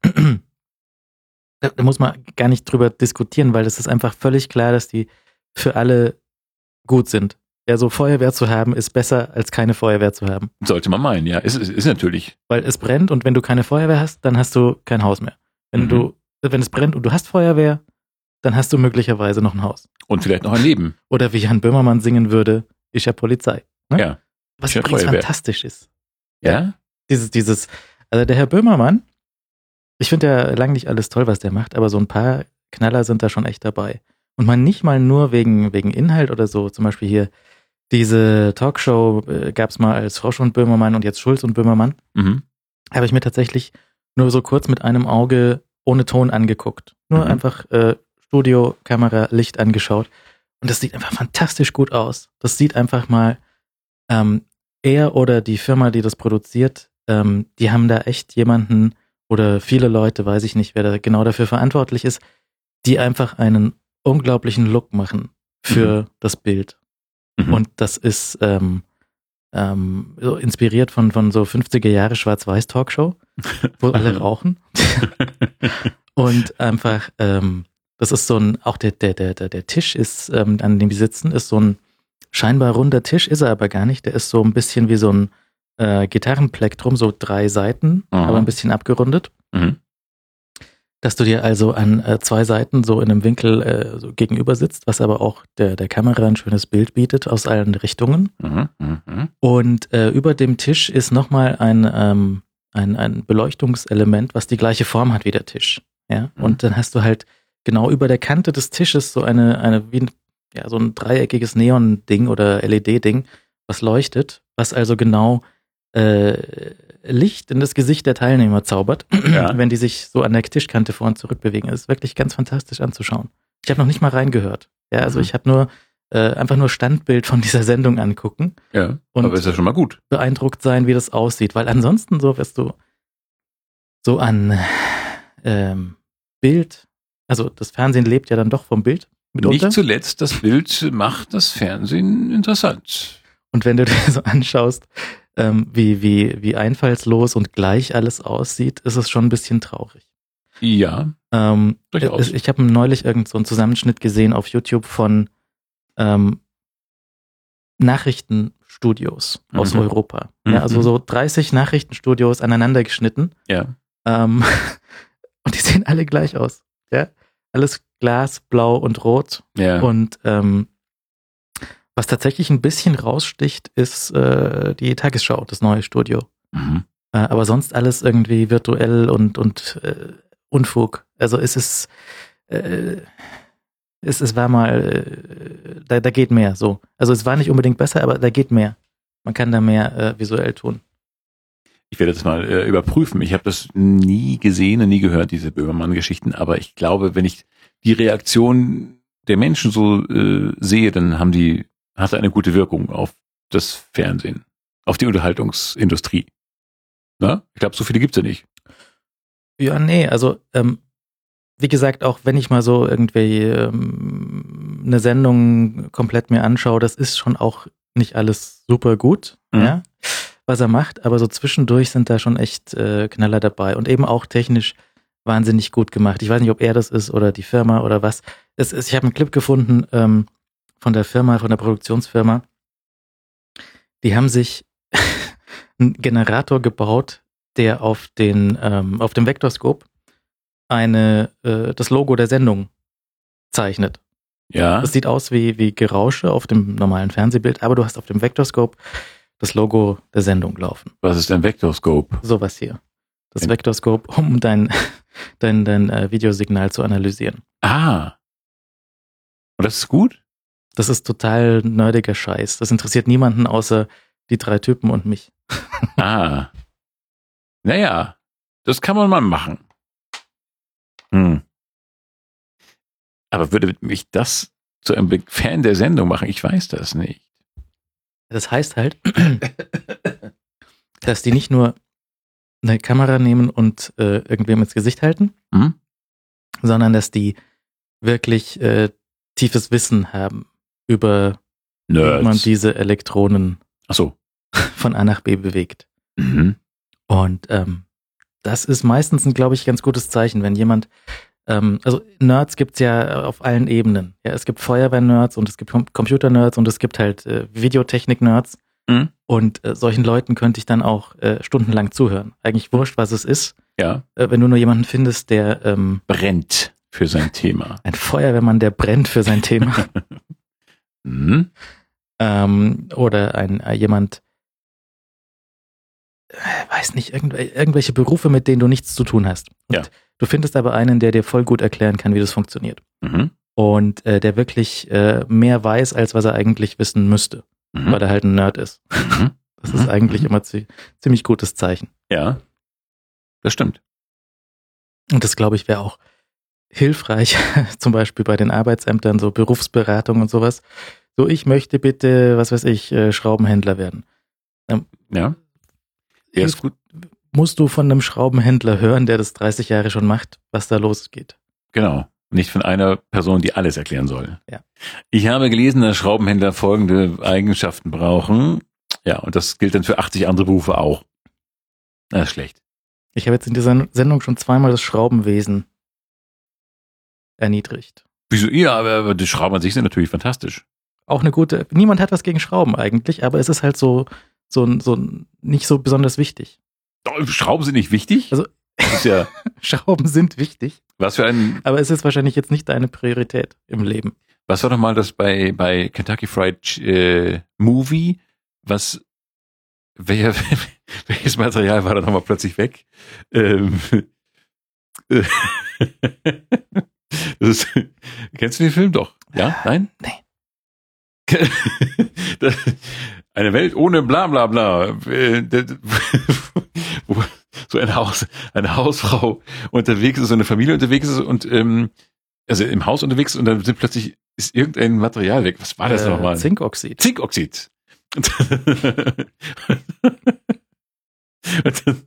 da, da muss man gar nicht drüber diskutieren, weil es ist einfach völlig klar, dass die für alle gut sind. Ja, so Feuerwehr zu haben, ist besser, als keine Feuerwehr zu haben. Sollte man meinen, ja. Ist, ist, ist natürlich. Weil es brennt und wenn du keine Feuerwehr hast, dann hast du kein Haus mehr. Wenn mhm. du, wenn es brennt und du hast Feuerwehr, dann hast du möglicherweise noch ein Haus. Und vielleicht noch ein Leben. Oder wie Jan Böhmermann singen würde, ich hab Polizei. Ne? Ja. Was übrigens Feuerwehr. Fantastisch ist. Ja? Dieses, dieses, also der Herr Böhmermann, ich finde ja lang nicht alles toll, was der macht, aber so ein paar Knaller sind da schon echt dabei. Und man nicht mal nur wegen, wegen Inhalt oder so, zum Beispiel hier diese Talkshow äh, gab es mal als Frosch und Böhmermann und jetzt Schulz und Böhmermann. Mhm. Habe ich mir tatsächlich nur so kurz mit einem Auge ohne Ton angeguckt. Nur Mhm. einfach äh, Studio, Kamera, Licht angeschaut. Und das sieht einfach fantastisch gut aus. Das sieht einfach mal, ähm, er oder die Firma, die das produziert, ähm, die haben da echt jemanden oder viele Leute, weiß ich nicht, wer da genau dafür verantwortlich ist, die einfach einen unglaublichen Look machen für mhm. das Bild. Mhm. Und das ist ähm, ähm, so inspiriert von, von so fünfziger Jahre Schwarz-Weiß-Talkshow, wo alle rauchen. Und einfach, ähm, das ist so ein, auch der, der, der, der Tisch ist, ähm, an dem wir sitzen, ist so ein scheinbar runder Tisch, ist er aber gar nicht. Der ist so ein bisschen wie so ein äh, Gitarrenplektrum, so drei Seiten, mhm. aber ein bisschen abgerundet. Mhm. Dass du dir also an äh, zwei Seiten so in einem Winkel äh, so gegenüber sitzt, was aber auch der, der Kamera ein schönes Bild bietet aus allen Richtungen. Mhm. Mhm. Und äh, über dem Tisch ist nochmal ein, ähm, ein, ein Beleuchtungselement, was die gleiche Form hat wie der Tisch. Ja? Mhm. Und dann hast du halt genau über der Kante des Tisches so eine, eine wie ein, ja, so ein dreieckiges Neon-Ding oder L E D-Ding, was leuchtet, was also genau äh, Licht in das Gesicht der Teilnehmer zaubert, ja. wenn die sich so an der Tischkante vor und zurück bewegen. Das ist wirklich ganz fantastisch anzuschauen. Ich habe noch nicht mal reingehört. Ja, also mhm. ich habe nur äh, einfach nur Standbild von dieser Sendung angucken. Ja, und aber ist ja schon mal gut. Beeindruckt sein, wie das aussieht. Weil ansonsten so wirst du so an ähm, Bild, also das Fernsehen lebt ja dann doch vom Bild. Mitunter. Nicht zuletzt, das Bild macht das Fernsehen interessant. Und wenn du dir so anschaust, ähm, wie, wie, wie einfallslos und gleich alles aussieht, ist es schon ein bisschen traurig. Ja, ähm, durchaus. Ich habe neulich irgend so einen Zusammenschnitt gesehen auf YouTube von ähm, Nachrichtenstudios mhm. aus Europa. Mhm. Ja, also so dreißig Nachrichtenstudios aneinander geschnitten. Ja. Ähm, und die sehen alle gleich aus. Ja, alles Glas, Blau und Rot. Ja. Und ähm, was tatsächlich ein bisschen raussticht, ist äh, die Tagesschau, das neue Studio. Mhm. Äh, aber sonst alles irgendwie virtuell und, und äh, Unfug. Also es ist, äh, es, es war mal, äh, da, da geht mehr so. Also es war nicht unbedingt besser, aber da geht mehr. Man kann da mehr äh, visuell tun. Ich werde das mal äh, überprüfen. Ich habe das nie gesehen und nie gehört, diese Böhmermann-Geschichten, aber ich glaube, wenn ich die Reaktion der Menschen so äh, sehe, dann haben die, hat eine gute Wirkung auf das Fernsehen, auf die Unterhaltungsindustrie. Na? Ich glaube, so viele gibt's ja nicht. Ja, nee, also ähm, wie gesagt, auch wenn ich mal so irgendwie ähm, eine Sendung komplett mir anschaue, das ist schon auch nicht alles super gut, mhm. ja, was er macht, aber so zwischendurch sind da schon echt äh, Knaller dabei und eben auch technisch wahnsinnig gut gemacht. Ich weiß nicht, ob er das ist oder die Firma oder was. Es ist, ich habe einen Clip gefunden ähm, von der Firma, von der Produktionsfirma. Die haben sich einen Generator gebaut, der auf den ähm, auf dem Vektorskop eine äh, das Logo der Sendung zeichnet. Ja. Das sieht aus wie wie Gerausche auf dem normalen Fernsehbild, aber du hast auf dem Vektorskop das Logo der Sendung laufen. Was ist ein Vektorskop? Sowas hier. Das Vektorskop, um dein dein dein äh, Videosignal zu analysieren. Ah. Und das ist gut? Das ist total nerdiger Scheiß. Das interessiert niemanden außer die drei Typen und mich. Ah. Naja, das kann man mal machen. Hm. Aber würde mich das zu einem Big Fan der Sendung machen? Ich weiß das nicht. Das heißt halt, dass die nicht nur eine Kamera nehmen und äh, irgendwem ins Gesicht halten, hm? sondern dass die wirklich äh, tiefes Wissen haben über Nerds. wie man diese Elektronen Ach so. von A nach B bewegt. Mhm. Und ähm, das ist meistens ein, glaube ich, ganz gutes Zeichen, wenn jemand, ähm, also Nerds gibt's ja auf allen Ebenen. Ja, es gibt Feuerwehr-Nerds und es gibt Com- Computer-Nerds und es gibt halt äh, Videotechnik-Nerds. Mhm. Und äh, solchen Leuten könnte ich dann auch äh, stundenlang zuhören. Eigentlich wurscht, was es ist. Ja. Äh, wenn du nur jemanden findest, der ähm, brennt für sein Thema. Ein Feuerwehrmann, der brennt für sein Thema. mhm. ähm, oder ein äh, jemand, äh, weiß nicht, irgendw- irgendwelche Berufe, mit denen du nichts zu tun hast. Und ja. Du findest aber einen, der dir voll gut erklären kann, wie das funktioniert. Mhm. Und äh, der wirklich äh, mehr weiß, als was er eigentlich wissen müsste. Mhm. Weil er halt ein Nerd ist. Mhm. Das ist eigentlich immer zi- ziemlich gutes Zeichen. Ja, das stimmt. Und das, glaube ich, wäre auch hilfreich, zum Beispiel bei den Arbeitsämtern, so Berufsberatung und sowas. So, ich möchte bitte, was weiß ich, äh, Schraubenhändler werden. Ähm, ja. Ja, ist gut. Musst du von einem Schraubenhändler hören, der das dreißig Jahre schon macht, was da losgeht. Genau. Nicht von einer Person, die alles erklären soll. Ja. Ich habe gelesen, dass Schraubenhändler folgende Eigenschaften brauchen. Ja, und das gilt dann für achtzig andere Berufe auch. Das ist schlecht. Ich habe jetzt in dieser Sendung schon zweimal das Schraubenwesen erniedrigt. Wieso? Ja, aber, aber die Schrauben an sich sind natürlich fantastisch. Auch eine gute, niemand hat was gegen Schrauben eigentlich, aber es ist halt so, so, so nicht so besonders wichtig. Schrauben sind nicht wichtig? Also, das ist ja Schrauben sind wichtig. Was für ein. Aber es ist wahrscheinlich jetzt nicht deine Priorität im Leben. Was war doch mal das bei, bei Kentucky Fried äh, Movie? Was, welcher, welches Material war da nochmal plötzlich weg? Ähm, äh, das ist, kennst du den Film doch? Ja? Nein? Nee. Eine Welt ohne bla bla bla. Wo so ein Haus, eine Hausfrau unterwegs ist, so eine Familie unterwegs ist und ähm, also im Haus unterwegs ist und dann sind plötzlich ist irgendein Material weg. Was war das äh, nochmal? Zinkoxid. Zinkoxid. Und dann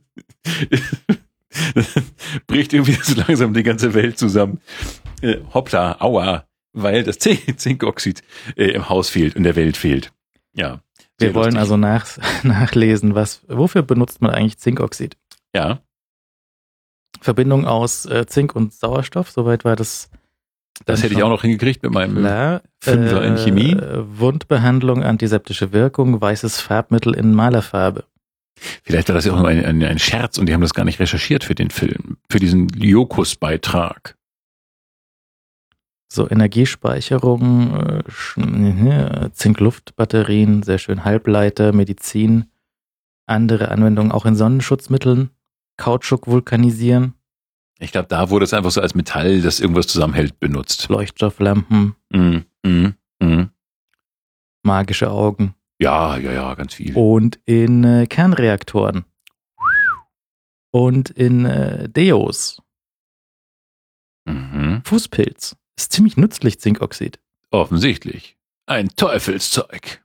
bricht irgendwie so langsam die ganze Welt zusammen. Äh, hoppla, aua, weil das Zinkoxid äh, im Haus fehlt und der Welt fehlt. Ja. Wir wollen lustig. also nach, nachlesen, was, wofür benutzt man eigentlich Zinkoxid? Ja. Verbindung aus äh, Zink und Sauerstoff, soweit war das. Das hätte ich auch noch hingekriegt mit meinem klar, Fünfer äh, in Chemie. Wundbehandlung, antiseptische Wirkung, weißes Farbmittel in Malerfarbe. Vielleicht war das ja auch nur ein, ein, ein Scherz und die haben das gar nicht recherchiert für den Film, für diesen Liokus-Beitrag. So, Energiespeicherung, äh, Zinkluftbatterien, sehr schön, Halbleiter, Medizin, andere Anwendungen auch in Sonnenschutzmitteln, Kautschuk vulkanisieren. Ich glaube, da wurde es einfach so als Metall, das irgendwas zusammenhält, benutzt. Leuchtstofflampen, mm, mm, mm. magische Augen. Ja, ja, ja, ganz viel. Und in äh, Kernreaktoren. Und in äh, Deos. Mhm. Fußpilz. Ist ziemlich nützlich, Zinkoxid. Offensichtlich. Ein Teufelszeug.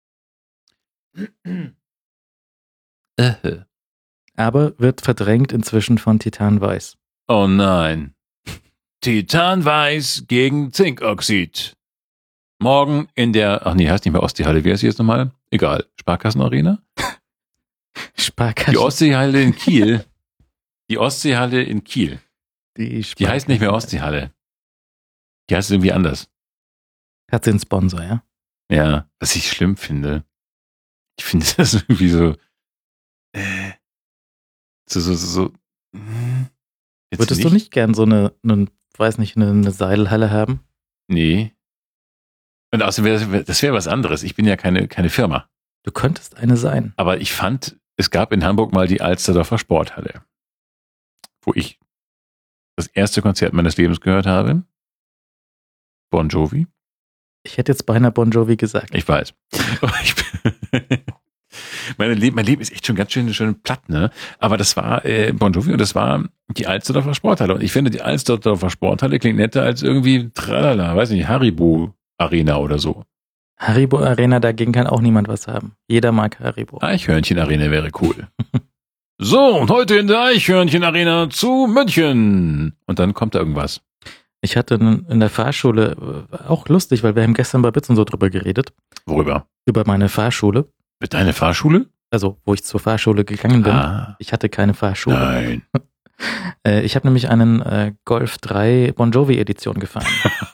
äh. Aber wird verdrängt inzwischen von Titanweiß. Oh nein. Titanweiß gegen Zinkoxid. Morgen in der, ach nee, heißt nicht mehr Ostseehalle, wie heißt sie jetzt nochmal? Egal, Sparkassenarena? Sparkassen. Die Ostseehalle in Kiel. Die Ostseehalle in Kiel. Die, Die heißt nicht mehr Ostseehalle. Die heißt irgendwie anders. Hat sie einen Sponsor, ja? Ja, was ich schlimm finde. Ich finde das irgendwie so, äh, so, so, so, so hm, jetzt Würdest nicht? du nicht gern so eine, eine weiß nicht, eine, eine Seilhalle haben? Nee. Und außerdem wäre das wäre was anderes. Ich bin ja keine, keine Firma. Du könntest eine sein. Aber ich fand, es gab in Hamburg mal die Alsterdorfer Sporthalle, wo ich das erste Konzert meines Lebens gehört habe. Bon Jovi. Ich hätte jetzt beinahe Bon Jovi gesagt. Ich weiß. Aber ich Meine Leben, mein Leben ist echt schon ganz schön, schön platt, ne? Aber das war äh, Bon Jovi und das war die Alsterdorfer Sporthalle. Und ich finde, die Alsterdorfer Sporthalle klingt netter als irgendwie, tralala, weiß nicht, Haribo Arena oder so. Haribo Arena, dagegen kann auch niemand was haben. Jeder mag Haribo. Eichhörnchen Arena wäre cool. So, und heute in der Eichhörnchen Arena zu München. Und dann kommt da irgendwas. Ich hatte in der Fahrschule, auch lustig, weil wir haben gestern bei Bits und so drüber geredet. Worüber? Über meine Fahrschule. Mit deiner Fahrschule? Also, wo ich zur Fahrschule gegangen bin. Ah. Ich hatte keine Fahrschule. Nein. Ich habe nämlich einen äh, Golf drei Bon Jovi Edition gefahren.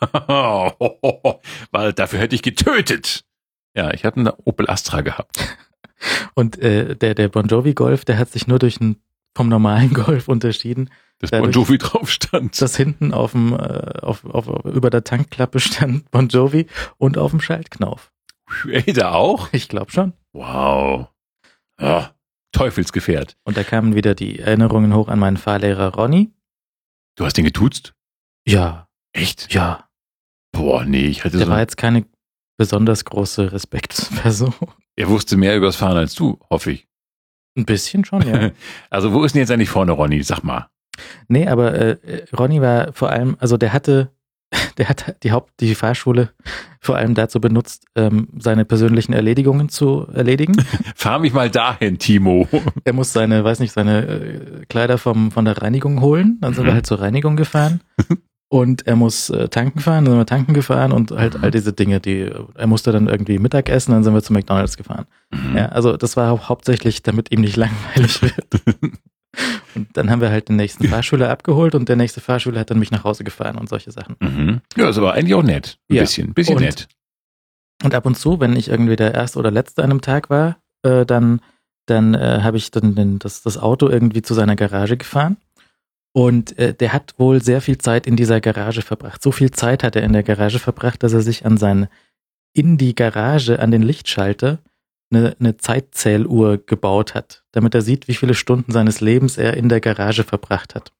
Weil dafür hätte ich getötet. Ja, ich hatte einen Opel Astra gehabt. Und äh, der, der Bon Jovi Golf, der hat sich nur durch einen, vom normalen Golf unterschieden. Dass Bon Jovi drauf stand. Dass hinten auf dem, äh, auf, auf, über der Tankklappe stand Bon Jovi und auf dem Schaltknauf. Ey, da auch? Ich glaube schon. Wow. Oh, Teufelsgefährt. Und da kamen wieder die Erinnerungen hoch an meinen Fahrlehrer Ronny. Du hast den getuzt? Ja. Echt? Ja. Boah, nee, ich hatte Der so... war jetzt keine besonders große Respektsperson. Er wusste mehr übers Fahren als du, hoffe ich. Ein bisschen schon, ja. Also wo ist denn jetzt eigentlich vorne Ronny? Sag mal. Nee, aber äh, Ronny war vor allem, also der hatte, der hat die Haupt, die Fahrschule vor allem dazu benutzt, ähm, seine persönlichen Erledigungen zu erledigen. Fahr mich mal dahin, Timo. Er muss seine, weiß nicht, seine äh, Kleider vom, von der Reinigung holen. Dann sind Mhm. wir halt zur Reinigung gefahren. Und er muss äh, tanken fahren, dann sind wir tanken gefahren und halt Mhm. all diese Dinge, die, er musste dann irgendwie Mittag essen, dann sind wir zu McDonalds gefahren. Mhm. Ja, also das war hau- hauptsächlich, damit ihm nicht langweilig wird. Und dann haben wir halt den nächsten Fahrschüler abgeholt und der nächste Fahrschüler hat dann mich nach Hause gefahren und solche Sachen. Mhm. Ja, ist aber eigentlich auch nett. Ein Ja. bisschen, bisschen Und- nett. Und ab und zu, wenn ich irgendwie der Erste oder Letzte an einem Tag war, äh, dann, dann äh, habe ich dann den, das, das Auto irgendwie zu seiner Garage gefahren. Und äh, der hat wohl sehr viel Zeit in dieser Garage verbracht. So viel Zeit hat er in der Garage verbracht, dass er sich an sein, in die Garage, an den Lichtschalter, eine, eine Zeitzähluhr gebaut hat, damit er sieht, wie viele Stunden seines Lebens er in der Garage verbracht hat.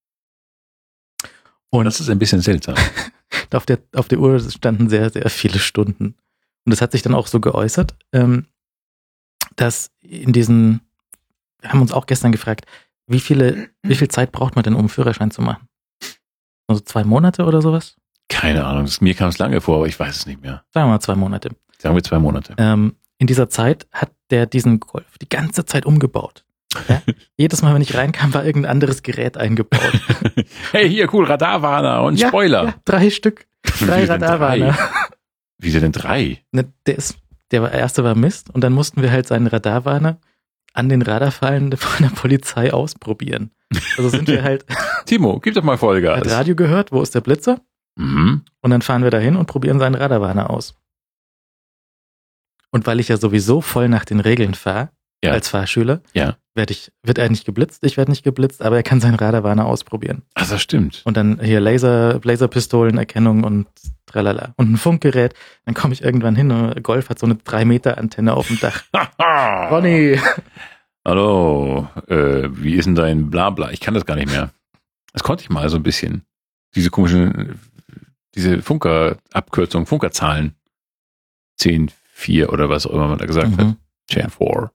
Und Das ist ein bisschen seltsam. auf der, auf der Uhr standen sehr, sehr viele Stunden. Und das hat sich dann auch so geäußert, ähm, dass in diesen, wir haben uns auch gestern gefragt, wie viele, wie viel Zeit braucht man denn, um einen Führerschein zu machen? Also zwei Monate oder sowas? Keine Ahnung, das, mir kam es lange vor, aber ich weiß es nicht mehr. Sagen wir mal zwei Monate. Sagen wir zwei Monate. Ähm, in dieser Zeit hat der diesen Golf die ganze Zeit umgebaut. Ja? Jedes Mal, wenn ich reinkam, war irgendein anderes Gerät eingebaut. Hey, hier, cool, Radarwarner und Ja, Spoiler. Ja, drei Stück. Drei Wie denn Radarwarner. drei? Wieso denn drei? Ne, der, ist, der war- erste war Mist und dann mussten wir halt seinen Radarwarner an den Radarfallen von der Polizei ausprobieren. Also sind wir halt, Timo, gib doch mal hat Vollgas. Radio gehört, wo ist der Blitzer? Mhm. Und dann fahren wir dahin und probieren seinen Radarwarner aus. Und weil ich ja sowieso voll nach den Regeln fahre, Ja. als Fahrschüler, Ja. werd ich, wird er nicht geblitzt, ich werde nicht geblitzt, aber er kann seinen Radarwarner ausprobieren. Ach, das stimmt. Und dann hier Laser, Laserpistolenerkennung und tralala. Und ein Funkgerät. Dann komme ich irgendwann hin und Golf hat so eine drei Meter Antenne auf dem Dach. Ronny! Hallo, äh, wie ist denn dein Blabla? Ich kann das gar nicht mehr. Das konnte ich mal so ein bisschen. Diese komischen, diese Funker-Abkürzungen, Funkerzahlen. zehn, vier oder was auch immer man da gesagt Mhm. hat. Gen vier.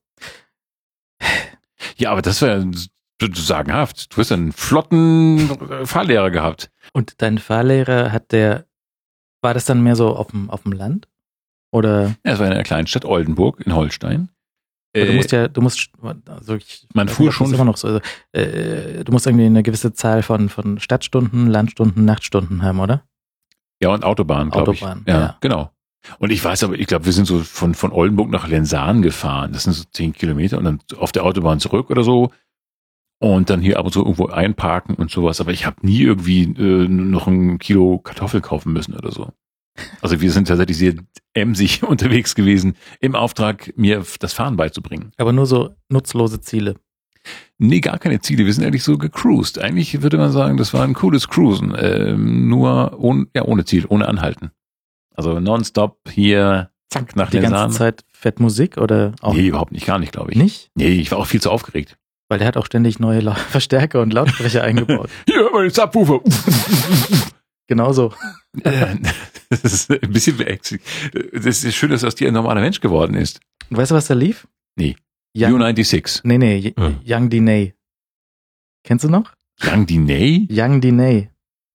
Ja, aber das war ja sagenhaft. Du hast einen flotten Fahrlehrer gehabt. Und dein Fahrlehrer hat der, war das dann mehr so auf dem, auf dem Land? Oder? Ja, es war in einer kleinen Stadt Oldenburg in Holstein. Aber du Äh, musst ja, du musst, also ich, Man weiß fuhr nicht, ob das schon- immer noch so, also, äh, du musst irgendwie eine gewisse Zahl von, von Stadtstunden, Landstunden, Nachtstunden haben, oder? Ja, und Autobahn, glaube ich. Autobahn, Ja, ja. genau. Und ich weiß aber, ich glaube, wir sind so von, von Oldenburg nach Lensahn gefahren. Das sind so zehn Kilometer und dann auf der Autobahn zurück oder so. Und dann hier ab und zu irgendwo einparken und sowas. Aber ich habe nie irgendwie äh, noch ein Kilo Kartoffel kaufen müssen oder so. Also wir sind tatsächlich sehr emsig unterwegs gewesen, im Auftrag, mir das Fahren beizubringen. Aber nur so nutzlose Ziele. Nee, gar keine Ziele. Wir sind eigentlich so gecruised. Eigentlich würde man sagen, das war ein cooles Cruisen. Ähm, nur ohne, ja, ohne Ziel, ohne Anhalten. Also nonstop hier, zack, nach Die ganze Lensahn. Zeit fett Musik oder auch Nee, überhaupt nicht, gar nicht, glaube ich. nicht? Nee, ich war auch viel zu aufgeregt. Weil der hat auch ständig neue La Verstärker und Lautsprecher eingebaut. Hier, meine Subwoofer. Genauso. Äh, Das ist ein bisschen beängstigend. Das ist schön, dass aus dir ein normaler Mensch geworden ist. Und weißt du, was da lief? Nee. Young, U neunundsechzig. nee, nee, Y- Hm. Young Diney. Kennst du noch? Young Diney? Young Diney.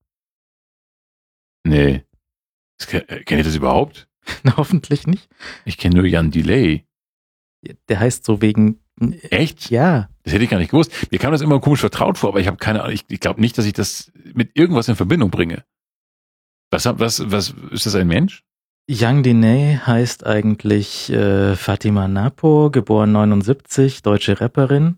Nee. Das ke- äh, Kennt ihr das überhaupt? Na, hoffentlich nicht. Ich kenne nur Jan Delay. Der heißt so wegen, Echt? ja, Das hätte ich gar nicht gewusst. Mir kam das immer komisch vertraut vor, aber ich habe keine Ahnung. Ich, ich glaube nicht, dass ich das mit irgendwas in Verbindung bringe. Was, hab- was, was, ist das ein Mensch? Young Diney heißt eigentlich äh, Fatima Napo, geboren neunundsiebzig, deutsche Rapperin.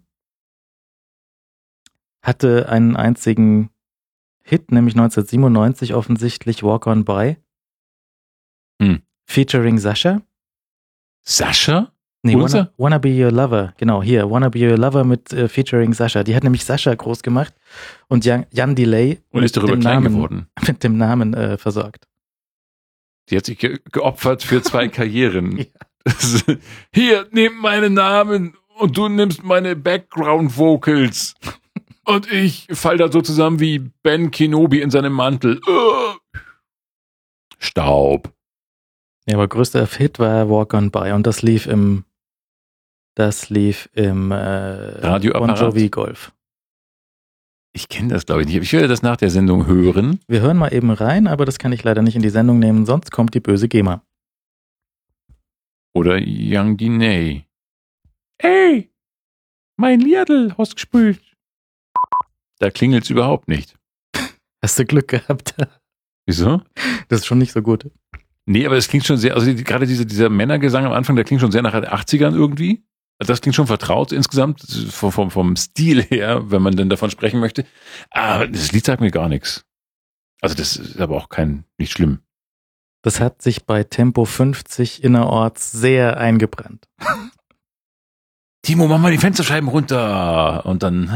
Hatte einen einzigen Hit, nämlich neunzehnhundertsiebenundneunzig offensichtlich Walk On By. Hm. Featuring Sascha. Sascha? Nee, Unser? wanna, wanna Be Your Lover. Genau, hier, Wanna Be Your Lover mit äh, Featuring Sascha. Die hat nämlich Sascha groß gemacht und Jan, Jan Delay Und ist darüber dem klein Namen, geworden. mit dem Namen äh, versorgt. Die hat sich ge geopfert für zwei Karrieren. Ja. Das ist- Hier, nimm meinen Namen und du nimmst meine Background Vocals. Und ich fall da so zusammen wie Ben Kenobi in seinem Mantel. Ugh. Staub. Ja, aber größter Hit war Walk On By und das lief im das lief im äh, Radioapparat? Bon Jovi Golf. Ich kenne das, glaube ich, nicht. Ich werde das nach der Sendung hören. Wir hören mal eben rein, aber das kann ich leider nicht in die Sendung nehmen, sonst kommt die böse GEMA. Oder Young Diney. Ey, mein Liadl ausgespült. Da klingelt's überhaupt nicht. Hast du Glück gehabt? Wieso? Das ist schon nicht so gut. Nee, aber es klingt schon sehr, also die, gerade diese, dieser Männergesang am Anfang, der klingt schon sehr nach den achtzigern irgendwie. Also das klingt schon vertraut insgesamt, vom, vom, vom Stil her, wenn man denn davon sprechen möchte. Aber das Lied sagt mir gar nichts. Also das ist aber auch kein, nicht schlimm. Das hat sich bei Tempo fünfzig innerorts sehr eingebrannt. Timo, mach mal die Fensterscheiben runter. Und dann,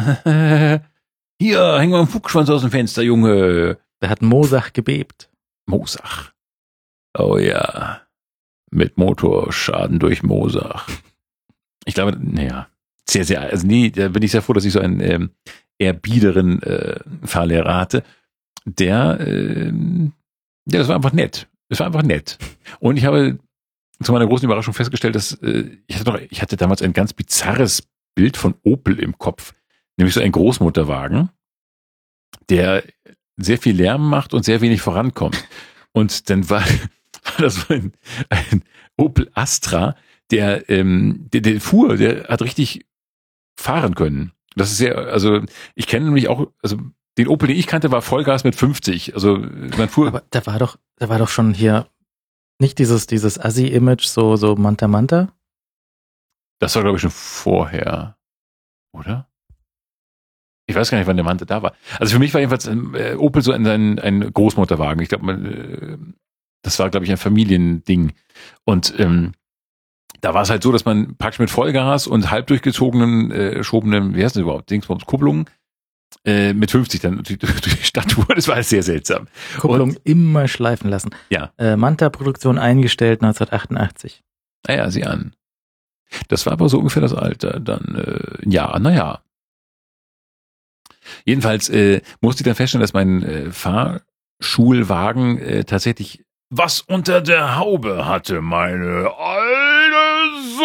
hier, häng mal einen Fuchsschwanz aus dem Fenster, Junge. Da hat Mosach gebebt. Mosach. Oh ja. Mit Motorschaden durch Mosach. Ich glaube, naja, sehr, sehr, also nee, da bin ich sehr froh, dass ich so einen ähm, eher biederen äh, Fahrlehrer hatte. Der, ähm, ja, das war einfach nett. Das war einfach nett. Und ich habe zu meiner großen Überraschung festgestellt, dass äh, ich hatte doch, ich hatte damals ein ganz bizarres Bild von Opel im Kopf. Nämlich so ein Großmotorwagen, der sehr viel Lärm macht und sehr wenig vorankommt. Und dann war, war das so ein, ein Opel Astra, der, ähm, der, der fuhr, der hat richtig fahren können. Das ist sehr, also ich kenne nämlich auch, also den Opel, den ich kannte, war Vollgas mit fünfzig. Also man fuhr. Aber da war doch, da war doch schon hier nicht dieses, dieses Assi-Image, so, so Manta Manta. Das war, glaube ich, schon vorher. Oder? Ich weiß gar nicht, wann der Manta da war. Also für mich war jedenfalls äh, Opel so ein, ein, ein Großmotorwagen. Ich glaube, man, äh, das war, glaube ich, ein Familiending. Und ähm, da war es halt so, dass man praktisch mit Vollgas und halb durchgezogenen, äh, schobenen, wie heißt das überhaupt, Dingsbums, Kupplungen, äh, mit fünfzig dann durch, durch die Stadt fuhr. Das war alles sehr seltsam. Kupplung Und- immer schleifen lassen. Ja. Äh, Manta-Produktion eingestellt neunzehnhundertachtundachtzig. Naja, sieh an. Das war aber so ungefähr das Alter. Dann, äh, ja, naja. Jedenfalls äh, musste ich dann feststellen, dass mein äh, Fahrschulwagen äh, tatsächlich was unter der Haube hatte, meine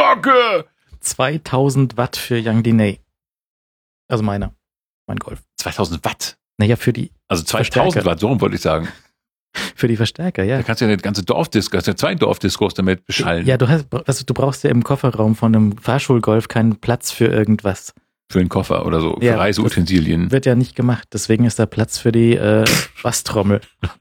Backe! zweitausend Watt für Young Diney. Also meiner. Mein Golf. zweitausend Watt? Naja, für die Also zweitausend Verstärker. Watt, so rum wollte ich sagen. Für die Verstärker, ja. Da kannst du ja eine ganze Dorfdisco, hast ja zwei Dorfdiscos damit beschallen. Ja, du hast, also du brauchst ja im Kofferraum von einem Fahrschulgolf keinen Platz für irgendwas. Für einen Koffer oder so, für Ja, Reiseutensilien. Wird ja nicht gemacht, deswegen ist da Platz für die äh, Basstrommel.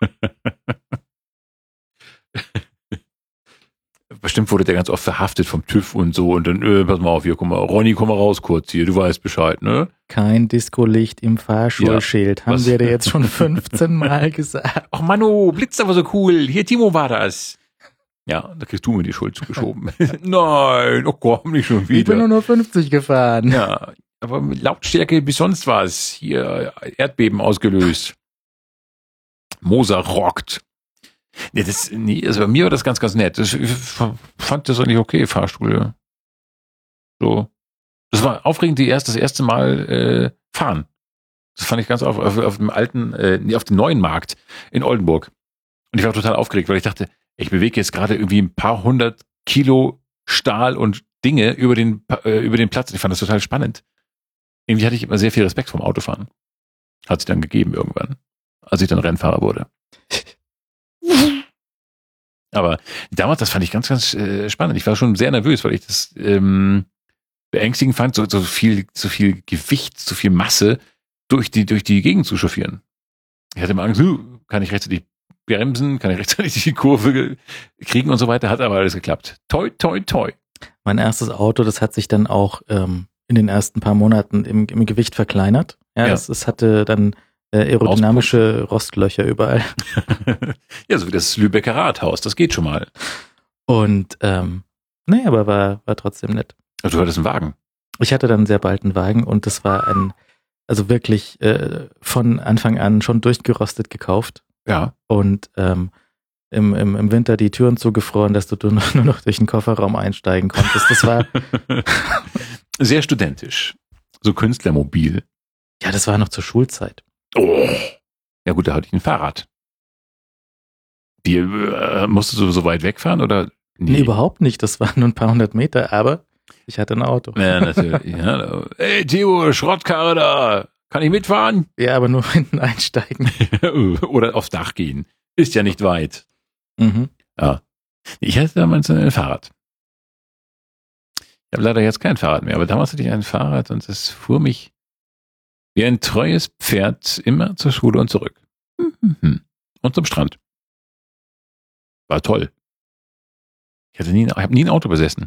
Bestimmt wurde der ganz oft verhaftet vom TÜV und so und dann, äh, pass mal auf, hier, guck mal, Ronny, komm mal raus kurz hier, du weißt Bescheid, ne? Kein Discolicht im Fahrschulschild, Ja, haben was? wir dir jetzt schon fünfzehn Mal gesagt. Ach Manu, blitzt aber so cool, hier Timo war das. Ja, da kriegst du mir die Schuld zugeschoben. Nein, oh komm, nicht schon wieder. Ich bin nur nur fünfzig gefahren. Ja, aber mit Lautstärke bis sonst was. Hier Erdbeben ausgelöst. Moser rockt. Nee, das, nee, also bei mir war das ganz, ganz nett. Das, ich fand das eigentlich okay, Fahrstuhl. So. Das war aufregend, die erst, das erste Mal äh, fahren. Das fand ich ganz auf, auf, auf dem alten, äh, nee, auf dem neuen Markt in Oldenburg. Und ich war total aufgeregt, weil ich dachte, ich bewege jetzt gerade irgendwie ein paar hundert Kilo Stahl und Dinge über den, äh, über den Platz. Ich fand das total spannend. Irgendwie hatte ich immer sehr viel Respekt vom Autofahren. Hat sich dann gegeben irgendwann, als ich dann Rennfahrer wurde. Aber damals, das fand ich ganz, ganz äh, spannend. Ich war schon sehr nervös, weil ich das ähm, beängstigend fand, so, so viel, so viel Gewicht, so viel Masse durch die, durch die Gegend zu chauffieren. Ich hatte immer Angst, uh, kann ich rechtzeitig bremsen, kann ich rechtzeitig die Kurve kriegen und so weiter. Hat aber alles geklappt. Toi, toi, toi. Mein erstes Auto, das hat sich dann auch ähm, in den ersten paar Monaten im, im Gewicht verkleinert. Ja, Ja. Es, es hatte dann äh, aerodynamische Rostlöcher überall. Ja, so wie das Lübecker Rathaus, das geht schon mal. Und ähm, nee, aber war, war trotzdem nett. Also du hattest einen Wagen. Ich hatte dann sehr bald einen Wagen und das war ein, also wirklich äh, von Anfang an schon durchgerostet gekauft. Ja. Und ähm, im, im, im Winter die Türen zugefroren, dass du nur noch, nur noch durch den Kofferraum einsteigen konntest. Das war, Sehr studentisch. So künstlermobil. ja, das war noch zur Schulzeit. Oh. Ja gut, da hatte ich ein Fahrrad. Wie, äh, musstest du so weit wegfahren oder? Nee, überhaupt nicht. Das waren nur ein paar hundert Meter, aber ich hatte ein Auto. Ja, natürlich. Ja. Ey, Theo, Schrottkarre da. Kann ich mitfahren? Ja, aber nur hinten einsteigen. Oder aufs Dach gehen. Ist ja nicht weit. Mhm. Ja. Ich hatte damals ein Fahrrad. Ich habe leider jetzt kein Fahrrad mehr, aber damals hatte ich ein Fahrrad und es fuhr mich wie ein treues Pferd immer zur Schule und zurück. Und zum Strand. War toll. Ich hatte nie, ich habe nie ein Auto besessen.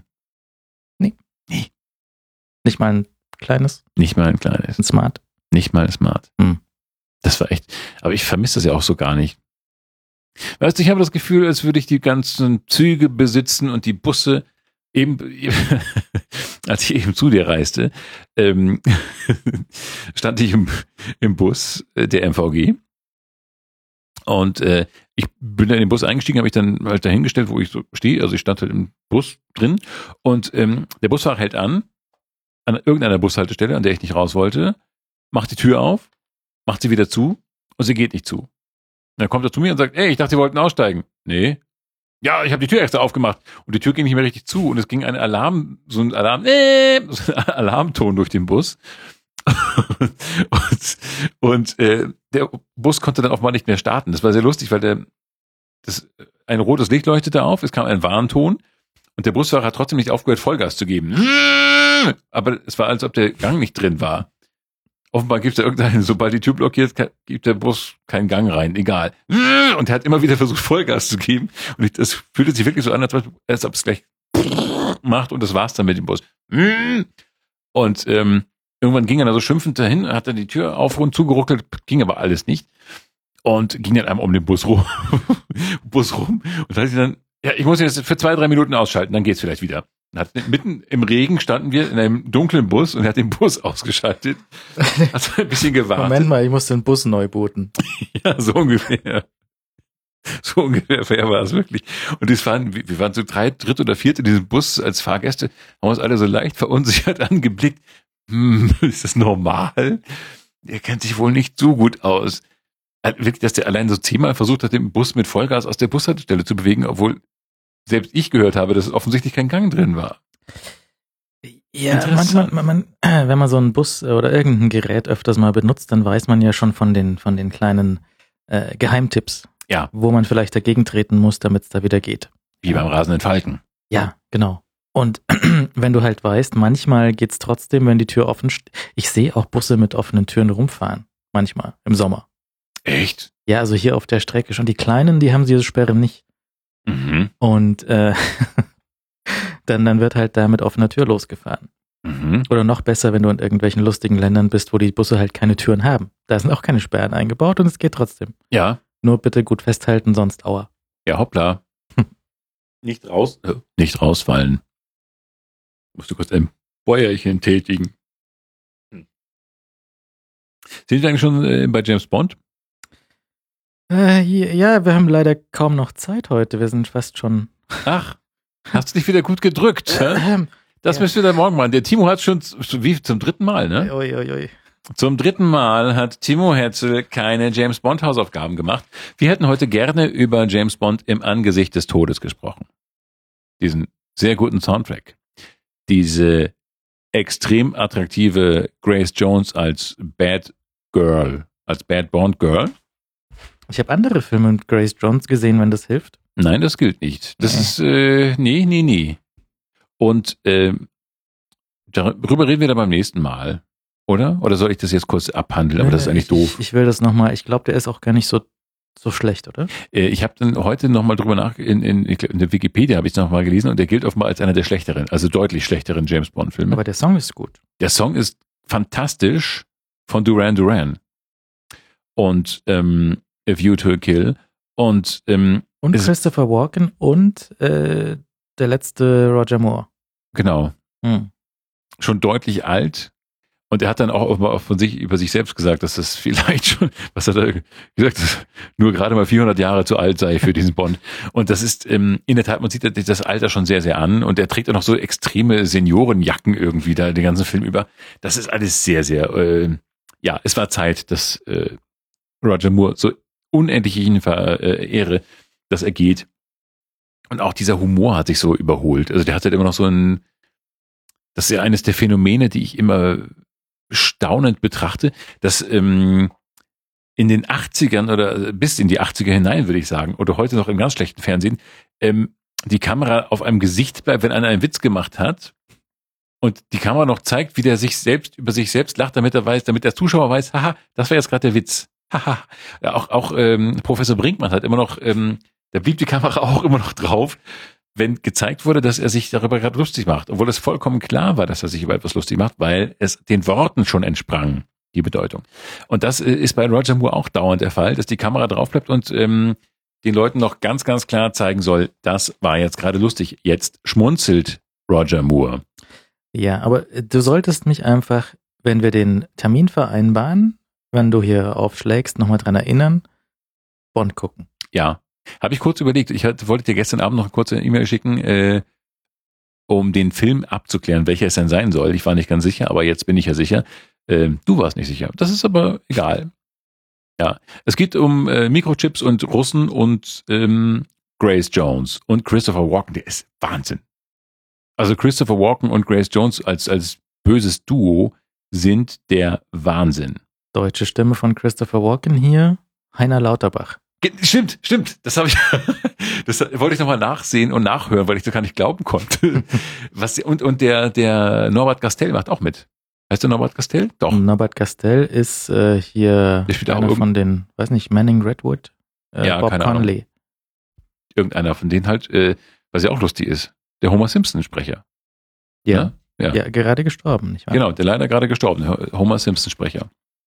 Nicht mal ein kleines, Nicht mal ein kleines. ein Smart. Nicht mal smart. Hm. Das war echt, aber ich vermisse das ja auch so gar nicht. Weißt du, ich habe das Gefühl, als würde ich die ganzen Züge besitzen und die Busse eben, als ich eben zu dir reiste, ähm, stand ich im, im Bus äh, der M V G und äh, ich bin dann in den Bus eingestiegen, habe mich dann halt dahingestellt, wo ich so stehe, also ich stand halt im Bus drin und ähm, der Busfahrer hält an, an irgendeiner Bushaltestelle, an der ich nicht raus wollte, macht die Tür auf, macht sie wieder zu und sie geht nicht zu. Und dann kommt er zu mir und sagt, ey, ich dachte, Sie wollten aussteigen. Nee. Ja, ich habe die Tür extra aufgemacht und die Tür ging nicht mehr richtig zu und es ging ein Alarm, so ein Alarm, äh, so ein Alarmton durch den Bus. und und äh, der Bus konnte dann auch mal nicht mehr starten. Das war sehr lustig, weil der das, ein rotes Licht leuchtete auf, es kam ein Warnton und der Busfahrer hat trotzdem nicht aufgehört, Vollgas zu geben. Aber es war, als ob der Gang nicht drin war. Offenbar gibt es da irgendeinen, sobald die Tür blockiert, gibt der Bus keinen Gang rein, egal. Und er hat immer wieder versucht, Vollgas zu geben. Und ich, das fühlte sich wirklich so an, als ob, als ob es gleich macht und das war's dann mit dem Bus. Und ähm, irgendwann ging er da so schimpfend dahin, hat dann die Tür auf und zugeruckelt, ging aber alles nicht. Und ging dann einmal um den Bus rum. Bus rum. Und hat sie dann, ja, ich muss jetzt für zwei, drei Minuten ausschalten, dann geht's vielleicht wieder. Und hat, mitten im Regen standen wir in einem dunklen Bus und er hat den Bus ausgeschaltet. Hat ein bisschen gewartet. Moment mal, ich muss den Bus neu booten. Ja, so ungefähr. So ungefähr war es wirklich. Und das waren, wir waren so drei, dritt oder viert in diesem Bus als Fahrgäste, haben uns alle so leicht verunsichert angeblickt. Hm, ist das normal? Der kennt sich wohl nicht so gut aus. Wirklich, dass der allein so zehnmal versucht hat, den Bus mit Vollgas aus der Bushaltestelle zu bewegen, obwohl selbst ich gehört habe, dass offensichtlich kein Gang drin war. Ja, manchmal, man, man, wenn man so einen Bus oder irgendein Gerät öfters mal benutzt, dann weiß man ja schon von den, von den kleinen äh, Geheimtipps, ja. wo man vielleicht dagegen treten muss, damit es da wieder geht. Wie ja. beim rasenden Falken. Ja, genau. Und wenn du halt weißt, manchmal geht's trotzdem, wenn die Tür offen steht. Ich sehe auch Busse mit offenen Türen rumfahren. Manchmal, im Sommer. Echt? Ja, also hier auf der Strecke schon. Die Kleinen, die haben diese Sperre nicht. Mhm. Und äh, dann, dann wird halt da mit offener Tür losgefahren. Mhm. Oder noch besser, wenn du in irgendwelchen lustigen Ländern bist, wo die Busse halt keine Türen haben. Da sind auch keine Sperren eingebaut und es geht trotzdem. Ja. Nur bitte gut festhalten, sonst aua. Ja, hoppla. Nicht raus, äh, nicht rausfallen. Musst du kurz ein Bäuerchen tätigen. Hm. Sind wir eigentlich schon äh, bei James Bond? Äh, ja, wir haben leider kaum noch Zeit heute. Wir sind fast schon... Ach, hast du dich wieder gut gedrückt? Ähm, das ja. müssen wir dann morgen machen. Der Timo hat schon wie zum dritten Mal, ne? Ui, ui, ui. Zum dritten Mal hat Timo Hetzel keine James Bond Hausaufgaben gemacht. Wir hätten heute gerne über James Bond im Angesicht des Todes gesprochen. Diesen sehr guten Soundtrack. Diese extrem attraktive Grace Jones als Bad Girl, als Bad Bond Girl. Ich habe andere Filme mit Grace Jones gesehen, wenn das hilft. Nein, das gilt nicht. Das Nee. ist, äh, nee, nee, nee. Und äh, darüber reden wir dann beim nächsten Mal, oder? Oder soll ich das jetzt kurz abhandeln? Aber das ist eigentlich ich, doof. Ich, ich will das nochmal, ich glaube, der ist auch gar nicht so, so schlecht, oder? Äh, ich habe dann heute nochmal drüber nach, in, in, ich glaub, in der Wikipedia habe ich es nochmal gelesen und der gilt offenbar als einer der schlechteren, also deutlich schlechteren James Bond Filme. Aber der Song ist gut. Der Song ist fantastisch von Duran Duran. Und ähm, A View to a Kill. Und, ähm, Und es- Christopher Walken und äh, der letzte Roger Moore. genau, Hm. schon deutlich alt. Und er hat dann auch offenbar von sich, über sich selbst gesagt, dass das vielleicht schon, was hat er gesagt, dass nur gerade mal vierhundert Jahre zu alt sei für diesen Bond. Und das ist ähm, in der Tat, man sieht das Alter schon sehr, sehr an. Und er trägt auch noch so extreme Seniorenjacken irgendwie da den ganzen Film über. Das ist alles sehr, sehr, äh, ja, es war Zeit, dass äh, Roger Moore so unendlich ihn verehre, dass er geht. Und auch dieser Humor hat sich so überholt. Also der hat halt immer noch so ein, das ist ja eines der Phänomene, die ich immer staunend betrachte, dass ähm, in den achtzigern oder bis in die achtziger hinein, würde ich sagen, oder heute noch im ganz schlechten Fernsehen, ähm, die Kamera auf einem Gesicht bleibt, wenn einer einen Witz gemacht hat und die Kamera noch zeigt, wie der sich selbst über sich selbst lacht, damit er weiß, damit der Zuschauer weiß, haha, das war jetzt gerade der Witz. Haha. Ja, auch auch ähm, Professor Brinkmann hat immer noch, ähm, da blieb die Kamera auch immer noch drauf, wenn gezeigt wurde, dass er sich darüber gerade lustig macht, obwohl es vollkommen klar war, dass er sich über etwas lustig macht, weil es den Worten schon entsprang, die Bedeutung. Und das äh, ist bei Roger Moore auch dauernd der Fall, dass die Kamera drauf bleibt und ähm, den Leuten noch ganz, ganz klar zeigen soll, das war jetzt gerade lustig. Jetzt schmunzelt Roger Moore. Ja, aber äh, du solltest mich einfach, wenn wir den Termin vereinbaren, wenn du hier aufschlägst, nochmal dran erinnern, Bond gucken. Ja, habe ich kurz überlegt. Ich hatte, wollte dir gestern Abend noch eine kurze E-Mail schicken, äh, um den Film abzuklären, welcher es denn sein soll. Ich war nicht ganz sicher, aber jetzt bin ich ja sicher. Äh, du warst nicht sicher. Das ist aber egal. Ja, es geht um äh, Mikrochips und Russen und ähm, Grace Jones und Christopher Walken. Der ist Wahnsinn. Also Christopher Walken und Grace Jones als als böses Duo sind der Wahnsinn. Deutsche Stimme von Christopher Walken hier, Heiner Lauterbach. Ge- Stimmt, stimmt. Das habe ich, das wollte ich nochmal nachsehen und nachhören, weil ich das gar nicht glauben konnte. Was und und der der Norbert Gastel macht auch mit. Heißt der Norbert Gastel? Doch. Norbert Gastel ist äh, hier Der spielt auch einer irgend- von den, weiß nicht, Manning Redwood, äh, Ja, Bob keine Ahnung. Conley. Irgendeiner von denen halt, äh, was ja auch lustig ist. Der Homer Simpson-Sprecher. Ja, Ne? Ja. ja, gerade gestorben, nicht wahr? Genau, der leider gerade gestorbene Homer Simpson-Sprecher.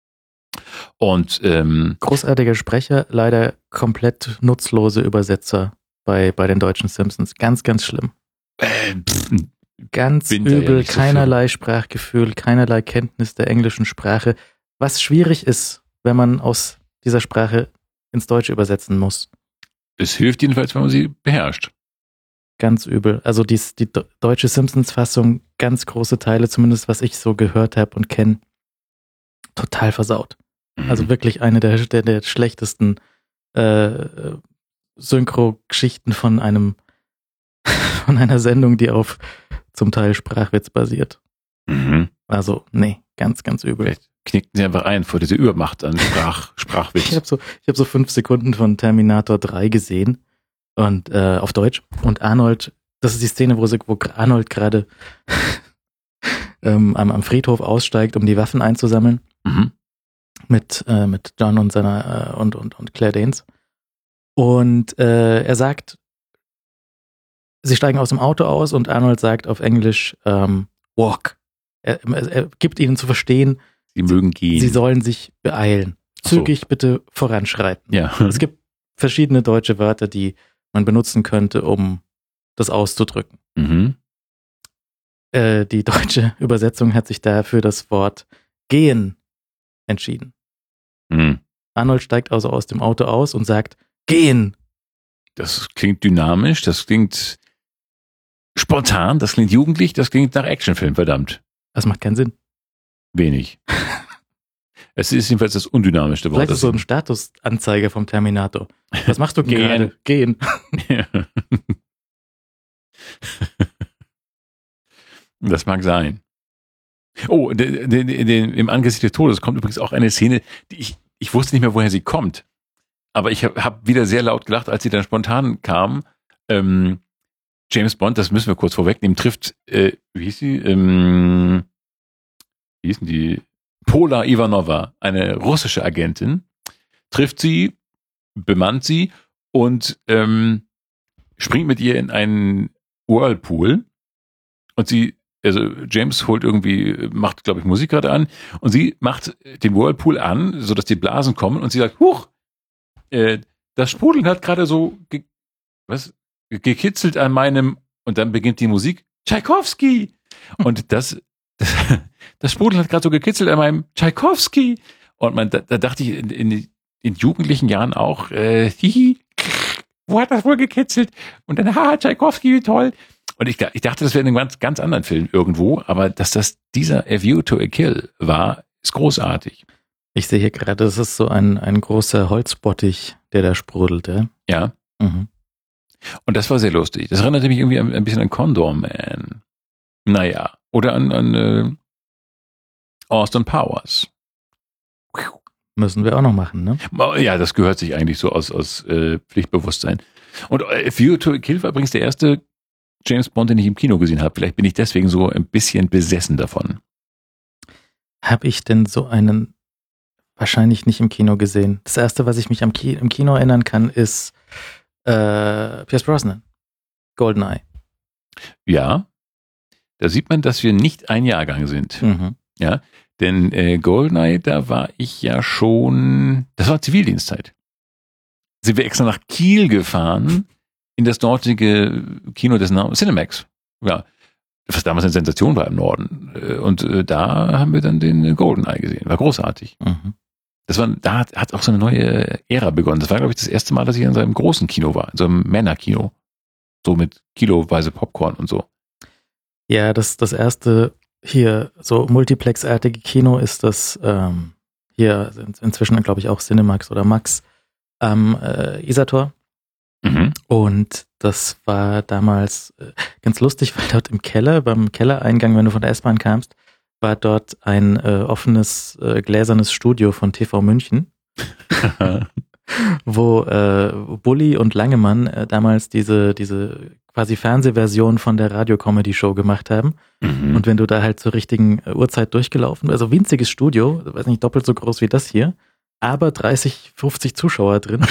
Und ähm, Großartiger Sprecher, leider komplett nutzlose Übersetzer bei, bei den deutschen Simpsons. Ganz, ganz schlimm. äh, pff, Ganz Bin da ja übel, nicht so keinerlei Sprachgefühl, keinerlei Kenntnis der englischen Sprache, was schwierig ist, wenn man aus dieser Sprache ins Deutsche übersetzen muss. es hilft jedenfalls, wenn man sie beherrscht. Ganz übel. Also dies, die do- deutsche Simpsons-Fassung, ganz große Teile, zumindest was ich so gehört habe und kenne, total versaut. Also wirklich eine der, der, der schlechtesten äh, Synchro-Geschichten von einem von einer Sendung, die auf zum Teil sprachwitzbasiert. Mhm. Also, nee, ganz, ganz übel. Vielleicht knickten sie einfach ein vor diese Übermacht an Sprach, Sprachwitz. Ich habe so, ich hab so fünf Sekunden von Terminator drei gesehen und äh, auf Deutsch. Und Arnold, das ist die Szene, wo, sie, wo Arnold gerade ähm, am, am Friedhof aussteigt, um die Waffen einzusammeln. Mhm. Mit, äh, mit John und seiner äh, und, und, und Claire Danes. Und äh, er sagt, sie steigen aus dem Auto aus und Arnold sagt auf Englisch ähm, walk. Er, er, er gibt ihnen zu verstehen, Sie mögen gehen. sie sollen sich beeilen. Ach so. Zügig bitte voranschreiten. Ja. Es gibt verschiedene deutsche Wörter, die man benutzen könnte, um das auszudrücken. Mhm. Äh, die deutsche Übersetzung hat sich da für das Wort gehen entschieden. Mhm. Arnold steigt also aus dem Auto aus und sagt, gehen. Das klingt dynamisch, das klingt spontan, das klingt jugendlich, das klingt nach Actionfilm, verdammt. Das macht keinen Sinn. Wenig. Es ist jedenfalls das undynamischste Wort. Vielleicht ist es so ein Statusanzeiger vom Terminator. Was machst du Gehen. gerade? Gehen. Ja. Das mag sein. Oh, de, de, de, de, im Angesicht des Todes kommt übrigens auch eine Szene, die ich, ich wusste nicht mehr, woher sie kommt. Aber ich habe hab wieder sehr laut gelacht, als sie dann spontan kam. Ähm, James Bond, das müssen wir kurz vorwegnehmen, trifft, äh, wie hieß sie? Ähm, wie hießen die? Pola Ivanova, eine russische Agentin, trifft sie, bemannt sie und ähm, springt mit ihr in einen Whirlpool. Und sie, also James holt irgendwie, macht, glaube ich, Musik gerade an und sie macht den Whirlpool an, sodass die Blasen kommen und sie sagt, huch, äh, das Sprudeln hat gerade so ge- was, gekitzelt an meinem, und dann beginnt die Musik, Tschaikowski. Und das, das, das Sprudeln hat gerade so gekitzelt an meinem Tschaikowski. Und man, da, da dachte ich in, in, in jugendlichen Jahren auch, äh, hihi, wo hat das wohl gekitzelt? Und dann, haha, Tschaikowski, wie toll. Und ich, ich dachte, das wäre in einem ganz, ganz anderen Film irgendwo, aber dass das dieser A View to a Kill war, ist großartig. Ich sehe hier gerade, das ist so ein, ein großer Holzbottich, der da sprudelte. Ja. Mhm. Und das war sehr lustig. Das erinnerte mich irgendwie ein, ein bisschen an Condor Man. Naja. Oder an, an äh, Austin Powers. Müssen wir auch noch machen, ne? Ja, das gehört sich eigentlich so aus, aus äh, Pflichtbewusstsein. Und äh, View to a Kill war übrigens der erste James Bond, den ich im Kino gesehen habe. Vielleicht bin ich deswegen so ein bisschen besessen davon. Habe ich denn so einen wahrscheinlich nicht im Kino gesehen? Das erste, was ich mich am Ki- im Kino erinnern kann, ist äh, Pierce Brosnan. Goldeneye. Ja, da sieht man, dass wir nicht ein Jahrgang sind. Mhm. Ja, denn äh, Goldeneye, da war ich ja schon, das war Zivildienstzeit. Sind wir extra nach Kiel gefahren, in das dortige Kino des Na- Cinemax. Ja, was damals eine Sensation war im Norden. Und äh, da haben wir dann den Goldeneye gesehen. War großartig. Mhm. Das war, da hat, hat auch so eine neue Ära begonnen. Das war, glaube ich, das erste Mal, dass ich in so einem großen Kino war, in so einem Männerkino. So mit kiloweise Popcorn und so. Ja, das, das erste hier so multiplexartige Kino ist das ähm, hier inzwischen, glaube ich, auch Cinemax oder Max am äh, Isartor. Mhm. Und das war damals äh, ganz lustig, weil dort im Keller, beim Kellereingang, wenn du von der S-Bahn kamst, war dort ein äh, offenes, äh, gläsernes Studio von T V München, wo äh, Bulli und Langemann äh, damals diese, diese quasi Fernsehversion von der Radio-Comedy-Show gemacht haben. Mhm. Und wenn du da halt zur richtigen äh, Uhrzeit durchgelaufen, also winziges Studio, weiß nicht, doppelt so groß wie das hier, aber dreißig, fünfzig Zuschauer drin.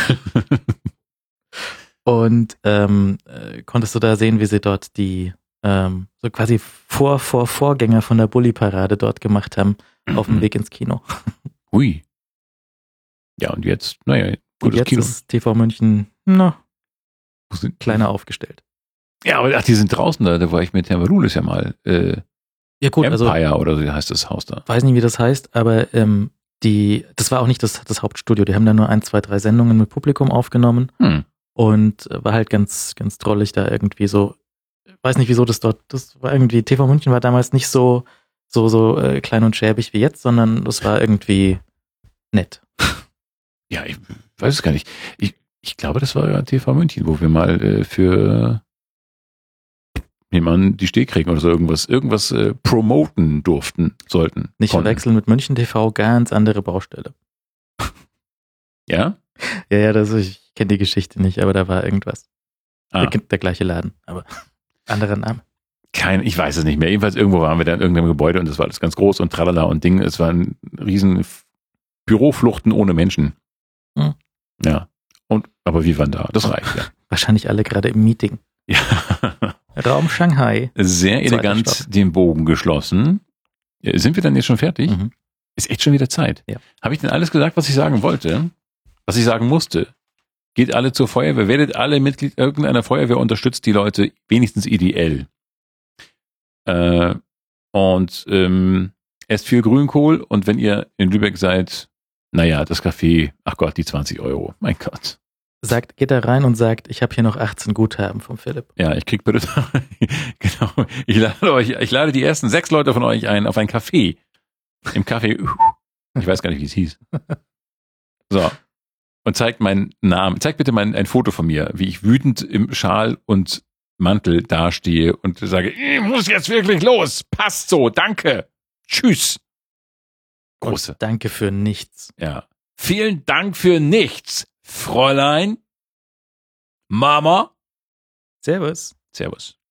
Und ähm, äh, konntest du da sehen, wie sie dort die ähm, so quasi Vor, Vor, Vorgänger von der Bulli-Parade dort gemacht haben, mhm. auf dem Weg ins Kino. Ui. Ja, und jetzt, naja, und gutes jetzt Kino. ist T V München, na, Wo sind- kleiner aufgestellt. Ja, aber ach, die sind draußen da, da war ich mit Herrn Varulis ja mal. Äh, Ja gut, also Empire oder so heißt das Haus da. weiß nicht, wie das heißt, aber ähm, die, das war auch nicht das, das Hauptstudio. Die haben da nur ein, zwei, drei Sendungen mit Publikum aufgenommen. Hm. Und war halt ganz, ganz drollig da irgendwie so, weiß nicht wieso das dort, das war irgendwie, T V München war damals nicht so, so, so äh, klein und schäbig wie jetzt, sondern das war irgendwie nett. Ja, ich weiß es gar nicht. Ich, ich glaube, das war ja T V München, wo wir mal äh, für nehme an, die Stehkriegen oder so irgendwas, irgendwas äh, promoten durften, sollten. Nicht konnten. verwechseln mit München T V, ganz andere Baustelle. Ja? Ja, ja, das, ich kenne die Geschichte nicht, aber da war irgendwas. Ah. Der, der gleiche Laden, aber anderer Name. Kein, ich weiß es nicht mehr. Jedenfalls irgendwo waren wir da in irgendeinem Gebäude und das war alles ganz groß und tralala und Ding. Es waren riesen Bürofluchten ohne Menschen. Hm. Ja. Und, aber wir waren da. Das reicht, ja. Wahrscheinlich alle gerade im Meeting. Ja. Raum Shanghai. Sehr elegant den Bogen geschlossen. Sind wir dann jetzt schon fertig? Mhm. Ist echt schon wieder Zeit. Ja. Habe ich denn alles gesagt, was ich sagen wollte? Was ich sagen musste? Geht alle zur Feuerwehr, werdet alle Mitglied irgendeiner Feuerwehr, unterstützt die Leute wenigstens ideell. Äh, und ähm, esst viel Grünkohl und wenn ihr in Lübeck seid, naja, das Café, ach Gott, die zwanzig Euro, mein Gott. Sagt, geht da rein und sagt, ich habe hier noch achtzehn Guthaben vom Philipp. Ja, ich krieg bitte, genau, ich lade euch, ich lade die ersten sechs Leute von euch ein auf ein Café. Im Café, ich weiß gar nicht, wie es hieß. So. Und zeigt meinen Namen, zeigt bitte mein, ein Foto von mir, wie ich wütend im Schal und Mantel dastehe und sage, ich muss jetzt wirklich los, passt so, danke, tschüss. Große. Und danke für nichts. Ja. Vielen Dank für nichts, Fräulein, Mama. Servus. Servus.